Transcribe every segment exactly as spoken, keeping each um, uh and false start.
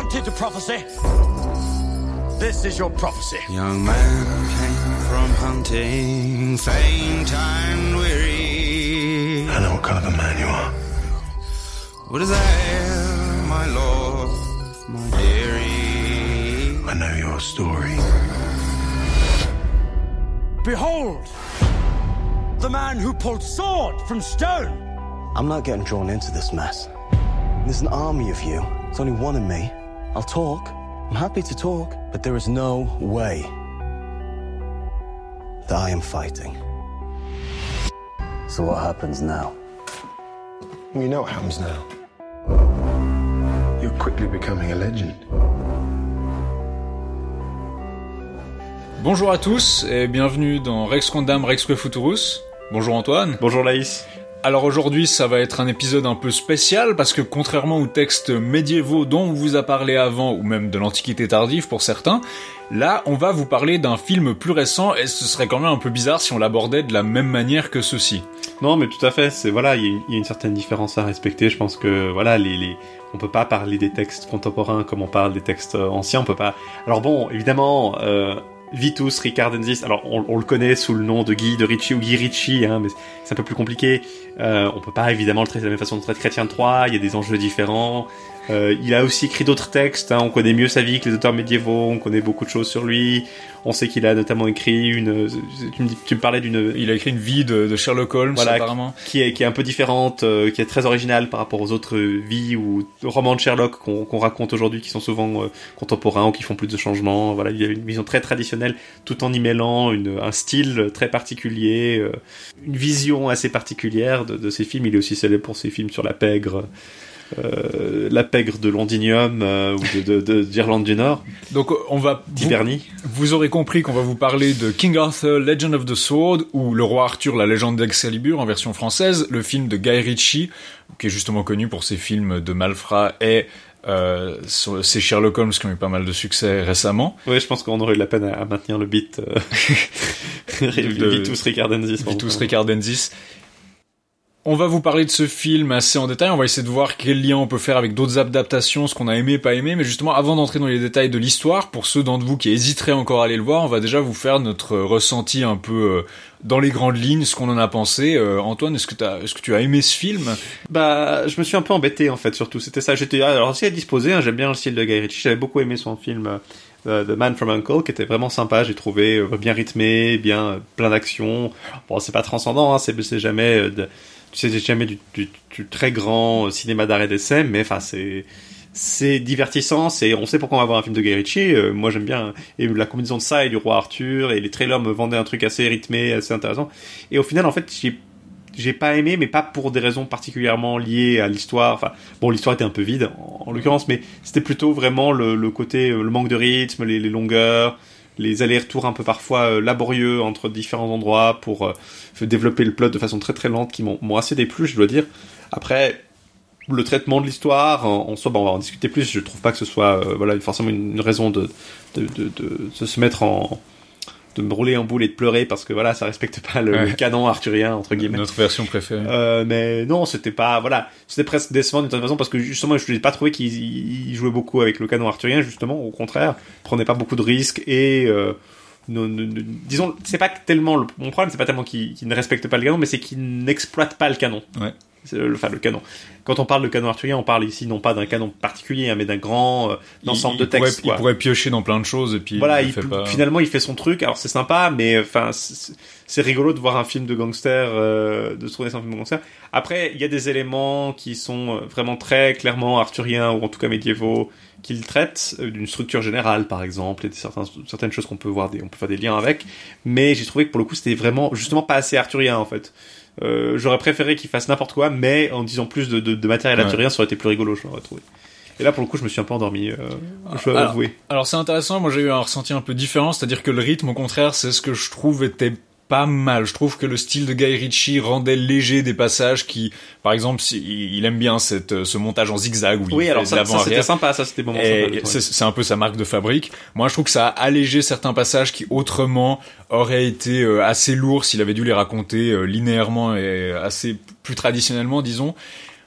wanted a prophecy. This is your prophecy. Young man came from hunting, faint and weary. I know what kind of a man you are. What is there, my lord, my dearie? I know your story. Behold, the man who pulled sword from stone. I'm not getting drawn into this mess. There's an army of you. There's only one of me. I'll talk. I'm happy to talk. But there is no way that I am fighting. So what happens now? You know what happens now. You're quickly becoming a legend. Bonjour à tous et bienvenue dans Rex Quandam Rexque Futurus. Bonjour Antoine. Bonjour Laïs. Alors aujourd'hui ça va être un épisode un peu spécial parce que contrairement aux textes médiévaux dont on vous a parlé avant ou même de l'Antiquité tardive pour certains, là on va vous parler d'un film plus récent et ce serait quand même un peu bizarre si on l'abordait de la même manière que ceux-ci. Non mais tout à fait, c'est voilà, il y, y a une certaine différence à respecter. Je pense que voilà, les, les on peut pas parler des textes contemporains comme on parle des textes anciens, on peut pas. Alors bon, évidemment. Euh... Vitus Ricardensis, alors on, on le connaît sous le nom de Guy de Ricci ou Guy Ricci, hein, mais c'est un peu plus compliqué. Euh, on peut pas évidemment le traiter de la même façon de traiter Chrétien de Troyes, il y a des enjeux différents. Euh, il a aussi écrit d'autres textes, hein, on connaît mieux sa vie que les auteurs médiévaux, on connaît beaucoup de choses sur lui. On sait qu'il a notamment écrit une... Tu me, tu me parlais d'une... Il a écrit une vie de, de Sherlock Holmes, voilà, apparemment. Qui est, qui est un peu différente, euh, qui est très originale par rapport aux autres vies ou romans de Sherlock qu'on, qu'on raconte aujourd'hui, qui sont souvent euh, contemporains ou qui font plus de changements. Voilà, il y a une vision très traditionnelle, tout en y mêlant une, un style très particulier, euh, une vision assez particulière de, de ses films. Il est aussi célèbre pour ses films sur la pègre. Euh, la pègre de Londinium euh, ou de, de, de, d'Irlande du Nord. Donc on va d'Hibernie. Vous, vous aurez compris qu'on va vous parler de King Arthur Legend of the Sword ou Le Roi Arthur la légende d'Excalibur en version française, le film de Guy Ritchie qui est justement connu pour ses films de malfrats et euh, ses Sherlock Holmes qui ont eu pas mal de succès récemment. Oui, je pense qu'on aurait eu de la peine à, à maintenir le beat euh... de Vitus Ricardensis. Vitus Ricardensis. On va vous parler de ce film assez en détail, on va essayer de voir quel lien on peut faire avec d'autres adaptations, ce qu'on a aimé, pas aimé, mais justement avant d'entrer dans les détails de l'histoire, pour ceux d'entre vous qui hésiteraient encore à aller le voir, on va déjà vous faire notre ressenti un peu euh, dans les grandes lignes, ce qu'on en a pensé. Euh, Antoine, est-ce que, t'as, est-ce que tu as aimé ce film ? Bah, je me suis un peu embêté en fait, surtout, c'était ça, j'étais alors aussi à disposer, hein, j'aime bien le style de Guy Ritchie, j'avais beaucoup aimé son film euh, The Man from U N C L E, qui était vraiment sympa, j'ai trouvé euh, bien rythmé, bien euh, plein d'action. Bon, c'est pas transcendant, hein, c'est, c'est jamais... Euh, de, Tu sais, c'est jamais du, du, du très grand cinéma d'art et d'essai, mais enfin c'est c'est divertissant, c'est on sait pourquoi on va voir un film de Guy Ritchie. Euh, moi j'aime bien et la combinaison de ça et du Roi Arthur et les trailers me vendaient un truc assez rythmé, assez intéressant. Et au final en fait j'ai j'ai pas aimé, mais pas pour des raisons particulièrement liées à l'histoire. Enfin bon, l'histoire était un peu vide en, en l'occurrence, mais c'était plutôt vraiment le, le côté le manque de rythme, les, les longueurs. Les allers-retours un peu parfois euh, laborieux entre différents endroits pour euh, développer le plot de façon très très lente qui m'ont, m'ont assez déplu, je dois dire. Après, le traitement de l'histoire, en, en soi, bah, on va en discuter plus. Je trouve pas que ce soit euh, voilà, forcément une, une raison de, de, de, de, de se mettre en... de me rouler en boule et de pleurer parce que voilà, ça respecte pas le, ouais. le canon arthurien, entre guillemets. Notre version préférée. Euh, mais non, c'était pas, voilà, c'était presque décevant d'une certaine façon parce que justement, je n'ai pas trouvé qu'il il jouait beaucoup avec le canon arthurien, justement, au contraire, prenait pas beaucoup de risques et, euh, ne, ne, ne, disons, c'est pas tellement, le, mon problème, c'est pas tellement qu'il, qu'il ne respecte pas le canon, mais c'est qu'il n'exploite pas le canon. Ouais. C'est le, enfin, le canon. Quand on parle de canon arthurien, on parle ici non pas d'un canon particulier, hein, mais d'un grand euh, ensemble il, de textes. Il pourrait, il pourrait piocher dans plein de choses et puis voilà, il il, fait p- pas... finalement il fait son truc. Alors c'est sympa, mais enfin c'est, c'est rigolo de voir un film de gangster, euh, de se tourner sur un film de gangster. Après, il y a des éléments qui sont vraiment très clairement arthuriens ou en tout cas médiévaux qu'il traite euh, d'une structure générale, par exemple, et des certains, certaines choses qu'on peut voir, des, on peut faire des liens avec. Mais j'ai trouvé que pour le coup c'était vraiment justement pas assez arthurien en fait. Euh, j'aurais préféré qu'il fasse n'importe quoi, mais en disant plus de, de, de matériel ouais. arthurien, ça aurait été plus rigolo, je l'aurais trouvé. Et là, pour le coup, je me suis un peu endormi, euh, je dois alors, avouer. Alors, c'est intéressant, moi j'ai eu un ressenti un peu différent, c'est-à-dire que le rythme, au contraire, c'est ce que je trouve était pas mal. Je trouve que le style de Guy Ritchie rendait léger des passages qui, par exemple, il aime bien cette, ce montage en zigzag où il oui, fait alors de ça, l'avant ça arrière. c'était sympa, ça c'était moment et sympa. C'est, c'est un peu sa marque de fabrique. Moi, je trouve que ça a allégé certains passages qui autrement auraient été euh, assez lourds s'il avait dû les raconter euh, linéairement et assez plus traditionnellement, disons.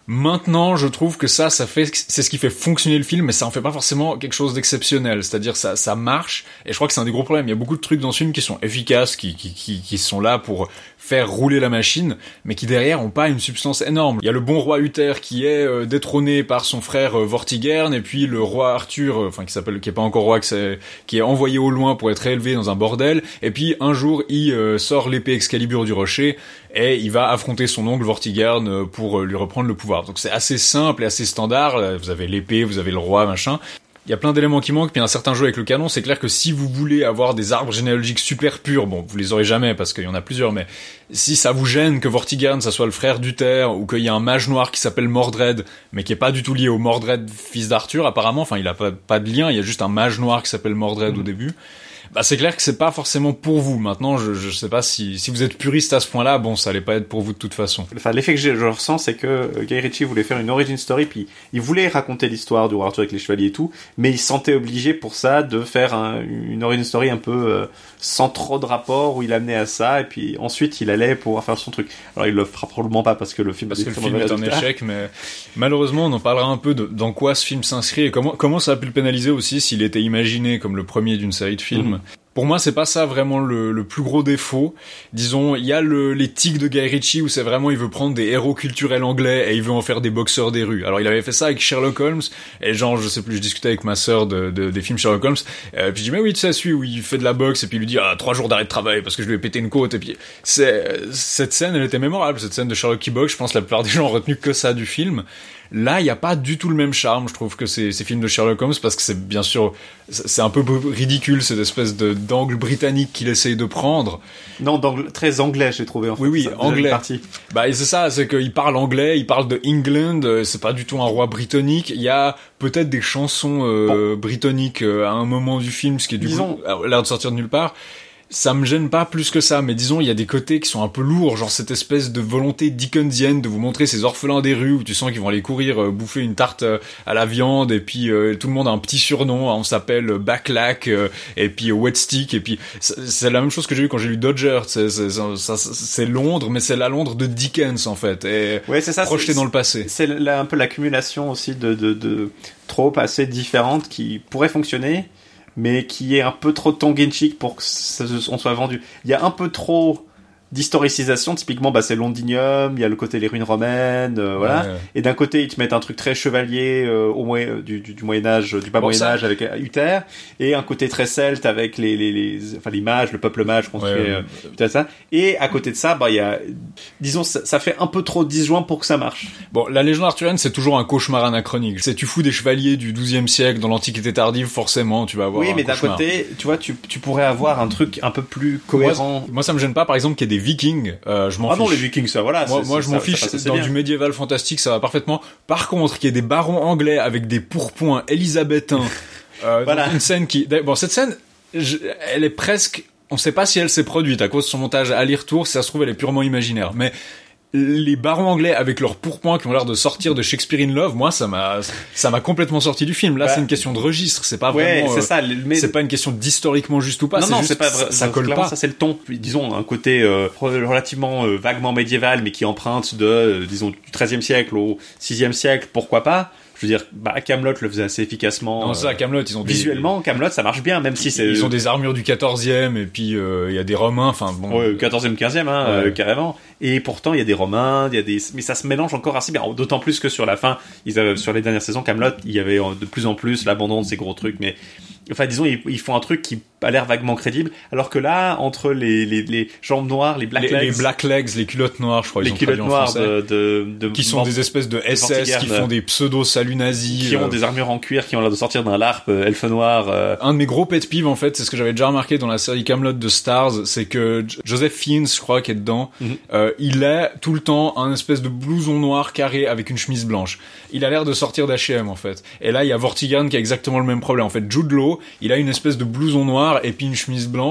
Maintenant, je trouve que ça, ça fait, c'est ce qui fait fonctionner le film, mais ça en fait pas forcément quelque chose d'exceptionnel. C'est-à-dire, ça, ça marche, et je crois que c'est un des gros problèmes. Il y a beaucoup de trucs dans ce film qui sont efficaces, qui, qui, qui, qui sont là pour faire rouler la machine, mais qui derrière ont pas une substance énorme. Il y a le bon roi Uther qui est euh, détrôné par son frère euh, Vortigern, et puis le roi Arthur, euh, enfin qui s'appelle, qui est pas encore roi, qui est, qui est envoyé au loin pour être élevé dans un bordel. Et puis un jour, il euh, sort l'épée Excalibur du rocher, et il va affronter son oncle Vortigern euh, pour euh, lui reprendre le pouvoir. Donc c'est assez simple et assez standard. Vous avez l'épée, vous avez le roi, machin. Il y a plein d'éléments qui manquent, puis un certain jeu avec le canon, c'est clair que si vous voulez avoir des arbres généalogiques super purs, bon, vous les aurez jamais parce qu'il y en a plusieurs, mais si ça vous gêne que Vortigern, ça soit le frère d'Uther, ou qu'il y a un mage noir qui s'appelle Mordred, mais qui est pas du tout lié au Mordred, fils d'Arthur, apparemment, enfin, il a pas, pas de lien, il y a juste un mage noir qui s'appelle Mordred mmh. au début. Bah, c'est clair que c'est pas forcément pour vous. Maintenant, je, je sais pas si, si vous êtes puriste à ce point-là, bon, ça allait pas être pour vous de toute façon. Enfin, l'effet que j'ai, je ressens, c'est que Guy Ritchie voulait faire une origin story, puis il voulait raconter l'histoire du roi Arthur avec les chevaliers et tout, mais il se sentait obligé pour ça de faire un, une origin story un peu euh, sans trop de rapport, où il amenait à ça, et puis ensuite il allait pouvoir faire son truc. Alors il le fera probablement pas parce que le film, parce que le film est un échec, mais malheureusement on en parlera un peu de, dans quoi ce film s'inscrit et comment, comment ça a pu le pénaliser aussi s'il était imaginé comme le premier d'une série de films. Mmh. Pour moi, c'est pas ça vraiment le, le plus gros défaut. Disons, il y a le, les tics de Guy Ritchie où c'est vraiment, il veut prendre des héros culturels anglais et il veut en faire des boxeurs des rues. Alors, il avait fait ça avec Sherlock Holmes, et genre, je sais plus, je discutais avec ma sœur de, de, des films Sherlock Holmes, et puis je dis, mais oui, tu sais, celui où il fait de la boxe, et puis il lui dit, ah, trois jours d'arrêt de travail parce que je lui ai pété une côte, et puis c'est, cette scène, elle était mémorable, cette scène de Sherlock qui boxe, je pense que la plupart des gens ont retenu que ça du film. Là, il y a pas du tout le même charme, je trouve, que ces, ces films de Sherlock Holmes, parce que c'est bien sûr, c'est un peu ridicule, cette espèce de, d'angle britannique qu'il essaye de prendre. Non, d'angle, très anglais, j'ai trouvé, en fait. Oui, oui, ça, anglais. Bah, et c'est ça, c'est qu'il parle anglais, il parle de England, c'est pas du tout un roi britannique. Il y a peut-être des chansons, euh, bon. britanniques, euh, à un moment du film, ce qui est du Disons... coup, a l'air de sortir de nulle part. Ça me gêne pas plus que ça, mais disons, il y a des côtés qui sont un peu lourds, genre cette espèce de volonté dickensienne de vous montrer ces orphelins des rues où tu sens qu'ils vont aller courir, euh, bouffer une tarte euh, à la viande, et puis euh, tout le monde a un petit surnom, hein, on s'appelle euh, Backlack, euh, et puis euh, Wet Stick, et puis c'est, c'est la même chose que j'ai vu quand j'ai lu Dodger, c'est, c'est, c'est, ça, c'est Londres, mais c'est la Londres de Dickens, en fait, et ouais, c'est ça, projeté c'est, dans le passé. C'est là, un peu l'accumulation aussi de, de, de tropes assez différentes qui pourraient fonctionner, mais qui est un peu trop tongue-in-cheek pour que ça, on soit vendu. Il y a un peu trop d'historicisation, typiquement, bah, c'est Londinium, il y a le côté les ruines romaines, euh, voilà. Ouais. Et d'un côté, ils te mettent un truc très chevalier, euh, au moins, du, du, du Moyen-Âge, du bas bon, Moyen-Âge, ça... avec Uther, et un côté très celte avec les, les, les, enfin, les mages, le peuple mage construit, ouais, ouais. Euh, tout ça. Et à côté de ça, bah, il y a, disons, ça, ça fait un peu trop disjoint pour que ça marche. Bon, la légende arthurienne, c'est toujours un cauchemar anachronique. C'est, tu fous des chevaliers du douzième siècle dans l'Antiquité tardive, forcément, tu vas avoir oui, un mais cauchemar. D'un côté, tu vois, tu, tu pourrais avoir un truc un peu plus cohérent. Moi, moi ça me gêne pas, par exemple, qu'il y ait des Vikings, euh, je m'en ah fiche. non, les Vikings, ça, voilà. Moi, c'est, moi c'est, je m'en ça, fiche. ça, ça, dans bien. du médiéval fantastique, ça va parfaitement. Par contre, qu'il y ait des barons anglais avec des pourpoints élisabétains, euh, voilà. Une scène qui, bon, cette scène, je, elle est presque, on sait pas si elle s'est produite à cause de son montage aller-retour, si ça se trouve, elle est purement imaginaire, mais les barons anglais avec leurs pourpoints qui ont l'air de sortir de Shakespeare in Love, moi ça m'a ça m'a complètement sorti du film. Là bah, c'est une question de registre, c'est pas ouais, vraiment c'est euh, ça, mais... c'est pas une question d'historiquement juste ou pas, non, c'est non, juste c'est pas vrai, ça colle pas. Ça c'est le ton, disons un côté euh, relativement euh, vaguement médiéval mais qui emprunte de euh, disons du treizième siècle au sixième siècle, pourquoi pas. Je veux dire, bah, Camelot le faisait assez efficacement. Non, ça, Camelot, ils ont des... Visuellement, Camelot, ça marche bien, même si c'est... Ils ont des armures du quatorzième, et puis, il euh, y a des Romains, enfin, bon. Ouais, quatorzième, quinzième, hein, ouais. euh, carrément. Et pourtant, il y a des Romains, il y a des, mais ça se mélange encore assez bien. D'autant plus que sur la fin, ils avaient, sur les dernières saisons, Camelot, il y avait de plus en plus l'abandon de ces gros trucs, mais, enfin, disons, ils, ils font un truc qui a l'air vaguement crédible, alors que là, entre les, les, les jambes noires, les black les, legs. Les black legs, les culottes noires, je crois, les ils ont culottes traduit noires en français. De, de, de, qui sont des espèces de S S, qui font des pseudo-saluts nazis. Qui ont des armures en cuir, qui ont l'air de sortir d'un larpe euh, elfe noir. Euh... Un de mes gros pet peeves, en fait, c'est ce que j'avais déjà remarqué dans la série Camelot de Stars, c'est que J- Joseph Fiennes, je crois, qui est dedans, mm-hmm. euh, il a tout le temps un espèce de blouson noir carré avec une chemise blanche. Il a l'air de sortir d'H et M, en fait. Et là, il y a Vortigern qui a exactement le même problème. En fait, Jude Law, il a une espèce de blouson noir et puis une chemise blanche.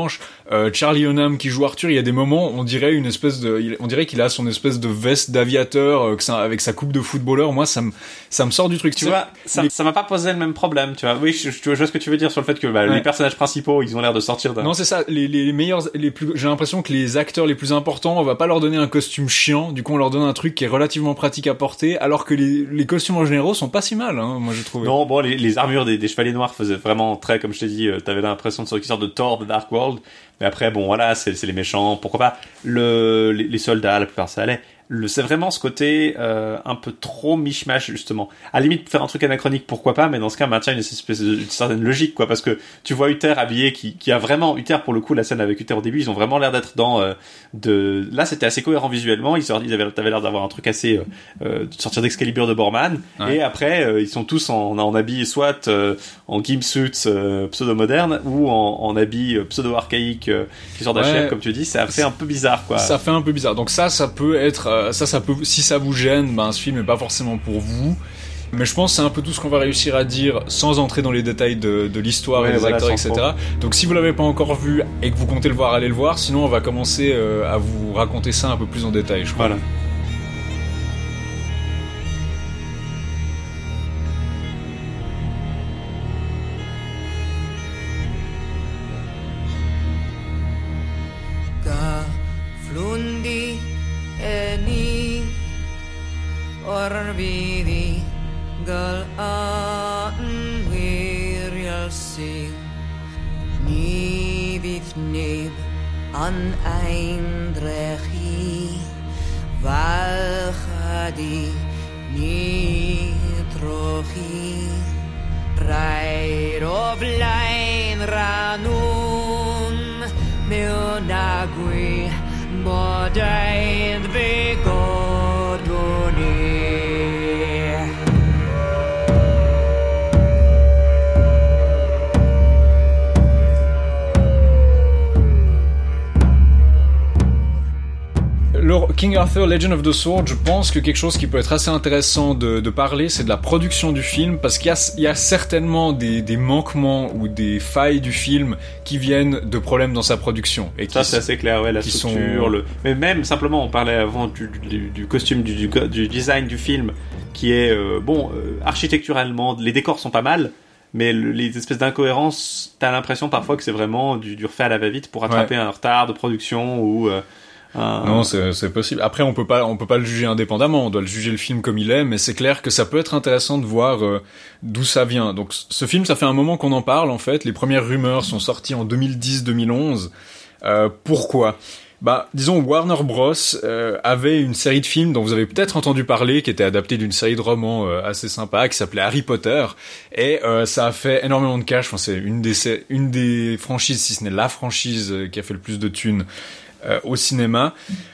Euh, Charlie Hunnam qui joue Arthur, il y a des moments, on dirait une espèce de, il, on dirait qu'il a son espèce de veste d'aviateur euh, que ça, avec sa coupe de footballeur. Moi, ça me, ça me sort du truc. Tu vois, ça, les... ça m'a pas posé le même problème. Tu vois, oui, je, je, je vois ce que tu veux dire sur le fait que bah, ouais. les personnages principaux, ils ont l'air de sortir d'un. Non, c'est ça. Les, les meilleurs, les plus, j'ai l'impression que les acteurs les plus importants, on va pas leur donner un costume chiant. Du coup, on leur donne un truc qui est relativement pratique à porter, alors que les, les costumes en général sont pas si mal. Hein, moi, j'ai trouvé. Non, bon, les, les armures des, des chevaliers noirs faisaient vraiment très, comme je t'ai dit, euh, t'avais l'impression de sortir de Thor, de Dark World. Mais après, bon, voilà, c'est, c'est les méchants, pourquoi pas. Le, les, les soldats, la plupart, ça allait. Le, c'est vraiment ce côté euh, un peu trop mishmash, justement. À la limite, faire un truc anachronique, pourquoi pas, mais dans ce cas, maintient une espèce de, une certaine logique, quoi, parce que tu vois Uther habillé, qui, qui a vraiment, Uther, pour le coup, la scène avec Uther au début, ils ont vraiment l'air d'être dans, euh, de, là, c'était assez cohérent visuellement, ils, ils avaient, t'avais l'air d'avoir un truc assez, euh, euh, de sortir d'Excalibur de Borman, ouais. Et après, euh, ils sont tous en, en habits, soit, euh, en gimp suits, euh, pseudo-modernes, ou en, en habits euh, pseudo-archaïques, euh, qui sortent d'H M, comme tu dis, ça fait un peu bizarre, quoi. Ça fait un peu bizarre. Donc ça, ça peut être, euh, ça, ça peut, si ça vous gêne, ben, ce film est pas forcément pour vous. Mais je pense que c'est un peu tout ce qu'on va réussir à dire sans entrer dans les détails de, de l'histoire ouais, et des voilà, acteurs, et cetera. Trop. Donc si vous l'avez pas encore vu et que vous comptez le voir, allez le voir. Sinon, on va commencer euh, à vous raconter ça un peu plus en détail, je crois. Voilà. Orbidi gal an wirial sing Ni fydd neb an eindrechi Falchadi ni trochi Rhaid o flaen ranwn Mewn agwi bod ein ddigodwn King Arthur Legend of the Sword, je pense que quelque chose qui peut être assez intéressant de, de parler, c'est de la production du film, parce qu'il y a, il y a certainement des, des manquements ou des failles du film qui viennent de problèmes dans sa production. Et ça, qui, c'est assez clair, ouais, la structure, sont... le... mais même simplement, on parlait avant du, du, du costume, du, du, du design du film, qui est, euh, bon, euh, architecturalement, les décors sont pas mal, mais le, les espèces d'incohérences, t'as l'impression parfois que c'est vraiment du, du refait à la va-vite pour rattraper ouais. un retard de production ou... Euh, Ah. Non, c'est, c'est possible. Après, on peut pas, on peut pas le juger indépendamment. On doit le juger le film comme il est, mais c'est clair que ça peut être intéressant de voir euh, d'où ça vient. Donc, ce film, ça fait un moment qu'on en parle, en fait. Les premières rumeurs sont sorties en deux mille dix deux mille onze. Euh, pourquoi? Bah, disons, Warner Bros. Euh, avait une série de films dont vous avez peut-être entendu parler, qui était adaptée d'une série de romans euh, assez sympa, qui s'appelait Harry Potter, et euh, ça a fait énormément de cash. Enfin, c'est une des, une des franchises, si ce n'est la franchise euh, qui a fait le plus de thunes Euh, au cinéma,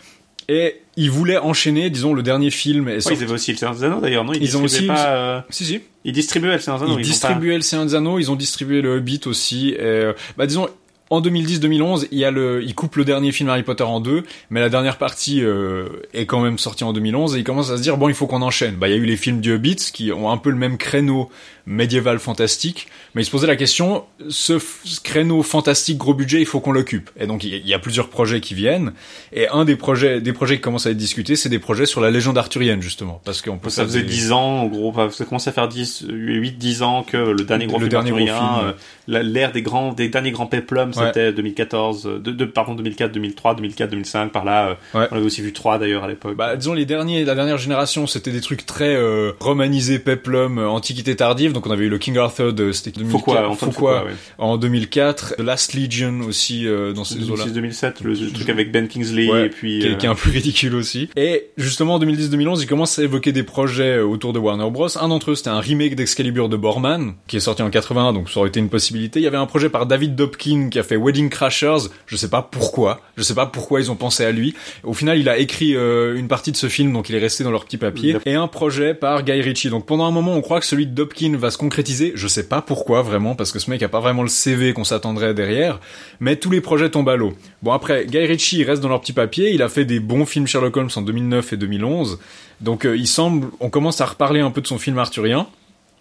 et ils voulaient enchaîner, disons, le dernier film. Et ouais, sorti... ils avaient aussi Le Seigneur des Anneaux, d'ailleurs, non? Ils, ils ont aussi pas, euh... si si ils distribuaient Le Seigneur des Anneaux. Ils, ils distribuaient pas... Le Seigneur des Anneaux, ils ont distribué le Hobbit aussi. Et, euh, bah disons, en deux mille dix deux mille onze, il y a le, ils coupent le dernier film Harry Potter en deux, mais la dernière partie euh, est quand même sortie en deux mille onze, et ils commencent à se dire bon, il faut qu'on enchaîne. Bah il y a eu les films du Hobbit qui ont un peu le même créneau médiéval fantastique, mais ils se posaient la question, ce, ce créneau fantastique gros budget, il faut qu'on l'occupe. Et donc il y, y a plusieurs projets qui viennent, et un des projets, des projets qui commencent à être discutés, c'est des projets sur la légende arthurienne justement, parce qu'on peut. Ça faisait des... dix ans, en gros, ça commençait à faire dix, huit, dix ans que le dernier gros le film dernier arthurien, gros film, euh, l'ère des grands, des derniers grands péplums, ouais. C'était deux mille quatorze, de, de, pardon, deux mille quatre, deux mille trois, deux mille quatre, deux mille cinq, par là. Euh, ouais. On avait aussi vu trois d'ailleurs à l'époque. Bah, disons les derniers, la dernière génération, c'était des trucs très euh, romanisés, péplum, euh, antiquité tardive. Donc on avait eu le King Arthur de c'était deux mille quatre, Foucault, Foucault, Foucault, ouais. En deux mille quatre, The Last Legion aussi euh, dans ces eaux-là. deux mille six deux mille sept, le, le truc avec Ben Kingsley ouais, et puis qui, euh... qui est un peu ridicule aussi. Et justement en deux mille dix deux mille onze, ils commencent à évoquer des projets autour de Warner Bros. Un d'entre eux, c'était un remake d'Excalibur de Borman qui est sorti en quatre-vingt-un, donc ça aurait été une possibilité. Il y avait un projet par David Dobkin qui a fait Wedding Crashers. Je sais pas pourquoi. Je sais pas pourquoi ils ont pensé à lui. Au final, il a écrit euh, une partie de ce film, donc il est resté dans leur petit papier. Et un projet par Guy Ritchie. Donc pendant un moment, on croit que celui de Dobkin va se concrétiser. Je sais pas pourquoi vraiment, parce que ce mec a pas vraiment le C V qu'on s'attendrait derrière. Mais tous les projets tombent à l'eau. Bon après, Guy Ritchie il reste dans leur petit papier. Il a fait des bons films Sherlock Holmes en deux mille neuf et deux mille onze. Donc euh, il semble, on commence à reparler un peu de son film arthurien.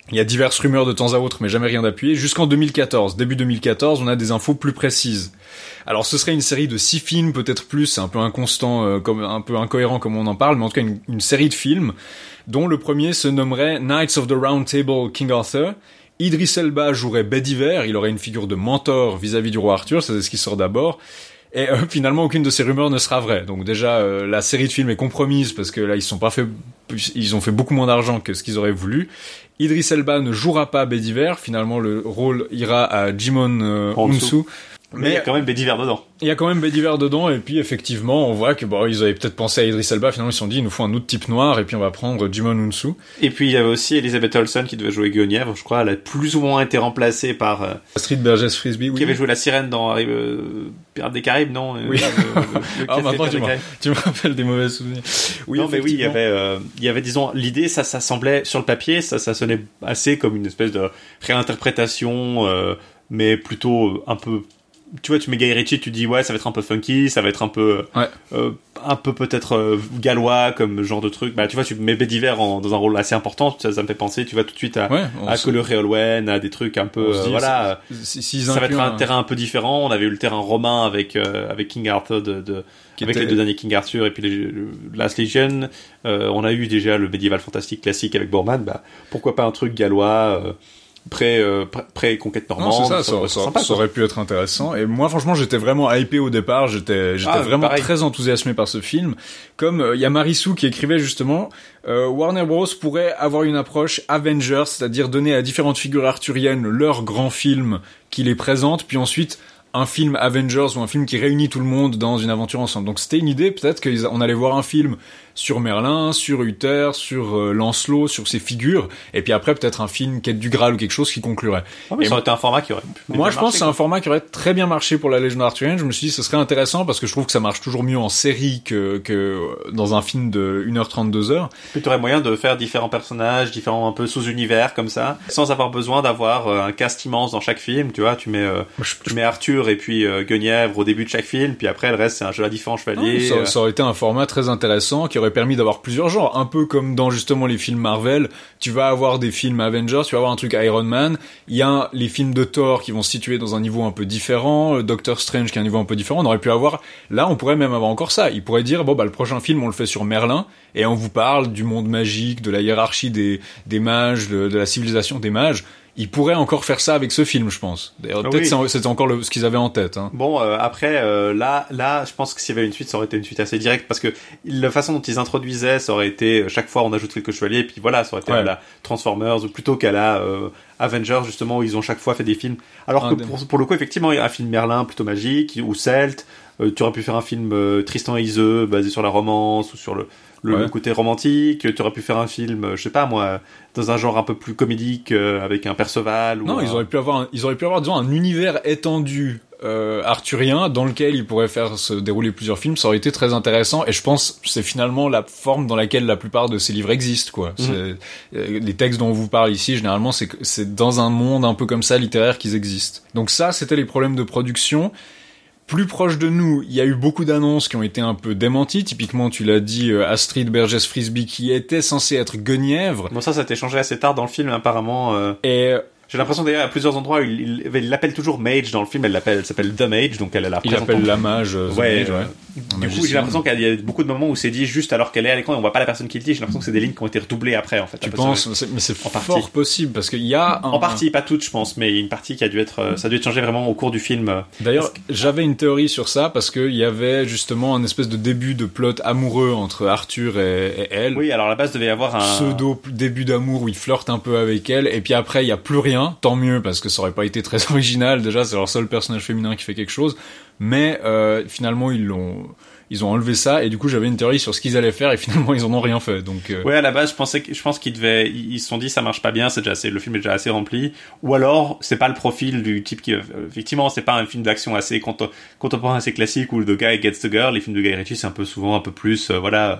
Il y a diverses rumeurs de temps à autre, mais jamais rien d'appuyé. Jusqu'en deux mille quatorze, début deux mille quatorze, on a des infos plus précises. Alors, ce serait une série de six films, peut-être plus. C'est un peu inconstant, euh, comme un peu incohérent comme on en parle, mais en tout cas une, une série de films dont le premier se nommerait Knights of the Round Table King Arthur. Idris Elba jouerait Bedivere, il aurait une figure de mentor vis-à-vis du roi Arthur, c'est ce qui sort d'abord. Et euh, finalement, aucune de ces rumeurs ne sera vraie. Donc déjà, euh, la série de films est compromise parce que là, ils sont pas fait, ils ont fait beaucoup moins d'argent que ce qu'ils auraient voulu. Idris Elba ne jouera pas Bedivere. Finalement, le rôle ira à Jimon euh, Hounsou. Mais il y a quand même Bedivere dedans. Il y a quand même Bedivere dedans, et puis effectivement, on voit que bon, ils avaient peut-être pensé à Idris Elba, finalement ils se sont dit, il nous faut un autre type noir, et puis on va prendre Jimon Hounsou. Et puis il y avait aussi Elizabeth Olsen qui devait jouer Guenièvre, je crois, elle a plus ou moins été remplacée par... Euh, Astrid Bergès-Frisby, oui. Qui avait joué la sirène dans euh, Pirates des Caraïbes, non Oui. Euh, le, le, le ah, maintenant tu me, tu me rappelles des mauvais souvenirs. Oui, non, mais oui, il y avait, euh, il y avait, disons, l'idée, ça, ça semblait, sur le papier, ça, ça sonnait assez comme une espèce de réinterprétation, euh, mais plutôt un peu... Tu vois, tu mets Guy Ritchie, tu dis ouais, ça va être un peu funky, ça va être un peu, ouais. euh, un peu peut-être euh, gallois comme genre de truc. Bah, tu vois, tu mets Bedivere en, dans un rôle assez important, ça, ça me fait penser, tu vois, tout de suite à, ouais, à se... Coloré Olwen, à des trucs un peu, euh, dit, voilà. Si, si ça va être un, un terrain un peu différent. On avait eu le terrain romain avec euh, avec King Arthur de, de avec était... les deux derniers King Arthur et puis les, le Last Legion. Euh, on a eu déjà le médiéval fantastique classique avec Boorman. Bah, pourquoi pas un truc gallois. Euh, pré euh, pré conquête normande. Non, c'est ça, ça, ça, ça, sympa, ça aurait pu être intéressant. Et moi, franchement, j'étais vraiment hypé au départ. J'étais, j'étais ah, vraiment pareil. Très enthousiasmé par ce film. Comme il euh, y a Marissou qui écrivait justement, euh, Warner Bros pourrait avoir une approche Avengers, c'est-à-dire donner à différentes figures arthuriennes leur grand film qui les présente, puis ensuite un film Avengers ou un film qui réunit tout le monde dans une aventure ensemble. Donc c'était une idée, peut-être qu'on allait voir un film sur Merlin, sur Uther, sur euh, Lancelot, sur ces figures, et puis après peut-être un film Quête du Graal ou quelque chose qui conclurait. Oh, mais et ça aurait été un format qui aurait pu Moi je pense que c'est quoi. un format qui aurait très bien marché pour la légende arthurienne. Je me suis dit ce serait intéressant parce que je trouve que ça marche toujours mieux en série que, que dans un film de une heure trente, deux heures. Puis tu aurais moyen de faire différents personnages, différents un peu sous-univers comme ça, sans avoir besoin d'avoir euh, un cast immense dans chaque film, tu vois, tu mets, euh, je, tu mets Arthur et puis euh, Guenièvre au début de chaque film, puis après le reste c'est un jeu à différents chevaliers. Non, ça, ça aurait été un format très intéressant qui aurait permis d'avoir plusieurs genres, un peu comme dans justement les films Marvel. Tu vas avoir des films Avengers, tu vas avoir un truc Iron Man, il y a les films de Thor qui vont se situer dans un niveau un peu différent, Doctor Strange qui est un niveau un peu différent. On aurait pu avoir, là on pourrait même avoir encore ça, il pourrait dire bon bah le prochain film on le fait sur Merlin et on vous parle du monde magique, de la hiérarchie des, des mages, de, de la civilisation des mages. Ils pourraient encore faire ça avec ce film, je pense. D'ailleurs, ah peut-être oui. C'était encore le, ce qu'ils avaient en tête. Hein. Bon, euh, après, euh, là, là, je pense que s'il y avait une suite, ça aurait été une suite assez directe, parce que la façon dont ils introduisaient, ça aurait été, chaque fois, on ajoute quelques chevaliers, et puis voilà, ça aurait été ouais. à la Transformers, ou plutôt qu'à la euh, Avengers, justement, où ils ont chaque fois fait des films. Alors ah, que pour, pour le coup, effectivement, il y a un film Merlin plutôt magique, ou Celte, euh, tu aurais pu faire un film euh, Tristan et Iseult, basé sur la romance, ou sur le... Le, ouais. le côté romantique, tu aurais pu faire un film, je sais pas moi, dans un genre un peu plus comédique, euh, avec un Perceval. Ou non, un... ils auraient pu avoir, un, ils auraient pu avoir, disons, un univers étendu euh, arthurien dans lequel ils pourraient faire se dérouler plusieurs films. Ça aurait été très intéressant. Et je pense que c'est finalement la forme dans laquelle la plupart de ces livres existent, quoi. Mm-hmm. C'est, euh, les textes dont on vous parle ici, généralement, c'est c'est dans un monde un peu comme ça littéraire qu'ils existent. Donc ça, c'était les problèmes de production. Plus proche de nous, il y a eu beaucoup d'annonces qui ont été un peu démenties. Typiquement, tu l'as dit, euh, Astrid Bergès-Frisby qui était censée être Guenièvre. Bon, ça, ça a été changé assez tard dans le film, apparemment. Euh... Et... J'ai l'impression d'ailleurs à plusieurs endroits, il, il, il l'appelle toujours Mage dans le film, elle l'appelle, elle s'appelle The Mage, donc elle est la Il l'appelle la mage, euh, ouais, Mage, ouais. Du coup, j'ai l'impression qu'il y a beaucoup de moments où c'est dit juste alors qu'elle est à l'écran et on voit pas la personne qui le dit. J'ai l'impression que c'est des lignes qui ont été redoublées après, en fait. Tu penses? C'est, mais c'est fort partie. Possible parce qu'il y a un... En partie, pas toutes, je pense, mais il y a une partie qui a dû être, ça a dû être changé vraiment au cours du film. D'ailleurs, que... j'avais une théorie sur ça parce qu'il y avait justement un espèce de début de plot amoureux entre Arthur et, et elle. Oui, alors à la base devait y avoir un pseudo début d'amour où il flirte un peu avec elle et puis après il y a plus rien. Tant mieux parce que ça aurait pas été très original. Déjà, c'est leur seul personnage féminin qui fait quelque chose. Mais euh, finalement, ils l'ont, ils ont enlevé ça. Et du coup, j'avais une théorie sur ce qu'ils allaient faire. Et finalement, ils en ont rien fait. Donc, euh... ouais, à la base, je pensais, que, je pense qu'ils devaient, ils se sont dit, ça marche pas bien. C'est déjà assez, le film est déjà assez rempli. Ou alors, c'est pas le profil du type qui, effectivement, c'est pas un film d'action assez contemporain, assez classique où the guy gets the girl. Les films de Guy Ritchie, c'est un peu souvent un peu plus, euh, voilà.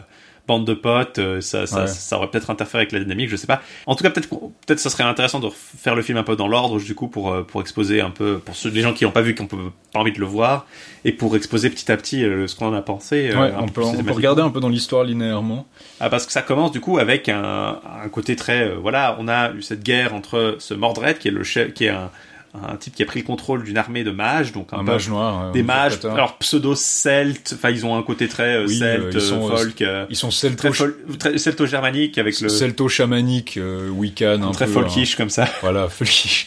bande de potes, euh, ça, ça, Ouais. ça aurait peut-être interféré avec la dynamique, je sais pas. En tout cas, peut-être, peut-être ça serait intéressant de faire le film un peu dans l'ordre, du coup, pour, euh, pour exposer un peu, pour ceux, les gens qui l'ont pas vu, qui ont pas envie de le voir, et pour exposer petit à petit euh, ce qu'on en a pensé. Euh, Ouais, un on peu peut, plus on peut systématiquement. regarder un peu dans l'histoire linéairement. Ah, parce que ça commence du coup avec un, un côté très, euh, voilà, on a eu cette guerre entre ce Mordred qui est le chef, qui est un, un type qui a pris le contrôle d'une armée de mages, donc un, Un peu- mage noir. euh, des un mages, usurpateur. alors pseudo-celtes, enfin ils ont un côté très euh, Oui, celte, euh, ils sont, euh, folk, euh, Ils sont très, celto, fol- très celto-germanique avec le celto-chamaniques, euh, Wiccan, un très peu, folkish comme ça. hein. Voilà, folkish.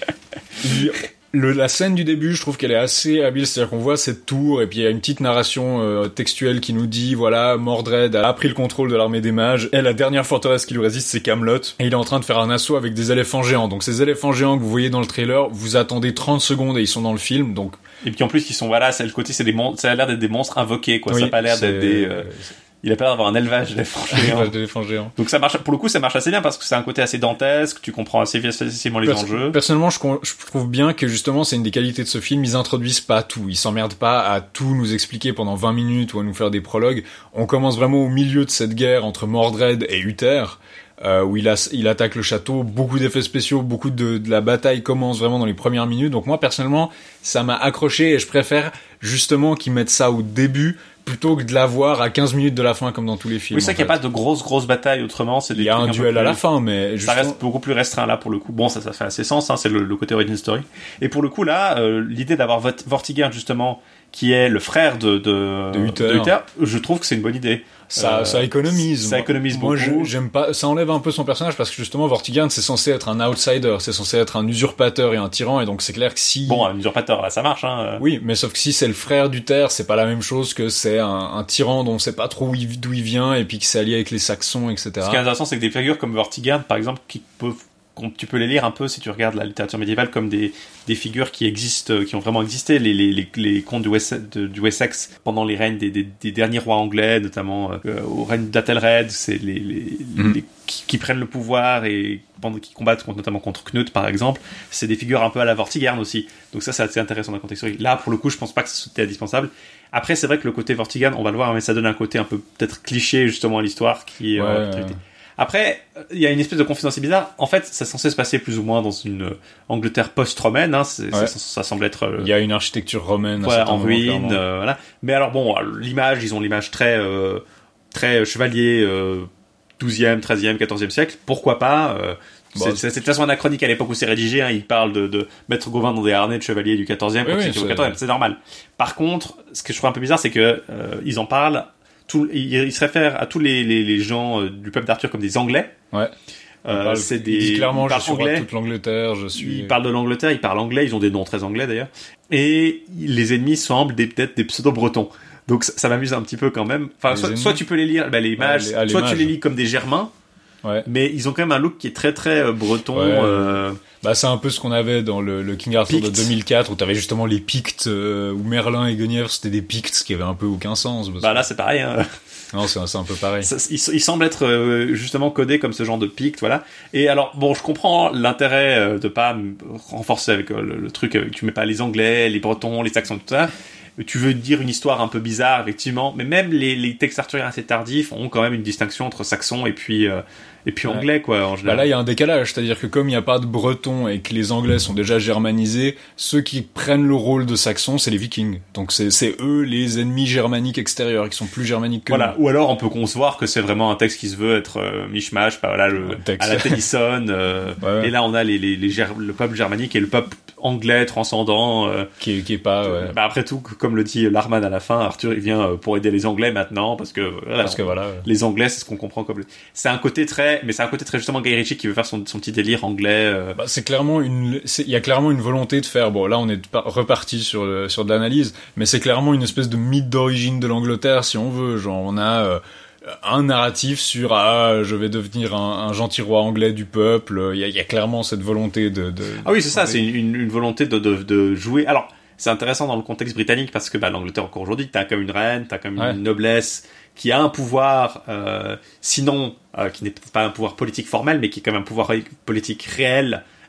Il- Le, la scène du début, je trouve qu'elle est assez habile, c'est-à-dire qu'on voit cette tour et puis il y a une petite narration euh, textuelle qui nous dit voilà, Mordred a pris le contrôle de l'armée des mages et la dernière forteresse qui lui résiste c'est Camelot et il est en train de faire un assaut avec des éléphants géants. Donc ces éléphants géants que vous voyez dans le trailer, vous attendez trente secondes et ils sont dans le film. Donc Et puis en plus ils sont, voilà, c'est le côté, c'est des monstres, ça a l'air d'être des monstres invoqués, quoi. oui, ça a pas l'air c'est- d'être des, euh, il a pas l'air d'avoir un élevage d'éléphants géants. Ouais, d'éléphants géants. Donc ça marche, pour le coup ça marche assez bien parce que c'est un côté assez dantesque, tu comprends assez facilement les Pers- enjeux. Personnellement, je, con- je trouve bien que justement, c'est une des qualités de ce film. Ils introduisent pas tout. Ils s'emmerdent pas à tout nous expliquer pendant vingt minutes ou à nous faire des prologues. On commence vraiment au milieu de cette guerre entre Mordred et Uther, euh, où il, a, il attaque le château. Beaucoup d'effets spéciaux, beaucoup de, de la bataille commence vraiment dans les premières minutes. Donc moi, personnellement, ça m'a accroché et je préfère justement qu'ils mettent ça au début plutôt que de la voir à quinze minutes de la fin comme dans tous les films. Oui, c'est en vrai qu'il n'y a fait. pas de grosses grosses batailles autrement, c'est des Il y a trucs un peu duel à plus- la fin, mais Ça justement- reste beaucoup plus restreint là pour le coup. Bon, ça, ça fait assez sens, hein, c'est le, le côté origin story. Et pour le coup là, euh, l'idée d'avoir Vort- Vortigern justement, qui est le frère de de, De Uther. je trouve que c'est une bonne idée. Ça, Euh, ça économise. Ça économise Moi, beaucoup. je- j'aime pas. Ça enlève un peu son personnage parce que justement, Vortigern, c'est censé être un outsider, c'est censé être un usurpateur et un tyran, et donc c'est clair que si. Bon, un usurpateur, là, ça marche. Hein. Oui, mais sauf que si c'est le frère d'Uther, c'est pas la même chose que c'est un, un tyran dont on sait pas trop où il- d'où il vient et puis qui s'est allié avec les Saxons, et cetera. Ce qui est intéressant, c'est que des figures comme Vortigern, par exemple, qui peuvent, qu'on- tu peux les lire un peu si tu regardes la littérature médiévale comme des, des figures qui existent, euh, qui ont vraiment existé. Les, les, les, les contes du, West, de- du Wessex pendant les règnes des, des, des derniers rois anglais, notamment euh, au règne d'Athelred, c'est les, les, Mhm. les qui, qui prennent le pouvoir et pendant qui combattent contre, notamment contre Knut par exemple. C'est des figures un peu à la Vortigern aussi. Donc ça, c'est assez intéressant dans le contexte historique. Là, pour le coup, je pense pas que c'était indispensable. Après, c'est vrai que le côté Vortigern, on va le voir, mais ça donne un côté un peu peut-être cliché justement à l'histoire qui est Ouais, euh, ouais. Après, il y a une espèce de confusion assez bizarre. En fait, c'est censé se passer plus ou moins dans une euh, Angleterre post-romaine. Hein. C'est, Ouais. ça, ça semble être euh, Il y a une architecture romaine. à voilà, certains en moments, ruine. clairement. euh, voilà. Mais alors bon, l'image, ils ont l'image très euh, très chevalier euh, douzième, treizième, quatorzième siècle. Pourquoi pas euh, Bon, c'est, c'est, c'est de toute façon anachronique à l'époque où c'est rédigé. Hein. Ils parlent de, de mettre Gauvin dans des harnais de chevalier du quatorzième. Oui, quand oui, c'était au c'est- quatorzième. C'est normal. Par contre, ce que je trouve un peu bizarre, c'est que euh, ils en parlent. Tout, ils, ils se réfèrent à tous les, les, les gens euh, du peuple d'Arthur comme des Anglais. Ouais. Il Euh, parle- c'est il des dit clairement, ils je parlent suis roi anglais. de toute l'Angleterre, je suis. Ils parlent de l'Angleterre, ils parlent anglais, ils ont des noms très anglais d'ailleurs. Et les ennemis semblent des, peut-être des pseudo-bretons. Donc ça, ça m'amuse un petit peu quand même. Enfin, Les soit, ennemis soit tu peux les lire, bah, les mages, les- ah, les soit tu mages. les lis comme des Germains, Ouais. mais ils ont quand même un look qui est très très euh, breton. Ouais. euh, Bah, c'est un peu ce qu'on avait dans le, le King Arthur de Pictes. deux mille quatre, où t'avais justement les Pictes, euh, où Merlin et Guenièvre, c'était des Pictes, ce qui avait un peu aucun sens. parce Bah que- là c'est pareil. Hein. Non, c'est, c'est un peu pareil. Ça, ils, ils semblent être euh, justement codés comme ce genre de Pictes, voilà. Et alors bon, je comprends l'intérêt euh, de pas m- renforcer avec euh, le, le truc, euh, tu mets pas les Anglais, les Bretons, les Saxons, tout ça. Tu veux dire une histoire un peu bizarre, effectivement, mais même les, les textes arthuriens assez tardifs ont quand même une distinction entre saxons et puis euh, et puis Ouais. anglais, quoi, en Bah général. là, il y a un décalage, c'est-à-dire que comme il n'y a pas de Bretons et que les Anglais sont déjà germanisés, ceux qui prennent le rôle de Saxons, c'est les Vikings. Donc c'est, c'est eux les ennemis germaniques extérieurs, qui sont plus germaniques que Voilà. nous. Ou alors on peut concevoir que c'est vraiment un texte qui se veut être euh, mishmash, bah, voilà, le, Un texte. à la Tennyson. euh, Ouais, ouais. Et là on a les, les, les ger- le peuple germanique et le peuple anglais transcendant. Euh, Qui, est- qui est pas, ouais. bah, après tout, comme le dit Larman à la fin, Arthur il vient euh, pour aider les Anglais maintenant parce que voilà, Parce que on- voilà. ouais. les Anglais c'est ce qu'on comprend comme le- c'est un côté très mais c'est un côté très justement Guy Ritchie qui veut faire son, son petit délire anglais. euh, Bah, c'est clairement une, c'est- il y a clairement une volonté de faire, bon, là, on est par- reparti sur le, sur de l'analyse, mais c'est clairement une espèce de mythe d'origine de l'Angleterre, si on veut. Genre, on a, euh, un narratif sur, ah, je vais devenir un, un gentil roi anglais du peuple. Il y a, il y a clairement cette volonté de, de Ah oui, c'est ça, c'est une, une volonté de, de, de jouer. Alors, c'est intéressant dans le contexte britannique parce que bah, l'Angleterre encore aujourd'hui, t'as comme une reine, t'as comme Ouais. une noblesse qui a un pouvoir, euh, sinon, euh, qui n'est peut-être pas un pouvoir politique formel, mais qui est quand même un pouvoir politique réel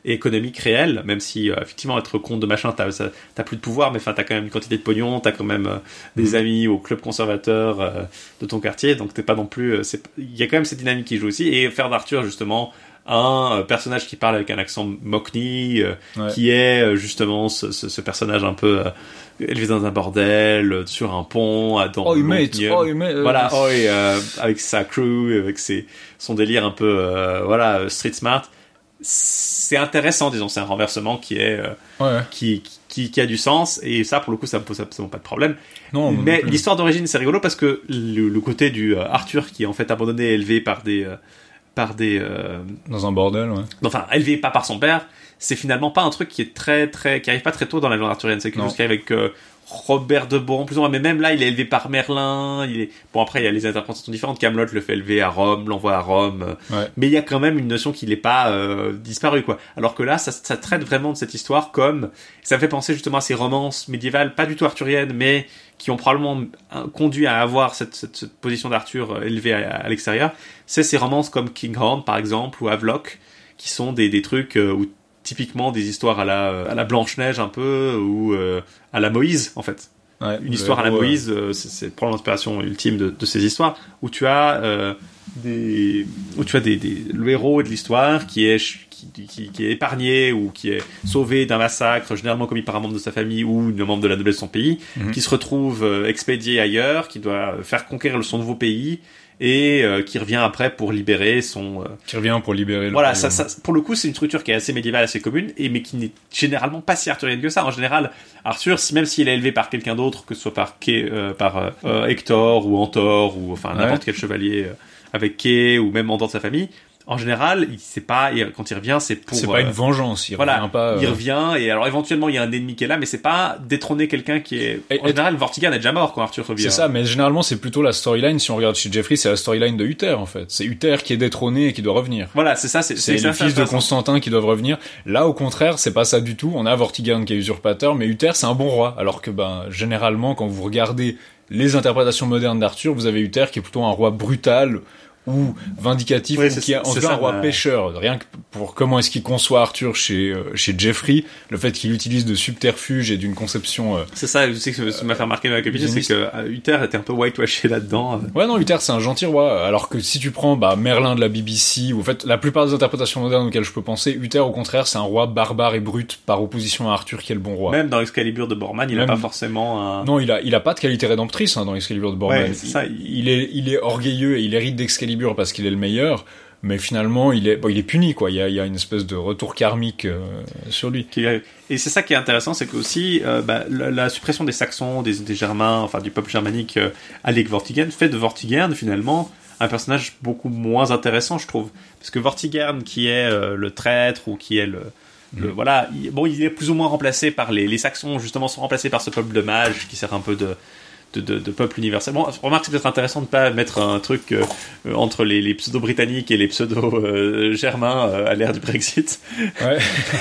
et économique réel, même si euh, effectivement être comte de machin, t'as, ça, t'as plus de pouvoir, mais enfin t'as quand même une quantité de pognon, t'as quand même euh, des mmh. amis au club conservateur euh, de ton quartier, donc t'es pas non plus, euh, c'est, il y a quand même cette dynamique qui joue aussi, et faire d'Arthur justement un euh, personnage qui parle avec un accent mockney, euh, ouais. qui est euh, justement ce, ce, ce personnage un peu euh, élevé dans un bordel, euh, sur un pont, à dans oh, mate, oh, mate, euh... voilà, oh, et, euh, avec sa crew, avec ses, son délire un peu, euh, voilà, street smart. C'est intéressant, disons, c'est un renversement qui est, euh, ouais. qui, qui, qui a du sens, et ça, pour le coup, ça me pose absolument pas de problème. Non, mais non l'histoire d'origine, c'est rigolo parce que le, le côté du euh, Arthur qui est en fait abandonné et élevé par des, euh, par des, euh... dans un bordel, ouais. Enfin, élevé pas par son père, c'est finalement pas un truc qui est très, très, qui arrive pas très tôt dans la légende arthurienne, c'est quelque chose qui arrive avec, euh, Robert de Boron, plus ou moins, mais même là, il est élevé par Merlin, il est, bon, après, il y a les interprétations différentes, Camelot le fait élever à Rome, l'envoie à Rome, ouais. mais il y a quand même une notion qu'il n'est pas, euh, disparu, quoi. Alors que là, ça, ça traite vraiment de cette histoire comme, ça me fait penser justement à ces romances médiévales, pas du tout arthuriennes, mais qui ont probablement conduit à avoir cette, cette, cette position d'Arthur élevée à, à l'extérieur. C'est ces romances comme Kinghorn, par exemple, ou Havelock, qui sont des, des trucs euh, où typiquement des histoires à la, à la Blanche-Neige un peu, ou euh, à la Moïse, en fait. Ouais, une histoire à la ouais. Moïse, euh, c'est, c'est probablement l'inspiration ultime de, de ces histoires, où tu as, euh, des, où tu as des, des, le héros de l'histoire qui est, qui, qui, qui est épargné, ou qui est sauvé d'un massacre, généralement commis par un membre de sa famille, ou un membre de la noblesse de son pays, mm-hmm. qui se retrouve euh, expédié ailleurs, qui doit faire conquérir son nouveau pays, et euh, qui revient après pour libérer son... Euh... Qui revient pour libérer le Voilà, ça, ça, pour le coup, c'est une structure qui est assez médiévale, assez commune, et, mais qui n'est généralement pas si arthurienne que ça. En général, Arthur, même s'il est élevé par quelqu'un d'autre, que ce soit par, Kay, euh, par euh, Hector, ou Antor, ou enfin n'importe ouais. quel chevalier euh, avec Kay, ou même en dehors de sa famille, en général, il sait pas, et quand il revient, c'est pour... C'est pas euh, une vengeance, il voilà, revient pas... Euh... il revient, et alors éventuellement, il y a un ennemi qui est là, mais c'est pas détrôner quelqu'un qui est... Et, en et général, Vortigern est déjà mort quand Arthur revient. C'est ça, mais généralement, c'est plutôt la storyline, si on regarde chez Geoffrey, c'est la storyline de Uther, en fait. C'est Uther qui est détrôné et qui doit revenir. Voilà, c'est ça, c'est... C'est, c'est les fils de Constantin qui doivent revenir. Là, au contraire, c'est pas ça du tout. On a Vortigern qui est usurpateur, mais Uther, c'est un bon roi. Alors que, ben, généralement, quand vous regardez les interprétations modernes d'Arthur, vous avez Uther qui est plutôt un roi brutal, ou vindicatif, oui, ou qui est en tout cas un roi euh... pêcheur. Rien que pour comment est-ce qu'il conçoit Arthur chez euh, chez Geoffrey, le fait qu'il utilise de subterfuges et d'une conception... Euh, c'est ça, je sais que ça m'a fait remarquer ma copine, c'est que euh, Uther était un peu whitewashé là-dedans. Ouais, non, Uther, c'est un gentil roi, alors que si tu prends bah, Merlin de la B B C, ou en fait, la plupart des interprétations modernes auxquelles je peux penser, Uther, au contraire, c'est un roi barbare et brut, par opposition à Arthur, qui est le bon roi. Même dans Excalibur de Borman, il Même... a pas forcément un... Non, il a, il a pas de qualité rédemptrice, hein, dans Excalibur de Borman. Ouais, c'est ça, il... il est, il est orgueilleux et il hérite d'Excalibur parce qu'il est le meilleur. Mais finalement, il est, bon, il est puni, quoi. Il y a, il y a une espèce de retour karmique euh, sur lui. Et c'est ça qui est intéressant, c'est qu'aussi euh, bah, la, la suppression des Saxons, des, des Germains, enfin du peuple germanique euh, avec Vortigern, fait de Vortigern finalement un personnage beaucoup moins intéressant, je trouve, parce que Vortigern, qui est euh, le traître ou qui est le Le, mmh. voilà, il, bon, il est plus ou moins remplacé par les, les Saxons, justement, sont remplacés par ce peuple de mages qui sert un peu de, de, de, de peuple universel. Bon, remarque, c'est peut-être intéressant de pas mettre un truc euh, entre les, les pseudo-britanniques et les pseudo-germains euh, à l'ère du Brexit. Ouais.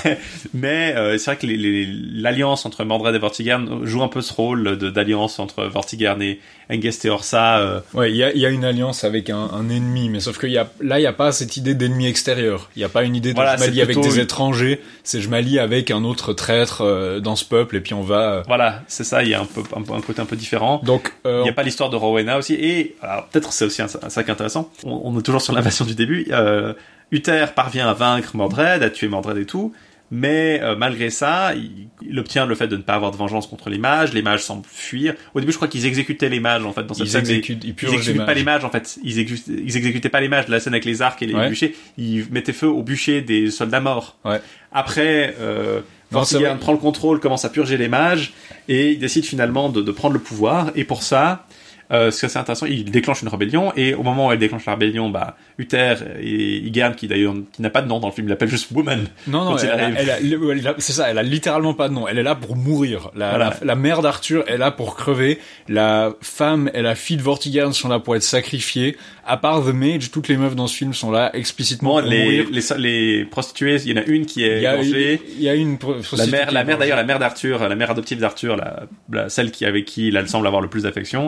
Mais euh, c'est vrai que les, les, l'alliance entre Mordred et Vortigern joue un peu ce rôle de, d'alliance entre Vortigern et Hengest et Horsa. Euh. Ouais, il y a, y a une alliance avec un, un ennemi, mais sauf que y a, là, il n'y a pas cette idée d'ennemi extérieur. Il n'y a pas une idée de voilà, je m'allie avec des étrangers, c'est je m'allie avec un autre traître euh, dans ce peuple, et puis on va... Euh... Voilà, c'est ça, il y a un, peu, un, un côté un peu différent. Donc, euh, il n'y a pas l'histoire de Rowena aussi, et alors, peut-être c'est aussi un, un sac intéressant, on, on est toujours sur l'invasion du début, euh, Uther parvient à vaincre Mordred, à tuer Mordred et tout, mais euh, malgré ça, il, il obtient le fait de ne pas avoir de vengeance contre les mages. Les mages semblent fuir. Au début, je crois qu'ils exécutaient les mages en fait dans cette ils scène. Exécutent, ils, ils exécutent pas les mages en fait. Ils, exé- ils exécutaient pas les mages. La scène avec les arcs et les ouais. bûchers, ils mettaient feu aux bûchers des soldats morts. Ouais. Après, euh, Vortigern prend le contrôle, commence à purger les mages et il décide finalement de, de prendre le pouvoir. Et pour ça, Euh, ce qui est assez intéressant, il déclenche une rébellion, et au moment où elle déclenche la rébellion, bah, Uther et Ygerne, qui d'ailleurs, qui n'a pas de nom dans le film, il l'appelle juste Woman. Non, non, elle, elle, elle, a, elle a, c'est ça, elle a littéralement pas de nom. Elle est là pour mourir. La, voilà. la, la mère d'Arthur est là pour crever. La femme et la fille de Vortigern sont là pour être sacrifiées. À part The Mage, toutes les meufs dans ce film sont là explicitement bon, pour les, mourir. Les, les prostituées, il y en a une qui est gorgée. Il y a une la mère, la mère d'ailleurs, la mère d'Arthur, la mère adoptive d'Arthur, la, la, celle qui, avec qui il semble avoir le plus d'affection.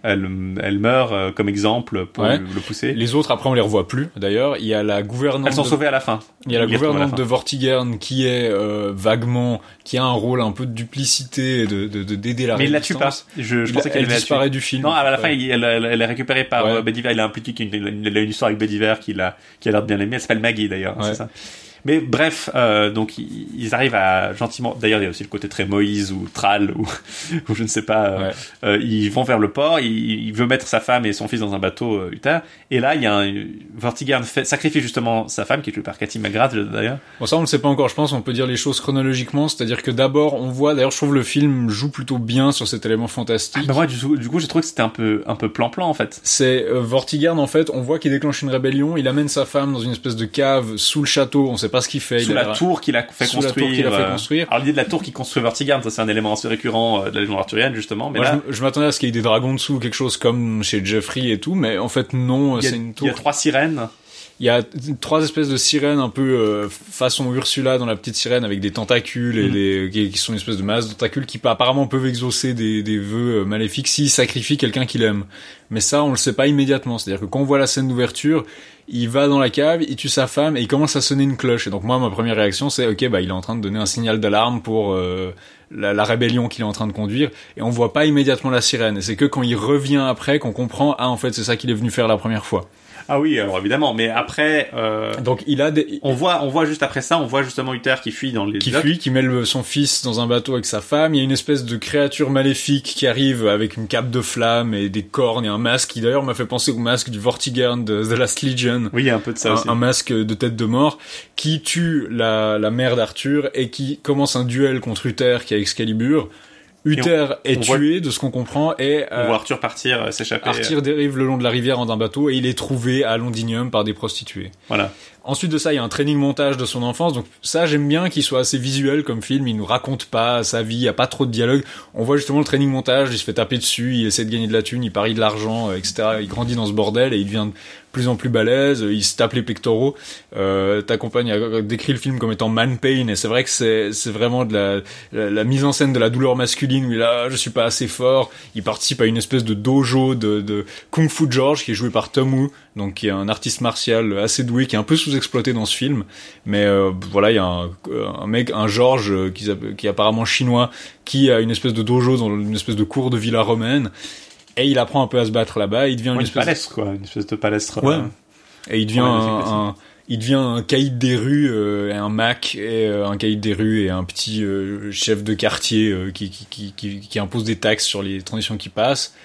elle, elle meurt euh, comme exemple pour Ouais. le, le pousser. Les autres, après, on les revoit plus. D'ailleurs, il y a la gouvernante. Elles sont de... sauvées à la fin. Il y a la On les retrouve à la gouvernante fin. de Vortigern qui est euh, vaguement, qui a un rôle un peu de duplicité, et de de de d'aider la Mais il la tue pas. résistance. Je, je Il- pensais qu'elle elle allait la disparaît tuer. du film. Non, à la fin, Ouais. il- elle, elle, elle est récupérée par Ouais. euh, Bediver. Il a impliqué qu'il il a une histoire avec Bediver qui a, qui a l'air de bien l'aimer. Elle s'appelle Maggie d'ailleurs. Ouais. C'est ça. Mais bref, euh, donc ils, ils arrivent à gentiment. D'ailleurs, il y a aussi le côté très Moïse ou Thrall ou, ou je ne sais pas. Euh, Ouais. euh, ils vont vers le port. Il, il veut mettre sa femme et son fils dans un bateau euh, Uther. Et là, il y a un Vortigern fait sacrifie justement sa femme qui est jouée par Cathy McGrath d'ailleurs. Bon, ça, on ne sait pas encore. Je pense on peut dire les choses chronologiquement. C'est-à-dire que d'abord, on voit, d'ailleurs, je trouve le film joue plutôt bien sur cet élément fantastique. Bah moi, du coup, du coup j'ai trouvé que c'était un peu, un peu plan-plan en fait. C'est euh, Vortigern, en fait, on voit qu'il déclenche une rébellion, il amène sa femme dans une espèce de cave sous le château, on sait pas ce qu'il fait. Sous il a la l'air- tour qu'il a fait Sous la construire. tour qu'il a fait euh, construire. Alors l'idée de la tour qui construit Vortigern, ça c'est un élément assez récurrent euh, de la légende arthurienne justement. Mais Moi, là, je, je m'attendais à ce qu'il y ait des dragons dessous, quelque chose comme chez Jeffrey et tout, mais en fait, non, il y, a, c'est une il tour. y a trois sirènes. Il y a trois espèces de sirènes un peu euh, façon Ursula dans la petite sirène avec des tentacules et Mhm. des, qui, qui sont une espèce de masse de tentacules qui apparemment peuvent exaucer des, des vœux euh, maléfiques s'ils sacrifient quelqu'un qu'il aime. Mais ça, on le sait pas immédiatement. C'est-à-dire que quand on voit la scène d'ouverture, il va dans la cave, il tue sa femme et il commence à sonner une cloche. Et donc moi, ma première réaction, c'est ok, bah il est en train de donner un signal d'alarme pour euh, la, la rébellion qu'il est en train de conduire. Et on voit pas immédiatement la sirène. Et c'est que quand il revient après qu'on comprend, ah en fait c'est ça qu'il est venu faire la première fois. Ah oui, alors évidemment. Mais après, euh, Donc il a des, on voit, on voit juste après ça, on voit justement Uther qui fuit dans les qui docks. fuit, qui met le- son fils dans un bateau avec sa femme. Il y a une espèce de créature maléfique qui arrive avec une cape de flamme et des cornes et un masque qui d'ailleurs m'a fait penser au masque du Vortigern de The Last Legion. Oui, il y a un peu de ça un, aussi. un masque de tête de mort qui tue la, la mère d'Arthur et qui commence un duel contre Uther qui a Excalibur. Uther est on voit- tué de ce qu'on comprend et On euh, voit Arthur partir, euh, s'échapper. Arthur dérive le long de la rivière en un bateau et il est trouvé à Londinium par des prostituées. Voilà. Ensuite de ça, il y a un training montage de son enfance. Donc ça, j'aime bien qu'il soit assez visuel comme film. Il nous raconte pas sa vie, il y a pas trop de dialogue. On voit justement le training montage. Il se fait taper dessus, il essaie de gagner de la thune, il parie de l'argent, euh, et cetera. Il grandit dans ce bordel et il devient de plus en plus balèze. Il se tape les pectoraux. Euh, ta compagne a décrit le film comme étant man pain et c'est vrai que c'est c'est vraiment de la, la la mise en scène de la douleur masculine où il a je suis pas assez fort. Il participe à une espèce de dojo de de Kung Fu George qui est joué par Tom Wu, donc qui est un artiste martial assez doué, qui est un peu sous-exploité dans ce film. Mais euh, voilà, il y a un, un mec, un George euh, qui, s'appelle- qui est apparemment chinois, qui a une espèce de dojo dans une espèce de cour de villa romaine. Et il apprend un peu à se battre là-bas. Il devient Une, une espèce palestre, quoi. Une espèce de palestre. Ouais. euh, et il devient Ouais, un, c'est un- il devient un caïd des rues, euh, et un Mac, et euh, un caïd des rues et un petit euh, chef de quartier euh, qui, qui, qui, qui, qui impose des taxes sur les transitions qui passent.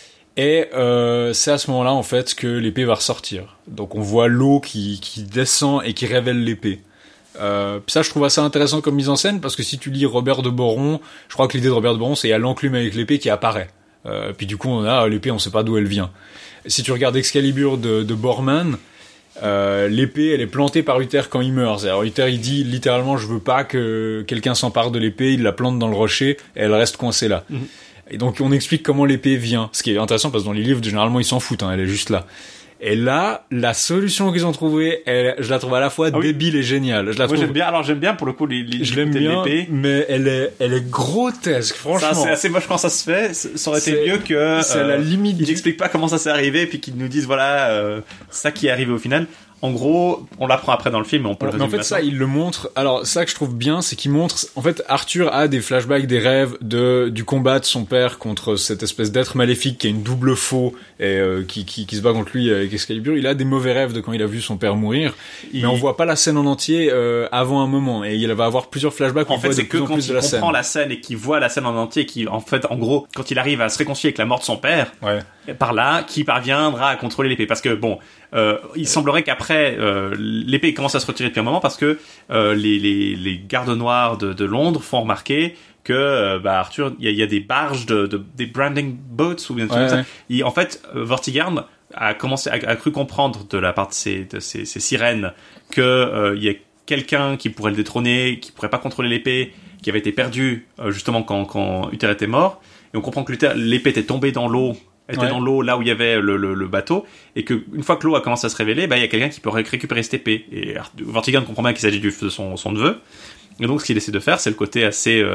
Et euh, c'est à ce moment-là en fait que l'épée va ressortir. Donc on voit l'eau qui, qui descend et qui révèle l'épée. Euh, ça je trouve assez intéressant comme mise en scène parce que si tu lis Robert de Boron, je crois que l'idée de Robert de Boron c'est il y a l'enclume avec l'épée qui apparaît. Euh, puis du coup on a l'épée, on sait pas d'où elle vient. Si tu regardes Excalibur de, de Borman, euh, l'épée elle est plantée par Uther quand il meurt. Alors Uther il dit littéralement je veux pas que quelqu'un s'empare de l'épée, il la plante dans le rocher et elle reste coincée là. Mhm. Et donc on explique comment l'épée vient, ce qui est intéressant parce que dans les livres généralement ils s'en foutent, hein, elle est juste là. Et là, la solution qu'ils ont trouvée, elle, je la trouve à la fois Ah oui. débile et géniale. Je la Moi trouve, j'aime bien. Alors j'aime bien pour le coup les, les je l'aime côtés de bien, l'épée. mais elle est, elle est grotesque, Ça, franchement. c'est assez moche quand ça se fait. C- Ça aurait été C'est- mieux que. c'est euh, la limite Ils du- n'expliquent pas comment ça s'est arrivé, puis qu'ils nous disent voilà, euh, ça qui est arrivé au final. En gros, on l'apprend après dans le film, mais on peut le Mais en résumer fait, ça, maintenant. il le montre. Alors, ça que je trouve bien, c'est qu'il montre. En fait, Arthur a des flashbacks, des rêves de du combat de son père contre cette espèce d'être maléfique qui a une double faux et euh, qui, qui qui se bat contre lui avec Excalibur. Il a des mauvais rêves de quand il a vu son père mourir, Il- mais on voit pas la scène en entier euh, avant un moment. Et il va avoir plusieurs flashbacks. où En on fait, voit de c'est que plus en quand plus il de la comprend scène. la scène et qu'il voit la scène en entier, qui en fait, en gros, quand il arrive à se réconcilier avec la mort de son père, Ouais. par là, qui parviendra à contrôler l'épée. Parce que bon, euh, il semblerait qu'après, euh, l'épée commence à se retirer depuis un moment parce que euh, les, les, les gardes noirs de, de Londres font remarquer que euh, bah, Arthur, il y, a- il y a des barges, de, de, des branding boats ou bien Ouais, comme ça. ouais. Il- en fait, euh, Vortigern a commencé, a, a cru comprendre de la part de ces, de ces, ces sirènes que euh, il y a quelqu'un qui pourrait le détrôner, qui pourrait pas contrôler l'épée, qui avait été perdu euh, justement quand, quand Uther était mort. Et on comprend que Uther- l'épée était tombée dans l'eau, était Ouais. dans l'eau là où il y avait le, le, le bateau, et que une fois que l'eau a commencé à se révéler, bah il y a quelqu'un qui peut ré- récupérer cette épée. Et Vortigern comprend bien qu'il s'agit du, de son, son neveu. Et donc ce qu'il essaie de faire, c'est le côté assez euh,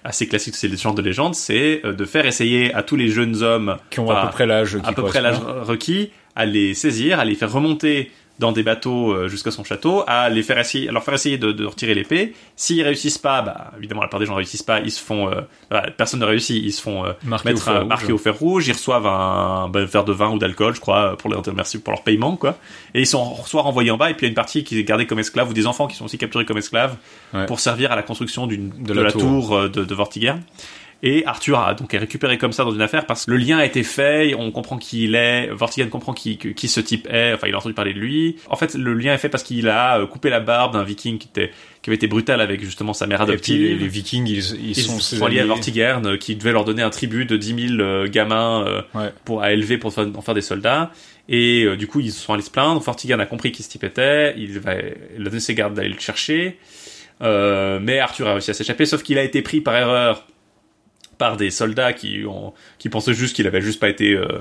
assez classique, c'est le genre de légende, c'est euh, de faire essayer à tous les jeunes hommes qui ont à peu près l'âge qui à peu près l'âge requis, à les saisir, à les faire remonter dans des bateaux euh, jusqu'à son château, à les faire essayer, à leur faire essayer de, de retirer l'épée. S'ils réussissent pas, bah évidemment la plupart des gens réussissent pas, ils se font, euh, bah, personne ne réussit, ils se font euh, marqué mettre au fer un, marqué au fer rouge, ils reçoivent un, bah, un verre de vin ou d'alcool, je crois, pour les remercier pour leur paiement, quoi. Et ils sont soit renvoyés en bas, et puis il y a une partie qui est gardée comme esclaves, ou des enfants qui sont aussi capturés comme esclaves, ouais. pour servir à la construction d'une, de, de la, la tour, tour de, de Vortigern. Et Arthur a donc est récupéré comme ça dans une affaire parce que le lien a été fait, on comprend qui il est, Vortigern comprend qui, qui ce type est, enfin il a entendu parler de lui. En fait, le lien est fait parce qu'il a coupé la barbe d'un viking qui était qui avait été brutal avec justement sa mère adoptive. Et puis les, les vikings, ils, ils, ils sont, sont liés à Vortigern, qui devait leur donner un tribut de dix mille euh, gamins euh, ouais. pour à élever pour en faire des soldats. Et euh, du coup, ils se sont allés se plaindre. Vortigern a compris qui ce type était, il, va, il a donné ses gardes d'aller le chercher. Euh, mais Arthur a réussi à s'échapper, sauf qu'il a été pris par erreur par des soldats qui ont qui pensaient juste qu'il avait juste pas été euh,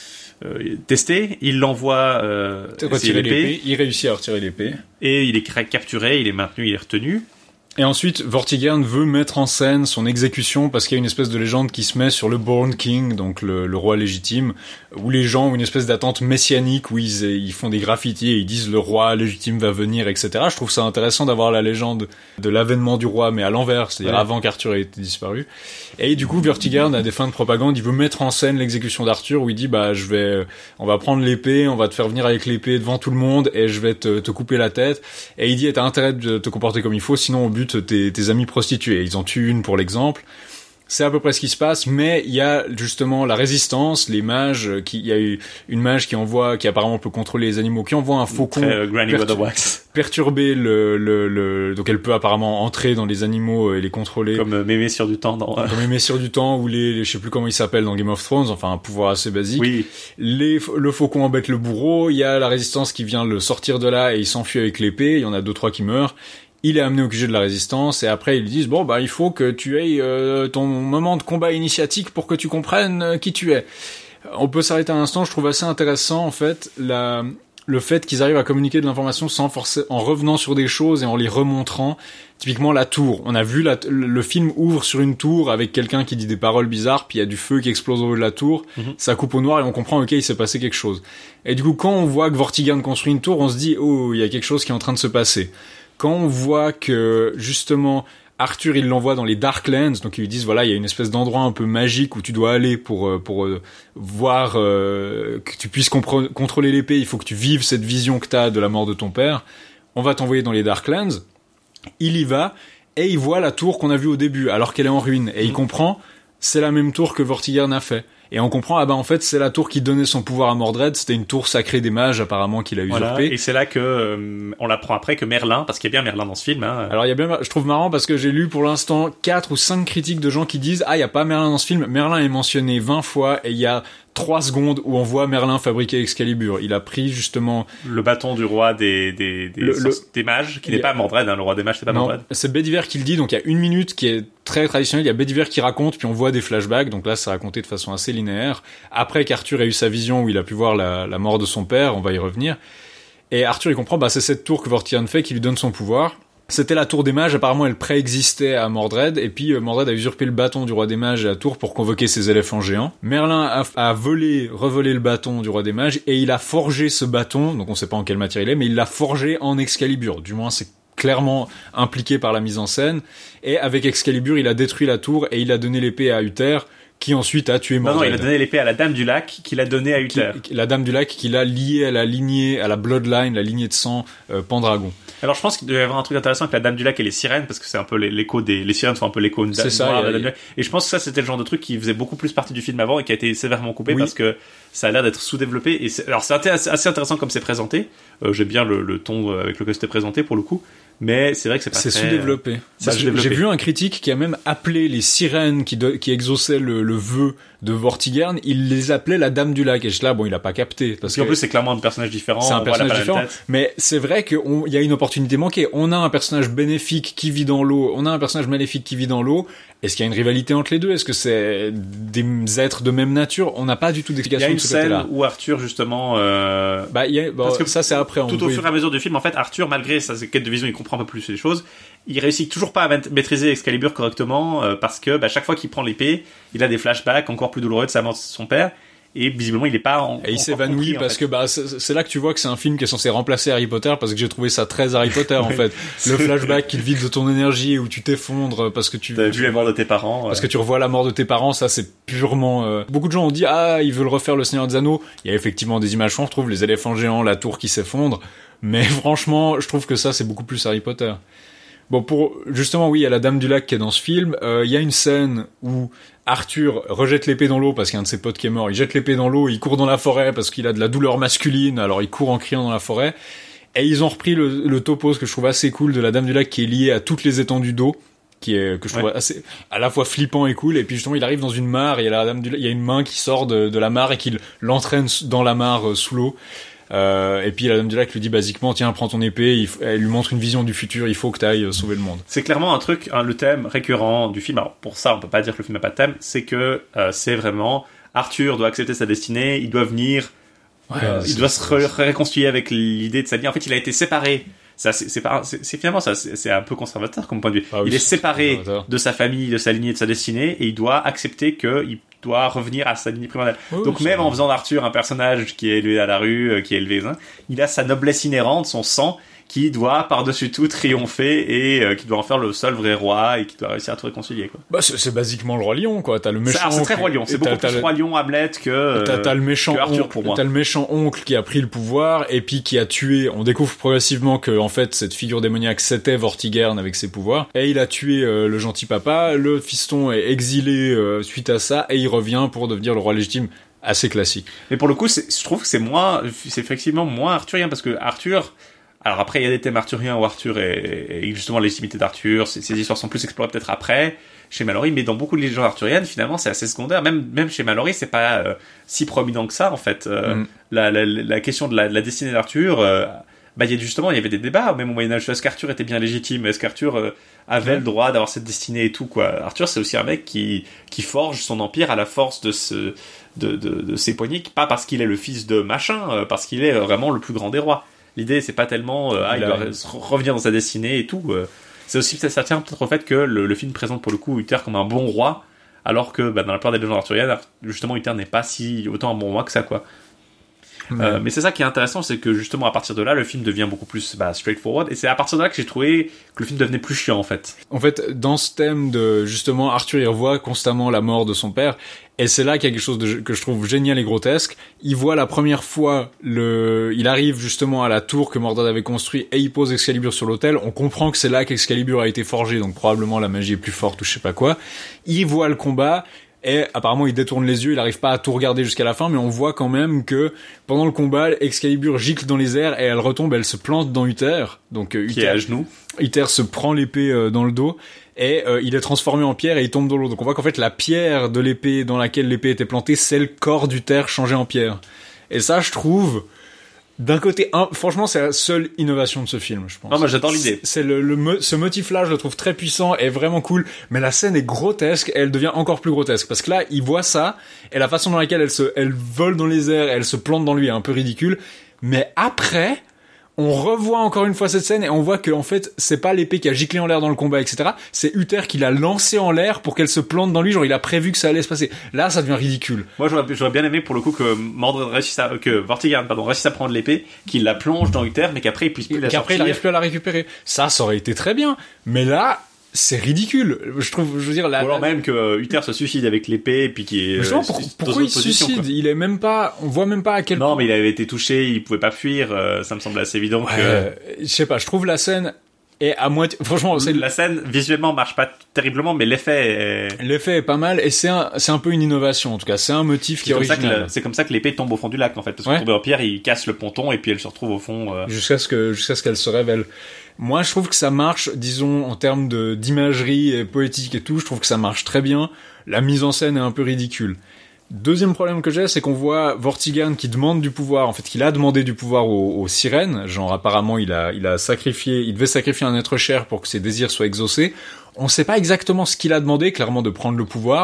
euh, testé. Il l'envoie euh, retirer l'épée. l'épée. Il réussit à retirer l'épée et il est capturé. Il est maintenu. Il est retenu. Et ensuite, Vortigern veut mettre en scène son exécution parce qu'il y a une espèce de légende qui se met sur le Born King, donc le, le roi légitime, où les gens ont une espèce d'attente messianique où ils, ils font des graffitis et ils disent le roi légitime va venir, et cetera. Je trouve ça intéressant d'avoir la légende de l'avènement du roi, mais à l'envers, c'est-à-dire ouais. avant qu'Arthur ait été disparu. Et du coup, Vortigern, à des fins de propagande, il veut mettre en scène l'exécution d'Arthur où il dit bah je vais, on va prendre l'épée, on va te faire venir avec l'épée devant tout le monde et je vais te, te couper la tête. Et il dit t'as intérêt de te comporter comme il faut, sinon au but Tes, tes amis prostituées. Ils en tuent une pour l'exemple. C'est à peu près ce qui se passe, mais il y a justement la résistance, les mages, qui, il y a eu une mage qui envoie, qui apparemment peut contrôler les animaux, qui envoie un faucon Très, uh, Granny pertur- Weatherwax. perturber le, le, le, donc elle peut apparemment entrer dans les animaux et les contrôler. Comme euh, Mémé sur du temps dans... Comme Mémé sur du temps, ou les, les, je sais plus comment il s'appelle dans Game of Thrones, enfin un pouvoir assez basique. Oui. Les, le faucon embête le bourreau, il y a la résistance qui vient le sortir de là et il s'enfuit avec l'épée, il y en a deux, trois qui meurent. Il est amené au Q G de la résistance et après ils lui disent bon bah il faut que tu aies euh, ton moment de combat initiatique pour que tu comprennes euh, qui tu es. On peut s'arrêter un instant, je trouve assez intéressant en fait la le fait qu'ils arrivent à communiquer de l'information sans forcer, en revenant sur des choses et en les remontrant. Typiquement la tour, on a vu la, le film ouvre sur une tour avec quelqu'un qui dit des paroles bizarres, puis il y a du feu qui explose au haut de la tour, mm-hmm. ça coupe au noir et on comprend ok il s'est passé quelque chose. Et du coup quand on voit que Vortigern construit une tour, on se dit oh il y a quelque chose qui est en train de se passer. Quand on voit que, justement, Arthur, il l'envoie dans les Darklands, donc ils lui disent, voilà, il y a une espèce d'endroit un peu magique où tu dois aller pour, pour euh, voir, euh, que tu puisses compre- contrôler l'épée, il faut que tu vives cette vision que t'as de la mort de ton père. On va t'envoyer dans les Darklands. Il y va, et il voit la tour qu'on a vue au début, alors qu'elle est en ruine. Et il comprend, c'est la même tour que Vortigern a fait. Et on comprend, ah bah en fait c'est la tour qui donnait son pouvoir à Mordred, c'était une tour sacrée des mages apparemment qu'il a usurpée. Voilà, et c'est là que euh, on l'apprend après que Merlin, parce qu'il y a bien Merlin dans ce film. Hein. Alors il y a bien, je trouve marrant parce que j'ai lu pour l'instant quatre ou cinq critiques de gens qui disent ah il y a pas Merlin dans ce film. Merlin est mentionné vingt fois et il y a trois secondes où on voit Merlin fabriquer Excalibur. Il a pris justement le bâton du roi des des des, le, le... des mages, qui n'est a... pas Mordred, hein, le roi des mages c'est pas non, Mordred. C'est Bedivere qui le dit, donc il y a une minute qui est très traditionnelle. Il y a Bedivere qui raconte, puis on voit des flashbacks. Donc là c'est raconté de façon assez linéaire. Après qu'Arthur ait eu sa vision où il a pu voir la, la mort de son père, on va y revenir. Et Arthur il comprend, bah c'est cette tour que Vortigern fait qui lui donne son pouvoir. C'était la tour des mages, apparemment elle préexistait à Mordred, et puis euh, Mordred a usurpé le bâton du roi des mages et la tour pour convoquer ses éléphants géants. Merlin a, a volé, revolé le bâton du roi des mages, et il a forgé ce bâton, donc on sait pas en quelle matière il est, mais il l'a forgé en Excalibur, du moins c'est clairement impliqué par la mise en scène, et avec Excalibur il a détruit la tour et il a donné l'épée à Uther, qui ensuite a tué Mordred. Non, non, il a donné l'épée à la Dame du Lac, qu'il a donnée à Uther. Qui, la Dame du Lac, qu'il a liée à la lignée, à la bloodline, la lignée de sang euh, Pendragon. Alors je pense qu'il doit y avoir un truc intéressant avec la Dame du Lac et les sirènes, parce que c'est un peu l'écho des... Les sirènes sont un peu l'écho de c'est ça, noire, a, la Dame du Lac. Et je pense que ça, c'était le genre de truc qui faisait beaucoup plus partie du film avant et qui a été sévèrement coupé, oui. Parce que ça a l'air d'être sous-développé. Et c'est... Alors c'est assez intéressant comme c'est présenté. Euh, j'ai bien le, le ton avec lequel c'était présenté, pour le coup. Mais c'est vrai que c'est pas c'est très... Sous-développé. C'est bah, sous-développé. J'ai vu un critique qui a même appelé les sirènes qui, de, qui exauçaient le, le vœu de Vortigern, il les appelait la Dame du Lac. Et là, bon, il a pas capté. Parce, parce qu'en que plus, c'est clairement un personnage différent. C'est un personnage différent. Tête. Mais c'est vrai qu'il y a une opportunité manquée. On a un personnage bénéfique qui vit dans l'eau. On a un personnage maléfique qui vit dans l'eau. Est-ce qu'il y a une rivalité entre les deux? Est-ce que c'est des êtres de même nature? On n'a pas du tout d'explication de ce côté-là. Il y a une scène où Arthur, justement, euh... bah, il y a, bah, parce que ça, c'est après. Tout au fur et à mesure du film, en fait, Arthur, malgré sa quête de vision, il comprend un peu plus les choses. il réussit toujours pas à maîtriser Excalibur correctement euh, parce que bah, chaque fois qu'il prend l'épée, il a des flashbacks encore plus douloureux de sa mort de son père. Et visiblement, il est pas en. Et il s'évanouit parce que bah c'est, c'est là que tu vois que c'est un film qui est censé remplacer Harry Potter parce que j'ai trouvé ça très Harry Potter en fait. Le flashback qui te vide de ton énergie où tu t'effondres parce que tu. T'as tu, vu la mort de tes parents. Parce euh... que tu revois la mort de tes parents, ça c'est purement. Euh... Beaucoup de gens ont dit ah ils veulent refaire le Seigneur des Anneaux. Il y a effectivement des images qu'on retrouve, les éléphants géants, la tour qui s'effondre. Mais franchement, je trouve que ça c'est beaucoup plus Harry Potter. Bon, pour justement, oui, il y a la Dame du Lac qui est dans ce film. Il euh, y a une scène où Arthur rejette l'épée dans l'eau parce qu'il y a un de ses potes qui est mort. Il jette l'épée dans l'eau, il court dans la forêt parce qu'il a de la douleur masculine. Alors il court en criant dans la forêt. Et ils ont repris le, le topos que je trouve assez cool de la Dame du Lac qui est liée à toutes les étendues d'eau, qui est que je trouve ouais. assez à la fois flippant et cool. Et puis justement, il arrive dans une mare et il y a la Dame du Lac, il y a une main qui sort de, de la mare et qui l'entraîne dans la mare euh, sous l'eau. Euh, et puis la Dame du Lac lui dit basiquement tiens prends ton épée, il f... elle lui montre une vision du futur, il faut que t'ailles euh, sauver le monde. C'est clairement un truc, hein, le thème récurrent du film, alors pour ça on peut pas dire que le film n'a pas de thème, c'est que euh, c'est vraiment Arthur doit accepter sa destinée, il doit venir ouais, euh, il doit se ré- réconcilier avec l'idée de sa vie, en fait il a été séparé. Ça, c'est, c'est, pas, c'est, c'est finalement ça, c'est, c'est un peu conservateur comme point de vue. Ah, oui, il est séparé de sa famille, de sa lignée, de sa destinée, et il doit accepter qu'il doit revenir à sa lignée primordiale. Oui, donc même en faisant d'Arthur un personnage qui est élevé à la rue, qui est élevé, hein, il a sa noblesse inhérente, son sang, qui doit par-dessus tout triompher et euh, qui doit en faire le seul vrai roi et qui doit réussir à tout réconcilier, quoi. Bah c'est, c'est basiquement le roi lion, quoi. T'as le méchant. C'est, c'est très roi lion. C'est beaucoup plus le... roi lion Hamlet que, euh, t'as, t'as le méchant que Arthur oncle, pour moi. T'as le méchant oncle qui a pris le pouvoir et puis qui a tué. On découvre progressivement que en fait cette figure démoniaque c'était Vortigern avec ses pouvoirs et il a tué euh, le gentil papa. Le fiston est exilé euh, suite à ça et il revient pour devenir le roi légitime. Assez classique. Mais pour le coup, c'est, je trouve que c'est moins, c'est effectivement moins arthurien parce que Arthur. Alors après, il y a des thèmes arthuriens où Arthur est, est justement la légitimité d'Arthur, ces, ces histoires sont plus explorées peut-être après, chez Mallory, mais dans beaucoup de légendes arthuriennes, finalement, c'est assez secondaire. Même, même chez Mallory, c'est pas euh, si prominent que ça, en fait. Euh, mm. la, la, la question de la, de la destinée d'Arthur, euh, bah, il y a justement, il y avait des débats, même au Moyen-Âge, est-ce qu'Arthur était bien légitime? Est-ce qu'Arthur euh, avait mm. le droit d'avoir cette destinée et tout, quoi? Arthur, c'est aussi un mec qui, qui forge son empire à la force de ce, de, de, de ses poignets, pas parce qu'il est le fils de machin, euh, parce qu'il est vraiment le plus grand des rois. L'idée, c'est pas tellement euh, ah, il doit re- revenir dans sa destinée et tout. Euh, c'est aussi ça, ça tient peut-être au fait que le, le film présente pour le coup Uther comme un bon roi, alors que bah, dans la plupart des légendes arthuriennes, justement Uther n'est pas si autant un bon roi que ça, quoi. Mmh. Euh, mais c'est ça qui est intéressant, c'est que justement à partir de là, le film devient beaucoup plus bah, straightforward, et c'est à partir de là que j'ai trouvé que le film devenait plus chiant en fait. En fait, dans ce thème de justement Arthur, il revoit constamment la mort de son père. Et c'est là qu'il y a quelque chose de, que je trouve génial et grotesque. Il voit la première fois le, il arrive justement à la tour que Mordred avait construite et il pose Excalibur sur l'autel. On comprend que c'est là qu'Excalibur a été forgé, donc probablement la magie est plus forte ou je sais pas quoi. Il voit le combat. Et apparemment il détourne les yeux, il arrive pas à tout regarder jusqu'à la fin, mais on voit quand même que pendant le combat, Excalibur gicle dans les airs et elle retombe, elle se plante dans Uther. Donc Uther, qui est à genoux. Uther se prend l'épée euh, dans le dos et euh, il est transformé en pierre et il tombe dans l'eau. Donc on voit qu'en fait la pierre de l'épée dans laquelle l'épée était plantée, c'est le corps d'Uther changé en pierre. Et ça, je trouve, d'un côté, un, franchement, c'est la seule innovation de ce film, je pense. Non, moi j'adore l'idée. C'est, c'est le, le, ce motif-là, je le trouve très puissant et vraiment cool, mais la scène est grotesque et elle devient encore plus grotesque parce que là, il voit ça et la façon dans laquelle elle se, elle vole dans les airs, elle se plante dans lui est un peu ridicule, mais après, on revoit encore une fois cette scène et on voit que en fait c'est pas l'épée qui a giclé en l'air dans le combat, et cetera. C'est Uther qui l'a lancée en l'air pour qu'elle se plante dans lui, genre il a prévu que ça allait se passer. Là ça devient ridicule. Moi j'aurais, j'aurais bien aimé pour le coup que Mordred réussisse à, que Vortigern pardon réussisse à prendre l'épée, qu'il la plonge dans Uther, mais qu'après il puisse plus et la qu'après sortir. il arrive plus à la récupérer. Ça, ça aurait été très bien. Mais là, c'est ridicule. Je trouve, je veux dire, là. Ou alors même que Uther se suicide avec l'épée et puis qui est. Justement, pour, pourquoi il se suicide? Quoi. Il est même pas, on voit même pas à quel non, point. Non, mais il avait été touché, il pouvait pas fuir, euh, ça me semble assez évident ouais, que. Euh, je sais pas, je trouve la scène est à moitié, franchement, c'est. La scène, visuellement, marche pas terriblement, mais l'effet est. L'effet est pas mal et c'est un, c'est un peu une innovation, en tout cas. C'est un motif qui est original. Le, c'est comme ça que l'épée tombe au fond du lac, en fait. Parce que ouais. Tombé en pierre, il casse le ponton et puis elle se retrouve au fond. Euh... Jusqu'à ce que, jusqu'à ce qu'elle se révèle. Moi, je trouve que ça marche, disons, en termes de, d'imagerie et poétique et tout, je trouve que ça marche très bien. La mise en scène est un peu ridicule. Deuxième problème que j'ai, c'est qu'on voit Vortigern qui demande du pouvoir, en fait, qu'il a demandé du pouvoir aux, aux sirènes. Genre, apparemment, il a, il a sacrifié, il devait sacrifier un être cher pour que ses désirs soient exaucés. On sait pas exactement ce qu'il a demandé, clairement, de prendre le pouvoir.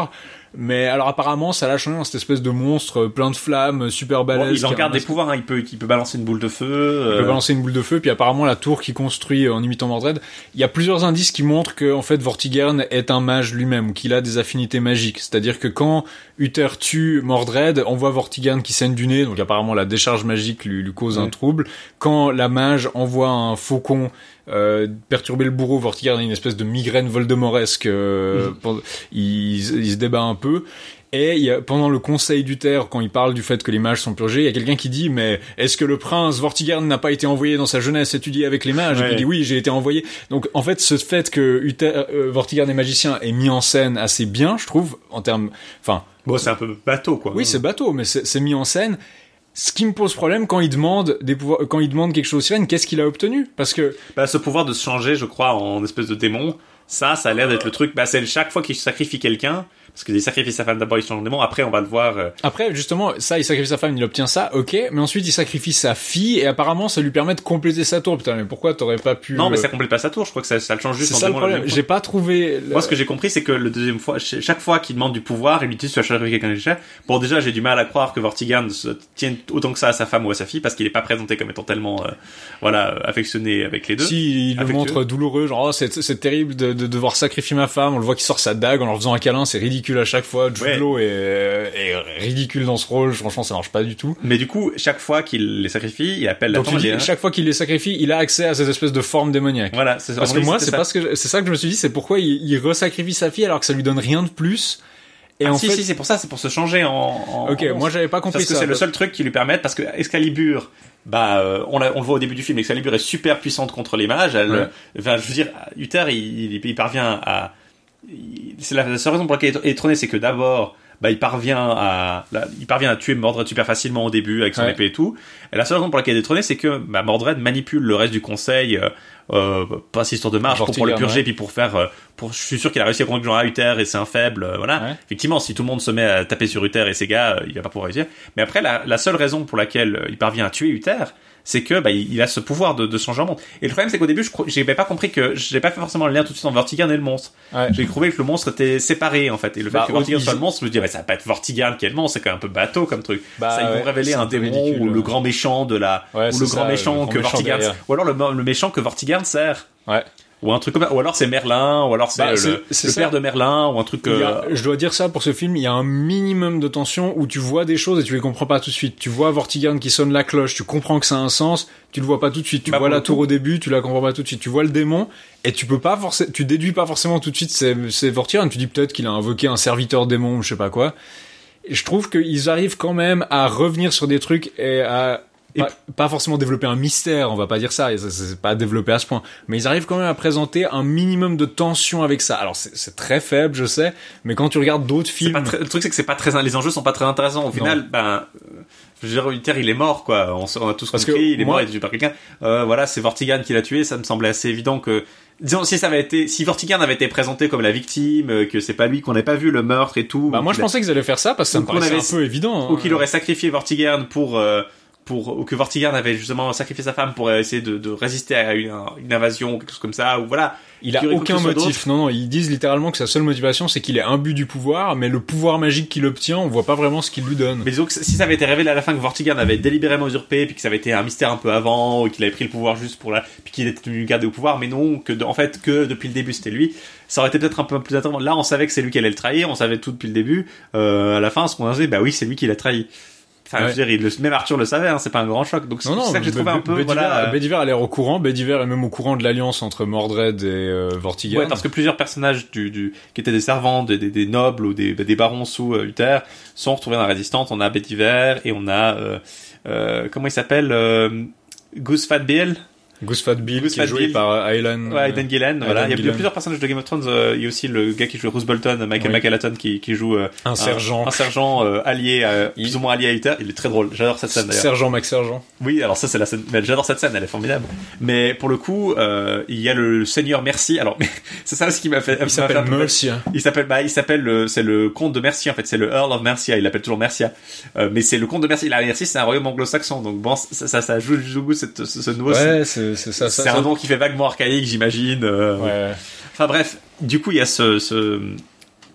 Mais alors apparemment, ça l'a changé dans cette espèce de monstre plein de flammes, super balèze. Bon, il en qui a garde un des masque. pouvoirs, hein. il peut, il peut balancer une boule de feu. Il euh, peut balancer une boule de feu, puis apparemment la tour qu'il construit en imitant Mordred. Il y a plusieurs indices qui montrent que en fait Vortigern est un mage lui-même, ou qu'il a des affinités magiques. C'est-à-dire que quand Uther tue Mordred, on voit Vortigern qui saigne du nez, donc apparemment la décharge magique lui, lui cause ouais. un trouble. Quand la mage envoie un faucon euh, perturber le bourreau, Vortigern a une espèce de migraine voldemoresque, euh, mmh. pendant, il, il se débat un peu. Et il y a, pendant le conseil d'Uther, quand il parle du fait que les mages sont purgés, il y a quelqu'un qui dit, mais est-ce que le prince Vortigern n'a pas été envoyé dans sa jeunesse étudier avec les mages? Ouais. Et puis il dit oui, j'ai été envoyé. Donc en fait, ce fait que Uther, euh, Vortigern est magicien est mis en scène assez bien, je trouve, en termes, enfin. Bon, c'est un peu bateau, quoi. Oui, c'est bateau, mais c'est, c'est mis en scène. Ce qui me pose problème quand il demande des pouvoirs, quand il demande quelque chose aux sirènes, qu'est-ce qu'il a obtenu? Parce que bah, ce pouvoir de se changer, je crois, en espèce de démon, ça, ça a l'air d'être le truc. Bah, c'est chaque fois qu'il sacrifie quelqu'un. Parce qu'il sacrifie sa femme d'abord, il change de démon. Après, on va le voir. Euh... Après, justement, ça, il sacrifie sa femme, il obtient ça, ok. Mais ensuite, il sacrifie sa fille, et apparemment, ça lui permet de compléter sa tour. Putain, mais pourquoi t'aurais pas pu... Non, mais euh... ça complète pas sa tour. Je crois que ça, ça le change juste c'est en ça démon. le problème. J'ai pas trouvé... Le... Moi, ce que j'ai compris, c'est que le deuxième fois, chaque fois qu'il demande du pouvoir, il lui dit, tu vas sacrifier quelqu'un de cher. Bon, déjà, j'ai du mal à croire que Vortigern se tienne autant que ça à sa femme ou à sa fille, parce qu'il est pas présenté comme étant tellement, euh, voilà, affectionné avec les deux. Si, il le montre douloureux, genre, oh, c'est, c'est terrible de, de devoir sacrifier ma femme. On le voit qu'il sort sa dague en leur faisant un câlin, c'est ridicule à chaque fois. Jude Law est, est ridicule dans ce rôle, franchement ça marche pas du tout. Mais du coup, chaque fois qu'il les sacrifie, il appelle la Donc, dis, chaque fois qu'il les sacrifie, il a accès à cette espèce de forme démoniaque. Voilà, c'est parce que moi, c'est, pas ce que, c'est ça que je me suis dit, c'est pourquoi il, il resacrifie sa fille alors que ça lui donne rien de plus. Et ah, en si, fait... si, c'est pour ça, c'est pour se changer en... en ok, en moi j'avais pas compris parce ça. Parce que c'est le seul truc qui lui permet, parce que Excalibur, bah, euh, on, on le voit au début du film, Excalibur est super puissante contre les mages, elle, ouais. enfin, je veux dire, Uther, il, il, il parvient à... Il, c'est la, la seule raison pour laquelle il est trôné, c'est que d'abord... bah il parvient à là, il parvient à tuer Mordred super facilement au début avec son ouais. épée et tout. Et la seule raison pour laquelle il est détrôné, c'est que bah, Mordred manipule le reste du conseil, euh, euh, pas cette histoire de marche pour, pour le purger, ouais. puis pour faire, euh, pour, je suis sûr qu'il a réussi à convaincre Jean Uther et c'est un faible, euh, voilà. Ouais. Effectivement, si tout le monde se met à taper sur Uther et ses gars, euh, il va pas pouvoir réussir. Mais après, la, la seule raison pour laquelle il parvient à tuer Uther, c'est que bah il a ce pouvoir de, de changer en monde. Et le problème, c'est qu'au début, je j'avais pas compris que j'ai pas fait forcément le lien tout de suite entre Vortigern et le monstre. Ouais. J'ai trouvé que le monstre était séparé en fait. Et le fait bah, que Vortigern soit le monstre, je me dis bah ça va pas être Vortigern qui est le monstre, c'est quand même un peu bateau comme truc. Bah, ça ils ouais, vont révéler un démon ridicule, ou le grand méchant de la ouais, ou le grand ça, méchant le grand que Vortigern ou alors le, le méchant que Vortigern sert. Ouais. Ou un truc comme ça, ou alors c'est Merlin, ou alors c'est, bah, c'est le, c'est le père de Merlin, ou un truc. Euh... A, je dois dire ça pour ce film, il y a un minimum de tension où tu vois des choses et tu les comprends pas tout de suite. Tu vois Vortigern qui sonne la cloche, tu comprends que ça a un sens, tu le vois pas tout de suite. Tu bah, vois la tour au début, tu la comprends pas tout de suite. Tu vois le démon et tu peux pas forcément, tu déduis pas forcément tout de suite c'est, c'est Vortigern. Tu dis peut-être qu'il a invoqué un serviteur démon, je sais pas quoi. Et je trouve qu'ils arrivent quand même à revenir sur des trucs et à Pas, pas forcément développer un mystère, on va pas dire ça, c'est pas développé à ce point, mais ils arrivent quand même à présenter un minimum de tension avec ça. Alors c'est, c'est très faible, je sais, mais quand tu regardes d'autres films, pas très, le truc c'est que c'est pas très, les enjeux sont pas très intéressants. Au final, non. ben, je veux dire, Uther il est mort quoi. On, on a tous Parce compris, il est moi, mort, il est tué par quelqu'un. Euh, voilà, c'est Vortigern qui l'a tué. Ça me semblait assez évident que, disons, si ça avait été, si Vortigern avait été présenté comme la victime, que c'est pas lui, qu'on n'avait pas vu le meurtre et tout. Bah moi je pensais qu'ils allaient faire ça parce que ça me paraissait avait, un peu évident. Hein. Ou qu'il aurait sacrifié Vortigern pour. Euh, pour ou que Vortigern avait justement sacrifié sa femme pour essayer de, de résister à une, une invasion ou quelque chose comme ça, ou voilà. Il a aucun motif. Non, non, ils disent littéralement que sa seule motivation, c'est qu'il est imbu du pouvoir, mais le pouvoir magique qu'il obtient, on voit pas vraiment ce qu'il lui donne. Mais disons que si ça avait été révélé à la fin que Vortigern avait délibérément usurpé, puis que ça avait été un mystère un peu avant, ou qu'il avait pris le pouvoir juste pour la, puis qu'il était tenu gardé au pouvoir, mais non, que de, en fait, que depuis le début c'était lui, ça aurait été peut-être un peu plus intéressant. Là, on savait que c'est lui qui allait le trahir, on savait tout depuis le début, euh, à la fin, ce qu'on a dit, bah oui, c'est lui qui l'a trahi. Enfin, ouais. je veux dire, il le, même Arthur le savait, hein, c'est pas un grand choc. Donc, c'est, non, c'est ça que j'ai trouvé B- un peu, Bédiver, voilà. Bédiver a l'air au courant, Bédiver est même au courant de l'alliance entre Mordred et, euh, Vortigern. Ouais, parce que plusieurs personnages du, du, qui étaient des servants, des, des, des nobles ou des, des barons sous euh, Uther sont retrouvés dans la résistance. On a Bédiver et on a, euh, euh, comment il s'appelle, euh, Goose Fat Bill. Goose Fat Bill, Goose qui Fat est joué Bill. par Aidan. Ouais, Aidan Gillen, voilà. Il y a Gillen. plusieurs personnages de Game of Thrones. Euh, il y a aussi le gars qui joue Roose Bolton, Michael oui. McAllatton, qui, qui joue euh, un, un sergent, un sergent euh, allié, euh, il... plus ou moins allié à Uther. Il est très drôle. J'adore cette scène d'ailleurs. Sergent Mac Sergent. Oui, alors ça c'est la scène. Mais j'adore cette scène, elle est formidable. Mais pour le coup, euh, il y a le Seigneur Mercia. Alors, c'est ça ce qui m'a fait. Il s'appelle Mercia. Il s'appelle, bah, il s'appelle, le, c'est le comte de Mercia en fait. C'est le Earl of Mercia. Il l'appelle toujours Mercia. Euh, mais c'est le comte de Mercia. La Mercia, c'est un royaume anglo-saxon. Donc bon, ça, ça, ça joue du goût cette, ce, ce nouveau. Ouais, c'est, c'est ça. C'est ça, un ça. nom qui fait vaguement archaïque, j'imagine. Euh... Ouais. Enfin bref, du coup il y a ce, ce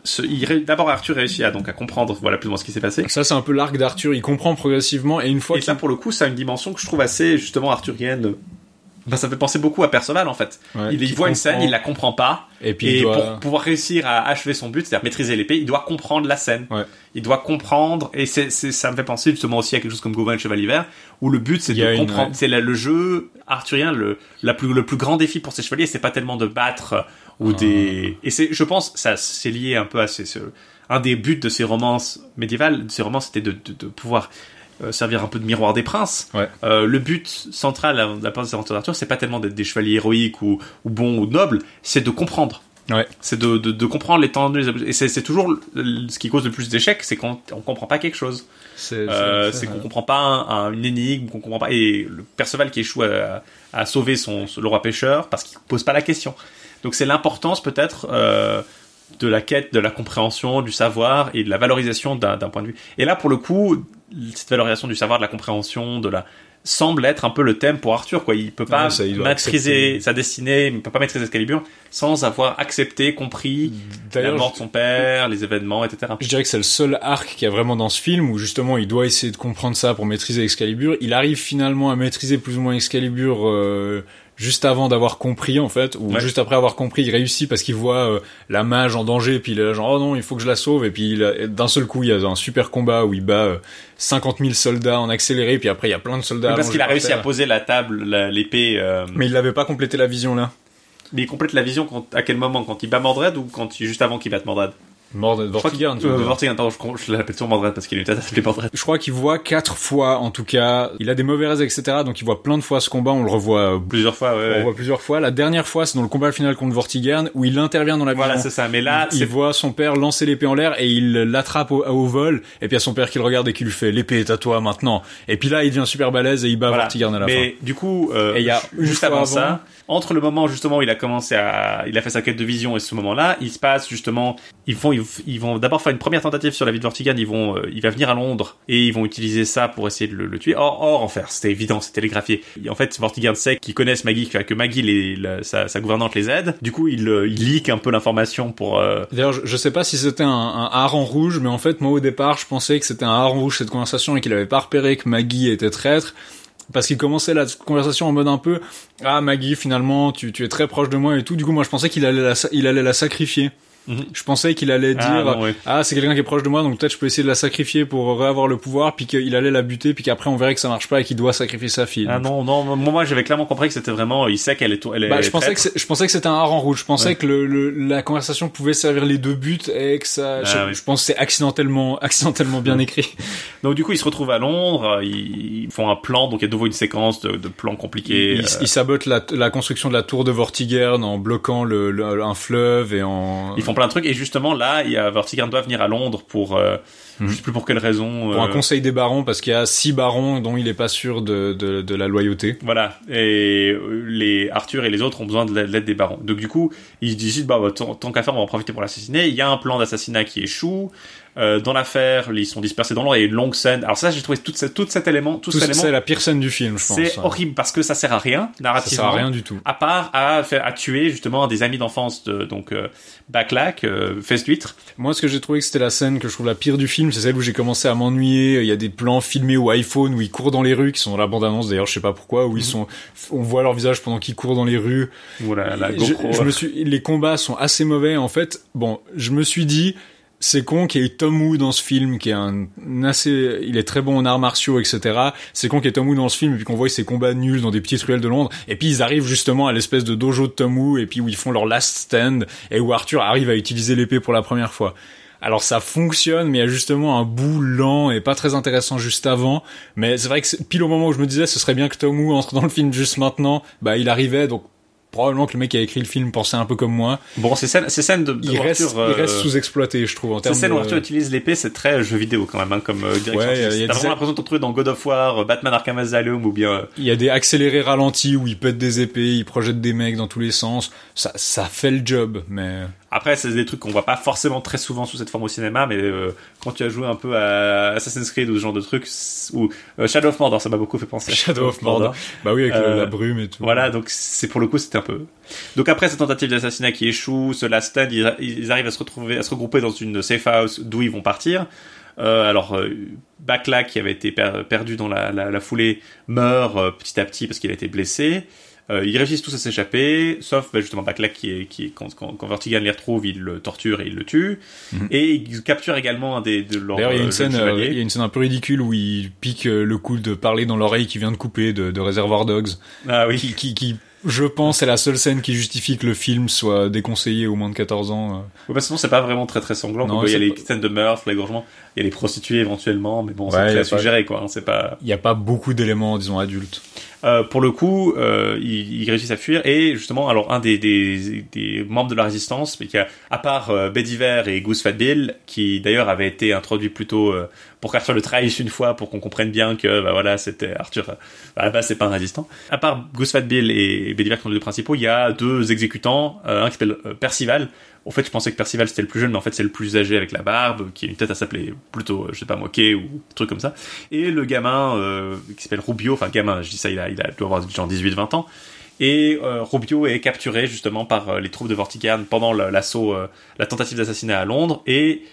ce, il ré... d'abord Arthur réussit à donc à comprendre voilà plus ou moins ce qui s'est passé. Ça c'est un peu l'arc d'Arthur, il comprend progressivement et une fois et qu'il... ça pour le coup ça a une dimension que je trouve assez justement arthurienne. Ben, ça fait penser beaucoup à Perceval en fait. Ouais, il, il voit une scène, il la comprend pas et, puis et il doit... pour pouvoir réussir à achever son but, c'est-à-dire maîtriser l'épée, il doit comprendre la scène. Ouais. Il doit comprendre et c'est, c'est ça me fait penser justement aussi à quelque chose comme Gawain le Chevalier Vert où le but c'est il de une, comprendre. ouais. C'est la, le jeu arthurien le la plus le plus grand défi pour ces chevaliers, c'est pas tellement de battre ou ah. des et c'est je pense ça c'est lié un peu à ces, ce un des buts de ces romances médiévales, de ces romances c'était de, de, de pouvoir euh, servir un peu de miroir des princes. Ouais. Euh, le but central de la part des aventures d'Arthur, c'est pas tellement d'être des chevaliers héroïques ou, ou bons ou nobles, c'est de comprendre. Ouais. C'est de, de, de comprendre l'étendue. Et c'est, c'est toujours ce qui cause le plus d'échecs, c'est quand on comprend pas quelque chose. C'est, euh, c'est, c'est c'est qu'on comprend pas un, un, une énigme, qu'on comprend pas. Et le Perceval qui échoue à, à sauver son, le roi pêcheur parce qu'il pose pas la question. Donc c'est l'importance peut-être euh, de la quête, de la compréhension, du savoir et de la valorisation d'un, d'un point de vue. Et là, pour le coup, cette valorisation du savoir, de la compréhension, de la semble être un peu le thème pour Arthur, quoi. Il peut pas ouais, ça, il maîtriser accepter. sa destinée, il peut pas maîtriser Excalibur sans avoir accepté, compris D'ailleurs, la mort de son père, les événements, et cetera. Je dirais que c'est le seul arc qu'il y a vraiment dans ce film où justement il doit essayer de comprendre ça pour maîtriser Excalibur. Il arrive finalement à maîtriser plus ou moins Excalibur euh, juste avant d'avoir compris en fait, ou ouais. juste après avoir compris, il réussit parce qu'il voit euh, la mage en danger, puis il est là genre oh non il faut que je la sauve, et puis il a, d'un seul coup il y a un super combat où il bat euh, cinquante mille soldats en accéléré, puis après il y a plein de soldats. Oui, parce qu'il a réussi terre. à poser la table, la, l'épée. Euh... Mais il l'avait pas complété la vision là. Mais il complète la vision quand, à quel moment, quand il bat Mordred ou quand il, juste avant qu'il batte Mordred? Mordred, Vortigern. Euh, Vortigern, pardon, je, je l'appelle toujours Mordred parce qu'il a une tête à s'appeler Mordred. Je crois qu'il voit quatre fois, en tout cas. Il a des mauvais rêves, et cetera. Donc il voit plein de fois ce combat, on le revoit. Euh, plusieurs fois, ouais. On ouais. le voit plusieurs fois. La dernière fois, c'est dans le combat final contre Vortigern, où il intervient dans la vision. Voilà, c'est ça. Mais là, il, c'est... il voit son père lancer l'épée en l'air et il l'attrape au, au vol. Et puis il y a son père qui le regarde et qui lui fait l'épée est à toi maintenant. Et puis là, il devient super balèze et il bat voilà. Vortigern à la mais, fin. Mais du coup, euh, et il y a juste avant, avant ça, entre le moment justement où il a commencé à, il a fait sa quête de vision et ce moment-là, il se passe justement, ils font, ils, ils vont d'abord faire une première tentative sur la vie de Vortigern. Ils vont, euh, il va venir à Londres et ils vont utiliser ça pour essayer de le, le tuer. Or, or, en faire, c'était évident, c'était télégraphié. Et en fait, Vortigern sait qu'ils connaissent Maggie, que Maggie, les, la, sa, sa gouvernante les aide. Du coup, il, il leak un peu l'information pour. Euh... D'ailleurs, je, je sais pas si c'était un, un hareng rouge, mais en fait, moi au départ, je pensais que c'était un hareng rouge cette conversation et qu'il avait pas repéré que Maggie était traître. Parce qu'il commençait la conversation en mode un peu ah Maggie finalement tu tu es très proche de moi et tout, du coup moi je pensais qu'il allait la il allait la sacrifier. Mm-hmm. Je pensais qu'il allait dire ah, non, oui. ah c'est quelqu'un qui est proche de moi donc peut-être je peux essayer de la sacrifier pour réavoir le pouvoir, puis qu'il allait la buter, puis qu'après on verrait que ça marche pas et qu'il doit sacrifier sa fille. Ah non non moi j'avais clairement compris que c'était vraiment il sait qu'elle est elle est bah, je pensais que je pensais que c'était un hareng rouge. Je pensais ouais. que le, le la conversation pouvait servir les deux buts et que ça ah, je, oui. je pense que c'est accidentellement accidentellement bien écrit. Donc du coup ils se retrouvent à Londres, ils, ils font un plan, donc il y a de nouveau une séquence de, de plans compliqués. Ils, euh... ils sabotent la, la construction de la tour de Vortigern en bloquant le, le un fleuve et en ils font plein de trucs et justement là, il y a Vortigern doit venir à Londres pour, euh, mmh. je sais plus pour quelle raison. Pour euh... un conseil des barons, parce qu'il y a six barons dont il est pas sûr de, de, de la loyauté. Voilà. Et les Arthur et les autres ont besoin de l'aide des barons. Donc du coup, ils décident, bah, bah tant, tant qu'à faire, on va en profiter pour l'assassiner. Il y a un plan d'assassinat qui échoue. Euh, dans l'affaire, ils sont dispersés dans l'ombre, il y a une longue scène. Alors ça, j'ai trouvé tout, cette, tout cet élément, tout, tout cet élément. C'est la pire scène du film, je pense. C'est horrible parce que ça sert à rien, narrativement. Ça sert à rien du tout. À part à faire, à tuer, justement, des amis d'enfance de, donc, euh, Backlack, euh, Fesse d'huître. Moi, ce que j'ai trouvé que c'était la scène que je trouve la pire du film, c'est celle où j'ai commencé à m'ennuyer. Il y a des plans filmés au iPhone où ils courent dans les rues, qui sont dans la bande-annonce, d'ailleurs, je sais pas pourquoi, où mm-hmm. ils sont, on voit leur visage pendant qu'ils courent dans les rues. Voilà, la GoPro. Je, je me suis, les combats sont assez mauvais, en fait. Bon, je me suis dit, c'est con qu'il y ait Tom Wu dans ce film, qui est un, un assez, il est très bon en arts martiaux, et cetera. C'est con qu'il y ait Tom Wu dans ce film, et puis qu'on voit ces combats nuls dans des petites ruelles de Londres. Et puis ils arrivent justement à l'espèce de dojo de Tom Wu, et puis où ils font leur last stand, et où Arthur arrive à utiliser l'épée pour la première fois. Alors ça fonctionne, mais il y a justement un bout lent et pas très intéressant juste avant. Mais c'est vrai que c'est, pile au moment où je me disais, ce serait bien que Tom Wu entre dans le film juste maintenant, bah il arrivait, donc probablement que le mec qui a écrit le film pensait un peu comme moi. Bon, ces scènes, ces scènes de, de il Arthur, reste, euh... il reste sous-exploité, je trouve. En ces scènes où de... Arthur utilise l'épée, c'est très jeu vidéo quand même, hein, comme euh, direction. Ouais, T'as y a vraiment des... l'impression de te retrouver dans God of War, Batman Arkham Asylum ou bien. Il y a des accélérés ralentis où il pète des épées, il projette des mecs dans tous les sens. Ça, ça fait le job, mais. Après, c'est des trucs qu'on voit pas forcément très souvent sous cette forme au cinéma, mais euh, quand tu as joué un peu à Assassin's Creed ou ce genre de trucs, ou euh, Shadow of Mordor, ça m'a beaucoup fait penser. Shadow of Mordor. Bah oui, avec euh, la brume et tout. Voilà, donc c'est pour le coup, c'était un peu. Donc après cette tentative d'assassinat qui échoue, ce last stand, ils, ils arrivent à se retrouver, à se regrouper dans une safe house d'où ils vont partir. Euh, alors, euh, Backlack, qui avait été per- perdu dans la, la, la foulée, meurt euh, petit à petit parce qu'il a été blessé. Euh, ils réussissent tous à s'échapper, sauf bah, justement Backlack qui est, qui est quand, quand, quand Vortigern les retrouve, il le torture et il le tue. Mm-hmm. Et ils capturent également un des de leurs. D'ailleurs, il y a une euh, scène, euh, il y a une scène un peu ridicule où il pique euh, le coup de parler dans l'oreille qui vient de couper de, de Reservoir Dogs. Ah oui. Qui, qui, qui je pense, est la seule scène qui justifie que le film soit déconseillé aux moins de quatorze ans. Ouais, bah sinon, c'est pas vraiment très très sanglant. Non, il y a pas... les scènes de meurtre, l'égorgement, il y a les prostituées éventuellement, mais bon, ouais, c'est très suggéré, pas... quoi. Hein, c'est pas. Il y a pas beaucoup d'éléments, disons, adultes. Euh, pour le coup, euh, ils, ils réussissent à fuir et justement, alors un des, des, des membres de la résistance, mais qui a, à part euh, Bediver et Goose Fat Bill, qui d'ailleurs avait été introduit plutôt euh, pour qu'Arthur le trahisse une fois, pour qu'on comprenne bien que bah voilà, c'était Arthur. Euh, à la base, c'est pas un résistant. À part Goose Fat Bill et Bediver qui sont les deux principaux, il y a deux exécutants, euh, un qui s'appelle euh, Percival. En fait, je pensais que Percival c'était le plus jeune, mais en fait c'est le plus âgé avec la barbe, qui a une tête à s'appeler plutôt, je sais pas, moqué ou un truc comme ça. Et le gamin euh, qui s'appelle Rubio, enfin gamin, je dis ça, il a, il a doit avoir genre dix-huit vingt ans. Et euh, Rubio est capturé justement par euh, les troupes de Vortigern pendant l'assaut, euh, la tentative d'assassinat à Londres. Et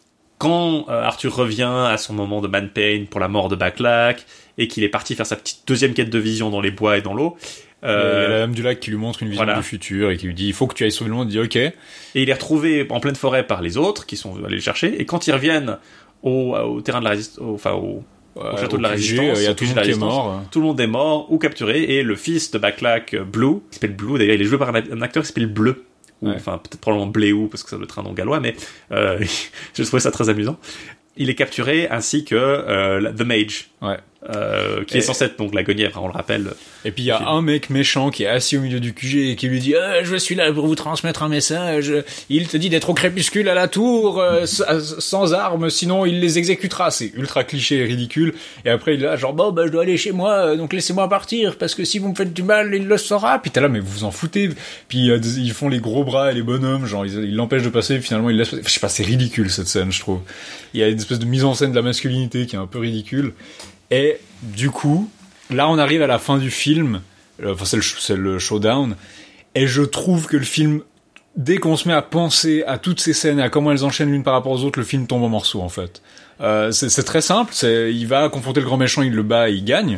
quand euh, Arthur revient à son moment de man pain pour la mort de Backlack et qu'il est parti faire sa petite deuxième quête de vision dans les bois et dans l'eau. Euh, il y a la dame du lac qui lui montre une vision voilà. du futur et qui lui dit il faut que tu ailles sauver le monde. Il dit ok. Et il est retrouvé en pleine forêt par les autres qui sont allés le chercher. Et quand ils reviennent au, au terrain de la résistance, enfin au, euh, au château au de la P G, résistance, il y a tout le monde qui est mort. Tout le monde est mort ou capturé. Et le fils de Backlack, Blue, qui s'appelle Blue, d'ailleurs il est joué par un, un acteur qui s'appelle Bleu. Ou, ouais. Enfin peut-être probablement Bléou parce que ça doit être un nom gallois, mais euh, je trouvais ça très amusant. Il est capturé ainsi que euh, The Mage. Ouais. Euh, qui et... est censé être donc la Guenièvre, on le rappelle. Et puis il y a un mec méchant qui est assis au milieu du Q G et qui lui dit euh, je suis là pour vous transmettre un message. Il te dit d'être au crépuscule à la tour, euh, sans armes, sinon il les exécutera. C'est ultra cliché et ridicule. Et après il est là genre bon bah je dois aller chez moi, donc laissez-moi partir parce que si vous me faites du mal il le saura. Puis t'es là mais vous vous en foutez. Puis euh, ils font les gros bras et les bonhommes, genre ils, ils l'empêchent de passer. Finalement ils laissent passer. Je sais pas, c'est ridicule cette scène je trouve. Il y a une espèce de mise en scène de la masculinité qui est un peu ridicule. Et du coup, là on arrive à la fin du film, enfin c'est le, c'est le showdown, et je trouve que le film, dès qu'on se met à penser à toutes ces scènes et à comment elles enchaînent l'une par rapport aux autres, le film tombe en morceaux en fait. Euh, c'est, c'est très simple, c'est, il va confronter le grand méchant, il le bat et il gagne,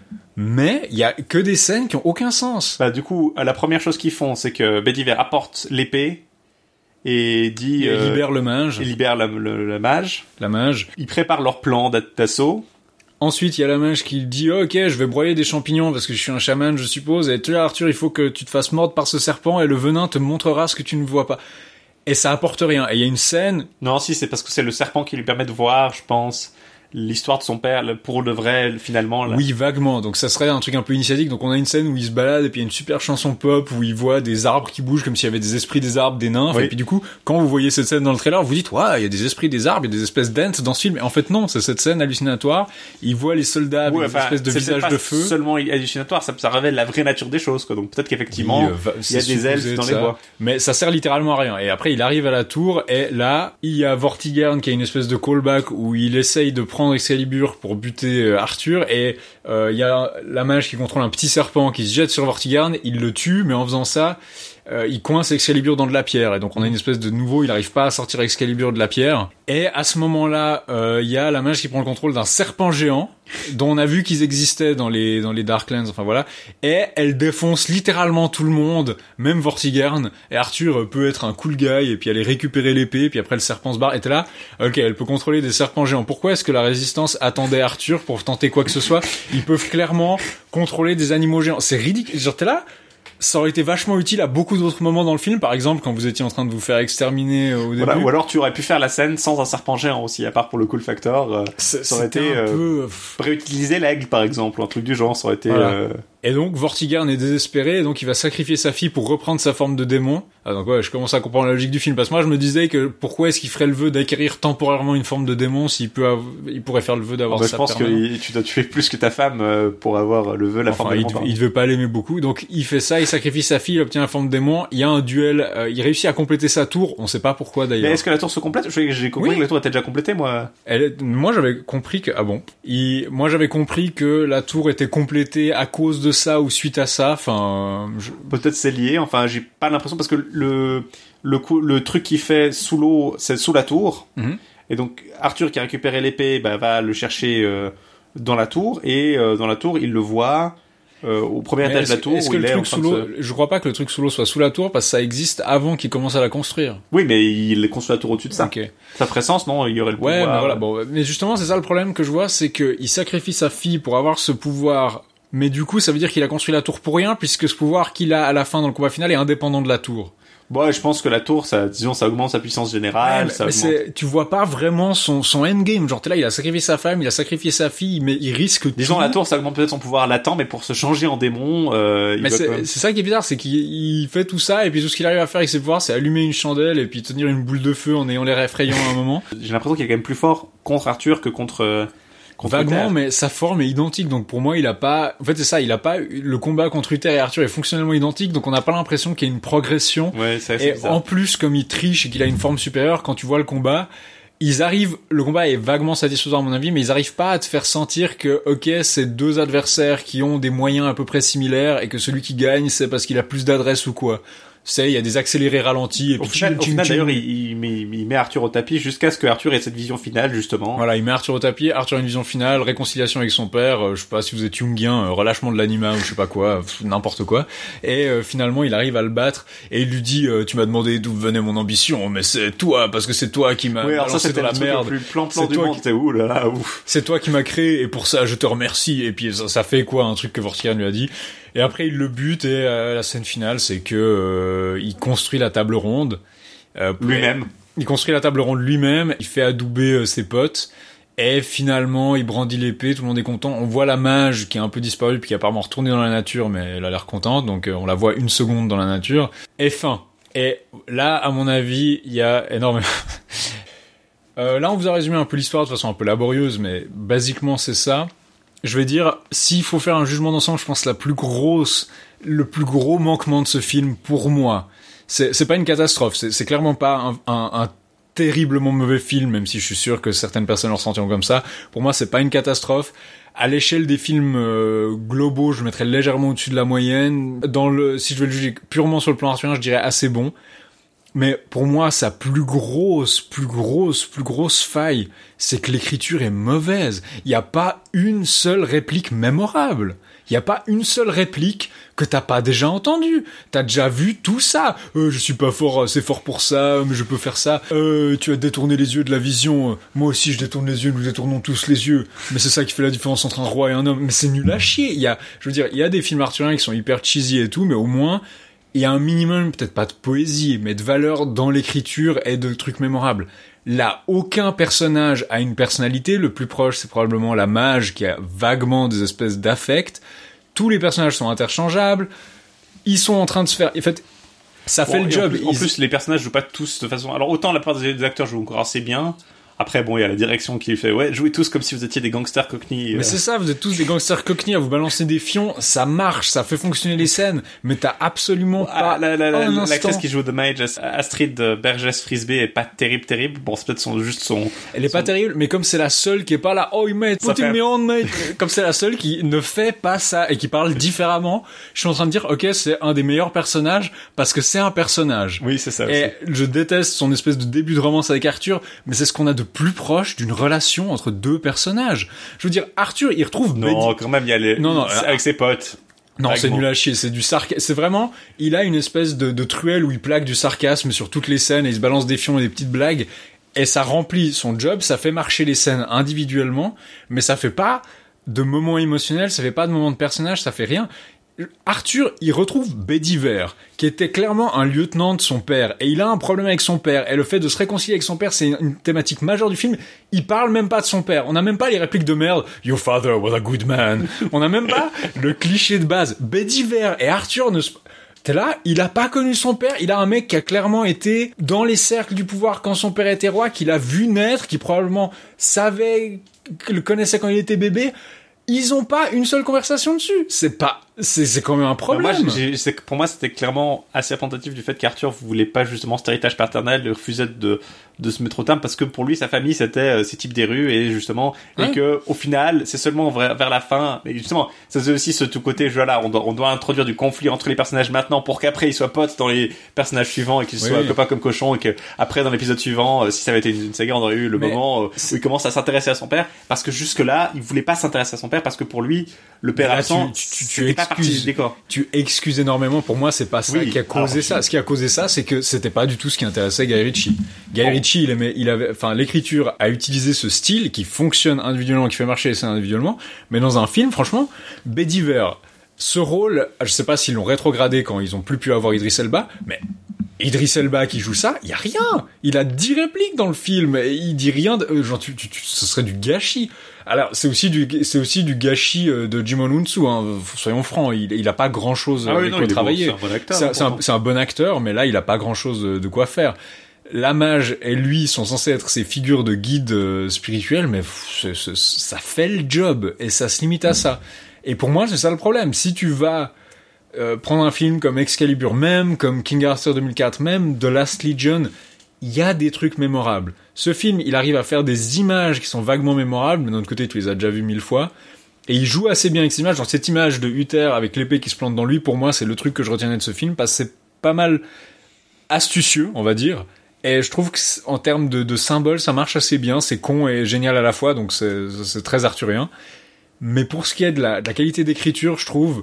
mais il y a que des scènes qui ont aucun sens. Bah du coup, la première chose qu'ils font, c'est que Bediver apporte l'épée, et dit... Il euh, libère le mage. Il libère la, le, le mage. La mage. Ils préparent leur plan d'assaut. Ensuite, il y a la mage qui dit oh, « Ok, je vais broyer des champignons parce que je suis un chaman, je suppose. Et tu vois, Arthur, il faut que tu te fasses mordre par ce serpent et le venin te montrera ce que tu ne vois pas. » Et ça apporte rien. Et il y a une scène... Non, si, c'est parce que c'est le serpent qui lui permet de voir, je pense... l'histoire de son père, pour le vrai, finalement. Là. Oui, vaguement. Donc ça serait un truc un peu initiatique. Donc on a une scène où il se balade et puis il y a une super chanson pop où il voit des arbres qui bougent comme s'il y avait des esprits des arbres, des nymphes. Oui. Et puis du coup, quand vous voyez cette scène dans le trailer, vous dites, ouais, il y a des esprits des arbres, il y a des espèces d'ents dans ce film. Et en fait non, c'est cette scène hallucinatoire. Il voit les soldats avec oui, enfin, des espèces de visages de feu. Seulement hallucinatoire, ça, ça révèle la vraie nature des choses, quoi. Donc peut-être qu'effectivement, oui, euh, il y a des elfes dans les bois. Mais ça sert littéralement à rien. Et après, il arrive à la tour et là, il y a Vortigern qui a une espèce de callback où il essaye de prendre Excalibur pour buter Arthur et il euh, y a la mage qui contrôle un petit serpent qui se jette sur Vortigern, il le tue mais en faisant ça euh, il coince Excalibur dans de la pierre et donc on a une espèce de nouveau, il arrive pas à sortir Excalibur de la pierre et à ce moment-là il euh, y a la mage qui prend le contrôle d'un serpent géant dont on a vu qu'ils existaient dans les dans les Darklands, enfin voilà, et elle défonce littéralement tout le monde, même Vortigern, et Arthur peut être un cool guy et puis aller récupérer l'épée, puis après le serpent se barre, et t'es là, ok, elle peut contrôler des serpents géants, pourquoi est-ce que la résistance attendait Arthur pour tenter quoi que ce soit? Ils peuvent clairement contrôler des animaux géants, c'est ridicule, genre t'es là, ça aurait été vachement utile à beaucoup d'autres moments dans le film, par exemple quand vous étiez en train de vous faire exterminer au début. Voilà, ou alors tu aurais pu faire la scène sans un serpent géant aussi, à part pour le cool factor. Euh, ça aurait été un euh, peu... réutiliser l'aigle par exemple, un truc du genre, ça aurait été. Voilà. Euh... Et donc Vortigern est désespéré, et donc il va sacrifier sa fille pour reprendre sa forme de démon. Ah, donc ouais, je commence à comprendre la logique du film, parce que moi je me disais que pourquoi est-ce qu'il ferait le vœu d'acquérir temporairement une forme de démon s'il peut, av- il pourrait faire le vœu d'avoir Oh, bah, ça je pense que permanent. il- tu dois tuer plus que ta femme euh, pour avoir le vœu, la Enfin, forme il, de il devait pas l'aimer beaucoup, donc il fait ça, il sacrifie sa fille, il obtient la forme démon, il y a un duel, euh, il réussit à compléter sa tour, on sait pas pourquoi d'ailleurs. Mais est-ce que la tour se complète? J'ai j'ai compris Oui. que la tour était déjà complétée, moi. Elle est- moi j'avais compris que ah bon, il, moi j'avais compris que la tour était complétée à cause de ça ou suite à ça. Enfin, je- Peut-être c'est lié. Enfin, j'ai pas l'impression parce que le le coup, le truc qu'il fait sous l'eau, c'est sous la tour. Mhm. Et donc Arthur qui a récupéré l'épée, bah, va le chercher euh, dans la tour et euh, dans la tour il le voit euh, au premier Mais étage est-ce, de la tour est-ce où que il le est en truc train sous de l'eau, se- je crois pas que le truc sous l'eau soit sous la tour parce que ça existe avant qu'il commence à la construire. Oui, mais il construit la tour au-dessus de ça. Ok. Ça ferait sens, non? Il y aurait le Ouais, pouvoir. mais voilà, bon, mais justement c'est ça le problème que je vois, c'est que il sacrifie sa fille pour avoir ce pouvoir. Mais du coup, ça veut dire qu'il a construit la tour pour rien, puisque ce pouvoir qu'il a à la fin dans le combat final est indépendant de la tour. Bon, ouais, je pense que la tour, ça, disons, ça augmente sa puissance générale. Ouais, ça mais augmente... c'est, tu vois pas vraiment son, son endgame. Genre, t'es là, il a sacrifié sa femme, il a sacrifié sa fille, mais il risque Disons, tout. la tour, ça augmente peut-être son pouvoir latent, mais pour se changer en démon, euh, il Mais va c'est, quand même... c'est ça qui est bizarre, c'est qu'il il fait tout ça, et puis tout ce qu'il arrive à faire avec ses pouvoirs, c'est allumer une chandelle, et puis tenir une boule de feu en ayant l'air effrayant à un moment. J'ai l'impression qu'il est quand même plus fort contre Arthur que contre, euh, contre Vaguement, Uther. mais sa forme est identique, donc pour moi, il a pas, en fait, c'est ça, il a pas, le combat contre Uther et Arthur est fonctionnellement identique, donc on n'a pas l'impression qu'il y a une progression. Ouais, c'est assez Et bizarre. en plus, comme il triche et qu'il a une forme supérieure, quand tu vois le combat, ils arrivent, le combat est vaguement satisfaisant à mon avis, mais ils arrivent pas à te faire sentir que, ok, c'est deux adversaires qui ont des moyens à peu près similaires et que celui qui gagne, c'est parce qu'il a plus d'adresse ou quoi. C'est, il y a des accélérés ralentis et Au puis final, tching, au tching, final, tching. d'ailleurs, il, il, met, il met Arthur au tapis jusqu'à ce que Arthur ait cette vision finale, justement. Voilà, il met Arthur au tapis, Arthur a une vision finale, réconciliation avec son père, euh, je sais pas si vous êtes jungien, euh, relâchement de l'anima ou je sais pas quoi, pff, n'importe quoi. Et euh, finalement, il arrive à le battre et il lui dit euh, tu m'as demandé d'où venait mon ambition, mais c'est toi parce que c'est toi qui m'as Oui, alors ça, balancé c'était dans le la truc merde. le plus plan-plan C'est du toi monde. qui- C'était ouh là là, ouf. C'est toi qui m'as créé et pour ça je te remercie. Et puis ça, ça fait quoi un truc que Vortigern lui a dit. Et après il le bute et euh, la scène finale c'est que euh, il construit la table ronde. Euh, Lui-même. Il construit la table ronde lui-même, il fait adouber euh, ses potes, et finalement il brandit l'épée, tout le monde est content. On voit la mage qui est un peu disparue, puis qui est apparemment retournée dans la nature, mais elle a l'air contente, donc euh, on la voit une seconde dans la nature. Et fin. Et là, à mon avis, il y a énormément... euh, là, on vous a résumé un peu l'histoire de façon un peu laborieuse, mais basiquement c'est ça. Je vais dire, s'il faut faire un jugement d'ensemble, je pense la plus grosse, le plus gros manquement de ce film pour moi, c'est, c'est pas une catastrophe, c'est, c'est clairement pas un, un, un terriblement mauvais film, même si je suis sûr que certaines personnes le ressentiront comme ça. Pour moi, c'est pas une catastrophe. À l'échelle des films euh, globaux, je le mettrais légèrement au-dessus de la moyenne. Dans le, si je veux le juger purement sur le plan arthurien, je dirais assez bon. Mais pour moi, sa plus grosse, plus grosse, plus grosse faille, c'est que l'écriture est mauvaise. Il n'y a pas une seule réplique mémorable. Il n'y a pas une seule réplique que t'as pas déjà entendue. T'as déjà vu tout ça. Euh, je suis pas fort, assez fort pour ça, mais je peux faire ça. Euh, tu as détourné les yeux de la vision. Euh, moi aussi, je détourne les yeux, nous détournons tous les yeux. Mais c'est ça qui fait la différence entre un roi et un homme. Mais c'est nul à chier. Il y a, je veux dire, il y a des films arthuriens qui sont hyper cheesy et tout, mais au moins, il y a un minimum, peut-être pas de poésie, mais de valeur dans l'écriture et de trucs mémorables. Là, aucun personnage a une personnalité. Le plus proche, c'est probablement la mage qui a vaguement des espèces d'affects. Tous les personnages sont interchangeables. Ils sont en train de se faire... En fait, ça fait Bon, le et job. En plus, en Ils- plus, les personnages jouent pas tous de façon. Alors autant la part des acteurs jouent encore assez bien. Après, bon, il y a la direction qui fait ouais, jouez tous comme si vous étiez des gangsters cockney. euh. Mais c'est ça, vous êtes tous des gangsters cockney à vous balancer des fions, ça marche, ça fait fonctionner les scènes, mais t'as absolument Ah, pas la, la, la, un instant... l'actrice qui joue The Mage, Astrid Bergès Frisbee, est pas terrible, terrible. Bon, c'est peut-être son, juste son. Elle est pas son- terrible, mais comme c'est la seule qui est pas là, oh mate, Ça put fait- me on mate, comme c'est la seule qui ne fait pas ça et qui parle différemment, je suis en train de dire, ok, c'est un des meilleurs personnages parce que c'est un personnage. Oui, c'est ça. Et je déteste son espèce de début de romance avec Arthur, mais c'est ce qu'on a de plus proche d'une relation entre deux personnages. Je veux dire, Arthur, il retrouve Non, Betty- quand même, il y a les. Non, non, c'est euh, avec ses potes. Non, c'est Vaguement. nul à chier, c'est du sarcasme. C'est vraiment, il a une espèce de, de truelle où il plaque du sarcasme sur toutes les scènes et il se balance des fions et des petites blagues. Et ça remplit son job, ça fait marcher les scènes individuellement, mais ça fait pas de moments émotionnels, ça fait pas de moments de personnage, ça fait rien. Arthur, il retrouve Bedivere, qui était clairement un lieutenant de son père, et il a un problème avec son père, et le fait de se réconcilier avec son père, c'est une, une thématique majeure du film. Il parle même pas de son père. On n'a même pas les répliques de merde. Your father was a good man. On n'a même pas le cliché de base. Bedivere et Arthur ne se... T'es là, il a pas connu son père, il a un mec qui a clairement été dans les cercles du pouvoir quand son père était roi, qu'il a vu naître, qui probablement savait, le connaissait quand il était bébé. Ils ont pas une seule conversation dessus. C'est pas, c'est, c'est quand même un problème. Moi, j'ai, c'est, pour moi, c'était clairement assez représentatif du fait qu'Arthur voulait pas justement cet héritage paternel, il refusait de, de se mettre au terme parce que pour lui, sa famille, c'était euh, ces types des rues et justement, ouais. et que, au final, c'est seulement vers, vers la fin, et justement, ça c'est aussi ce tout côté, voilà, on doit, on doit introduire du conflit entre les personnages maintenant pour qu'après ils soient potes dans les personnages suivants et qu'ils oui, soient oui. copains comme cochons et que après dans l'épisode suivant, euh, si ça avait été une, une saga, on aurait eu le Mais moment euh, où il commence à s'intéresser à son père parce que jusque là, il voulait pas s'intéresser à son père parce que pour lui, le père là, absent, tu, tu, tu, tu pas partie du décor. Tu excuses énormément. Pour moi, c'est pas ça oui, qui a causé alors, ça. Ce qui a causé ça, c'est que c'était pas du tout ce qui intéressait Guy Ritchie. Guy oh. Ritchie, il aimait, il avait, enfin, l'écriture a utilisé ce style qui fonctionne individuellement, qui fait marcher les scènes individuellement, mais dans un film, franchement, Bedivere, ce rôle, je sais pas s'ils l'ont rétrogradé quand ils ont plus pu avoir Idris Elba, mais Idris Elba qui joue ça, il y a rien. Il a dix répliques dans le film, et il dit rien de, genre, tu, tu, tu, ce serait du gâchis. Alors, c'est aussi du, c'est aussi du gâchis de Jimon Hounsou, hein. Soyons francs, il, il a pas grand chose ah avec oui, quoi travailler. Bon, c'est un bon acteur. C'est, c'est, un, c'est un bon acteur, mais là, il a pas grand chose de, de quoi faire. La mage et lui sont censés être ces figures de guide euh, spirituels, mais pff, c'est, c'est, ça fait le job, et ça se limite à ça. Et pour moi, c'est ça le problème. Si tu vas, euh, prendre un film comme Excalibur même, comme King Arthur deux mille quatre même, The Last Legion, il y a des trucs mémorables. Ce film, il arrive à faire des images qui sont vaguement mémorables, mais d'un autre côté, tu les as déjà vues mille fois. Et il joue assez bien avec ces images. Genre, cette image de Uther avec l'épée qui se plante dans lui, pour moi, c'est le truc que je retiendrai de ce film, parce que c'est pas mal astucieux, on va dire. Et je trouve qu'en termes de, de symboles, ça marche assez bien. C'est con et génial à la fois, donc c'est, c'est très arthurien. Mais pour ce qui est de la, de la qualité d'écriture, je trouve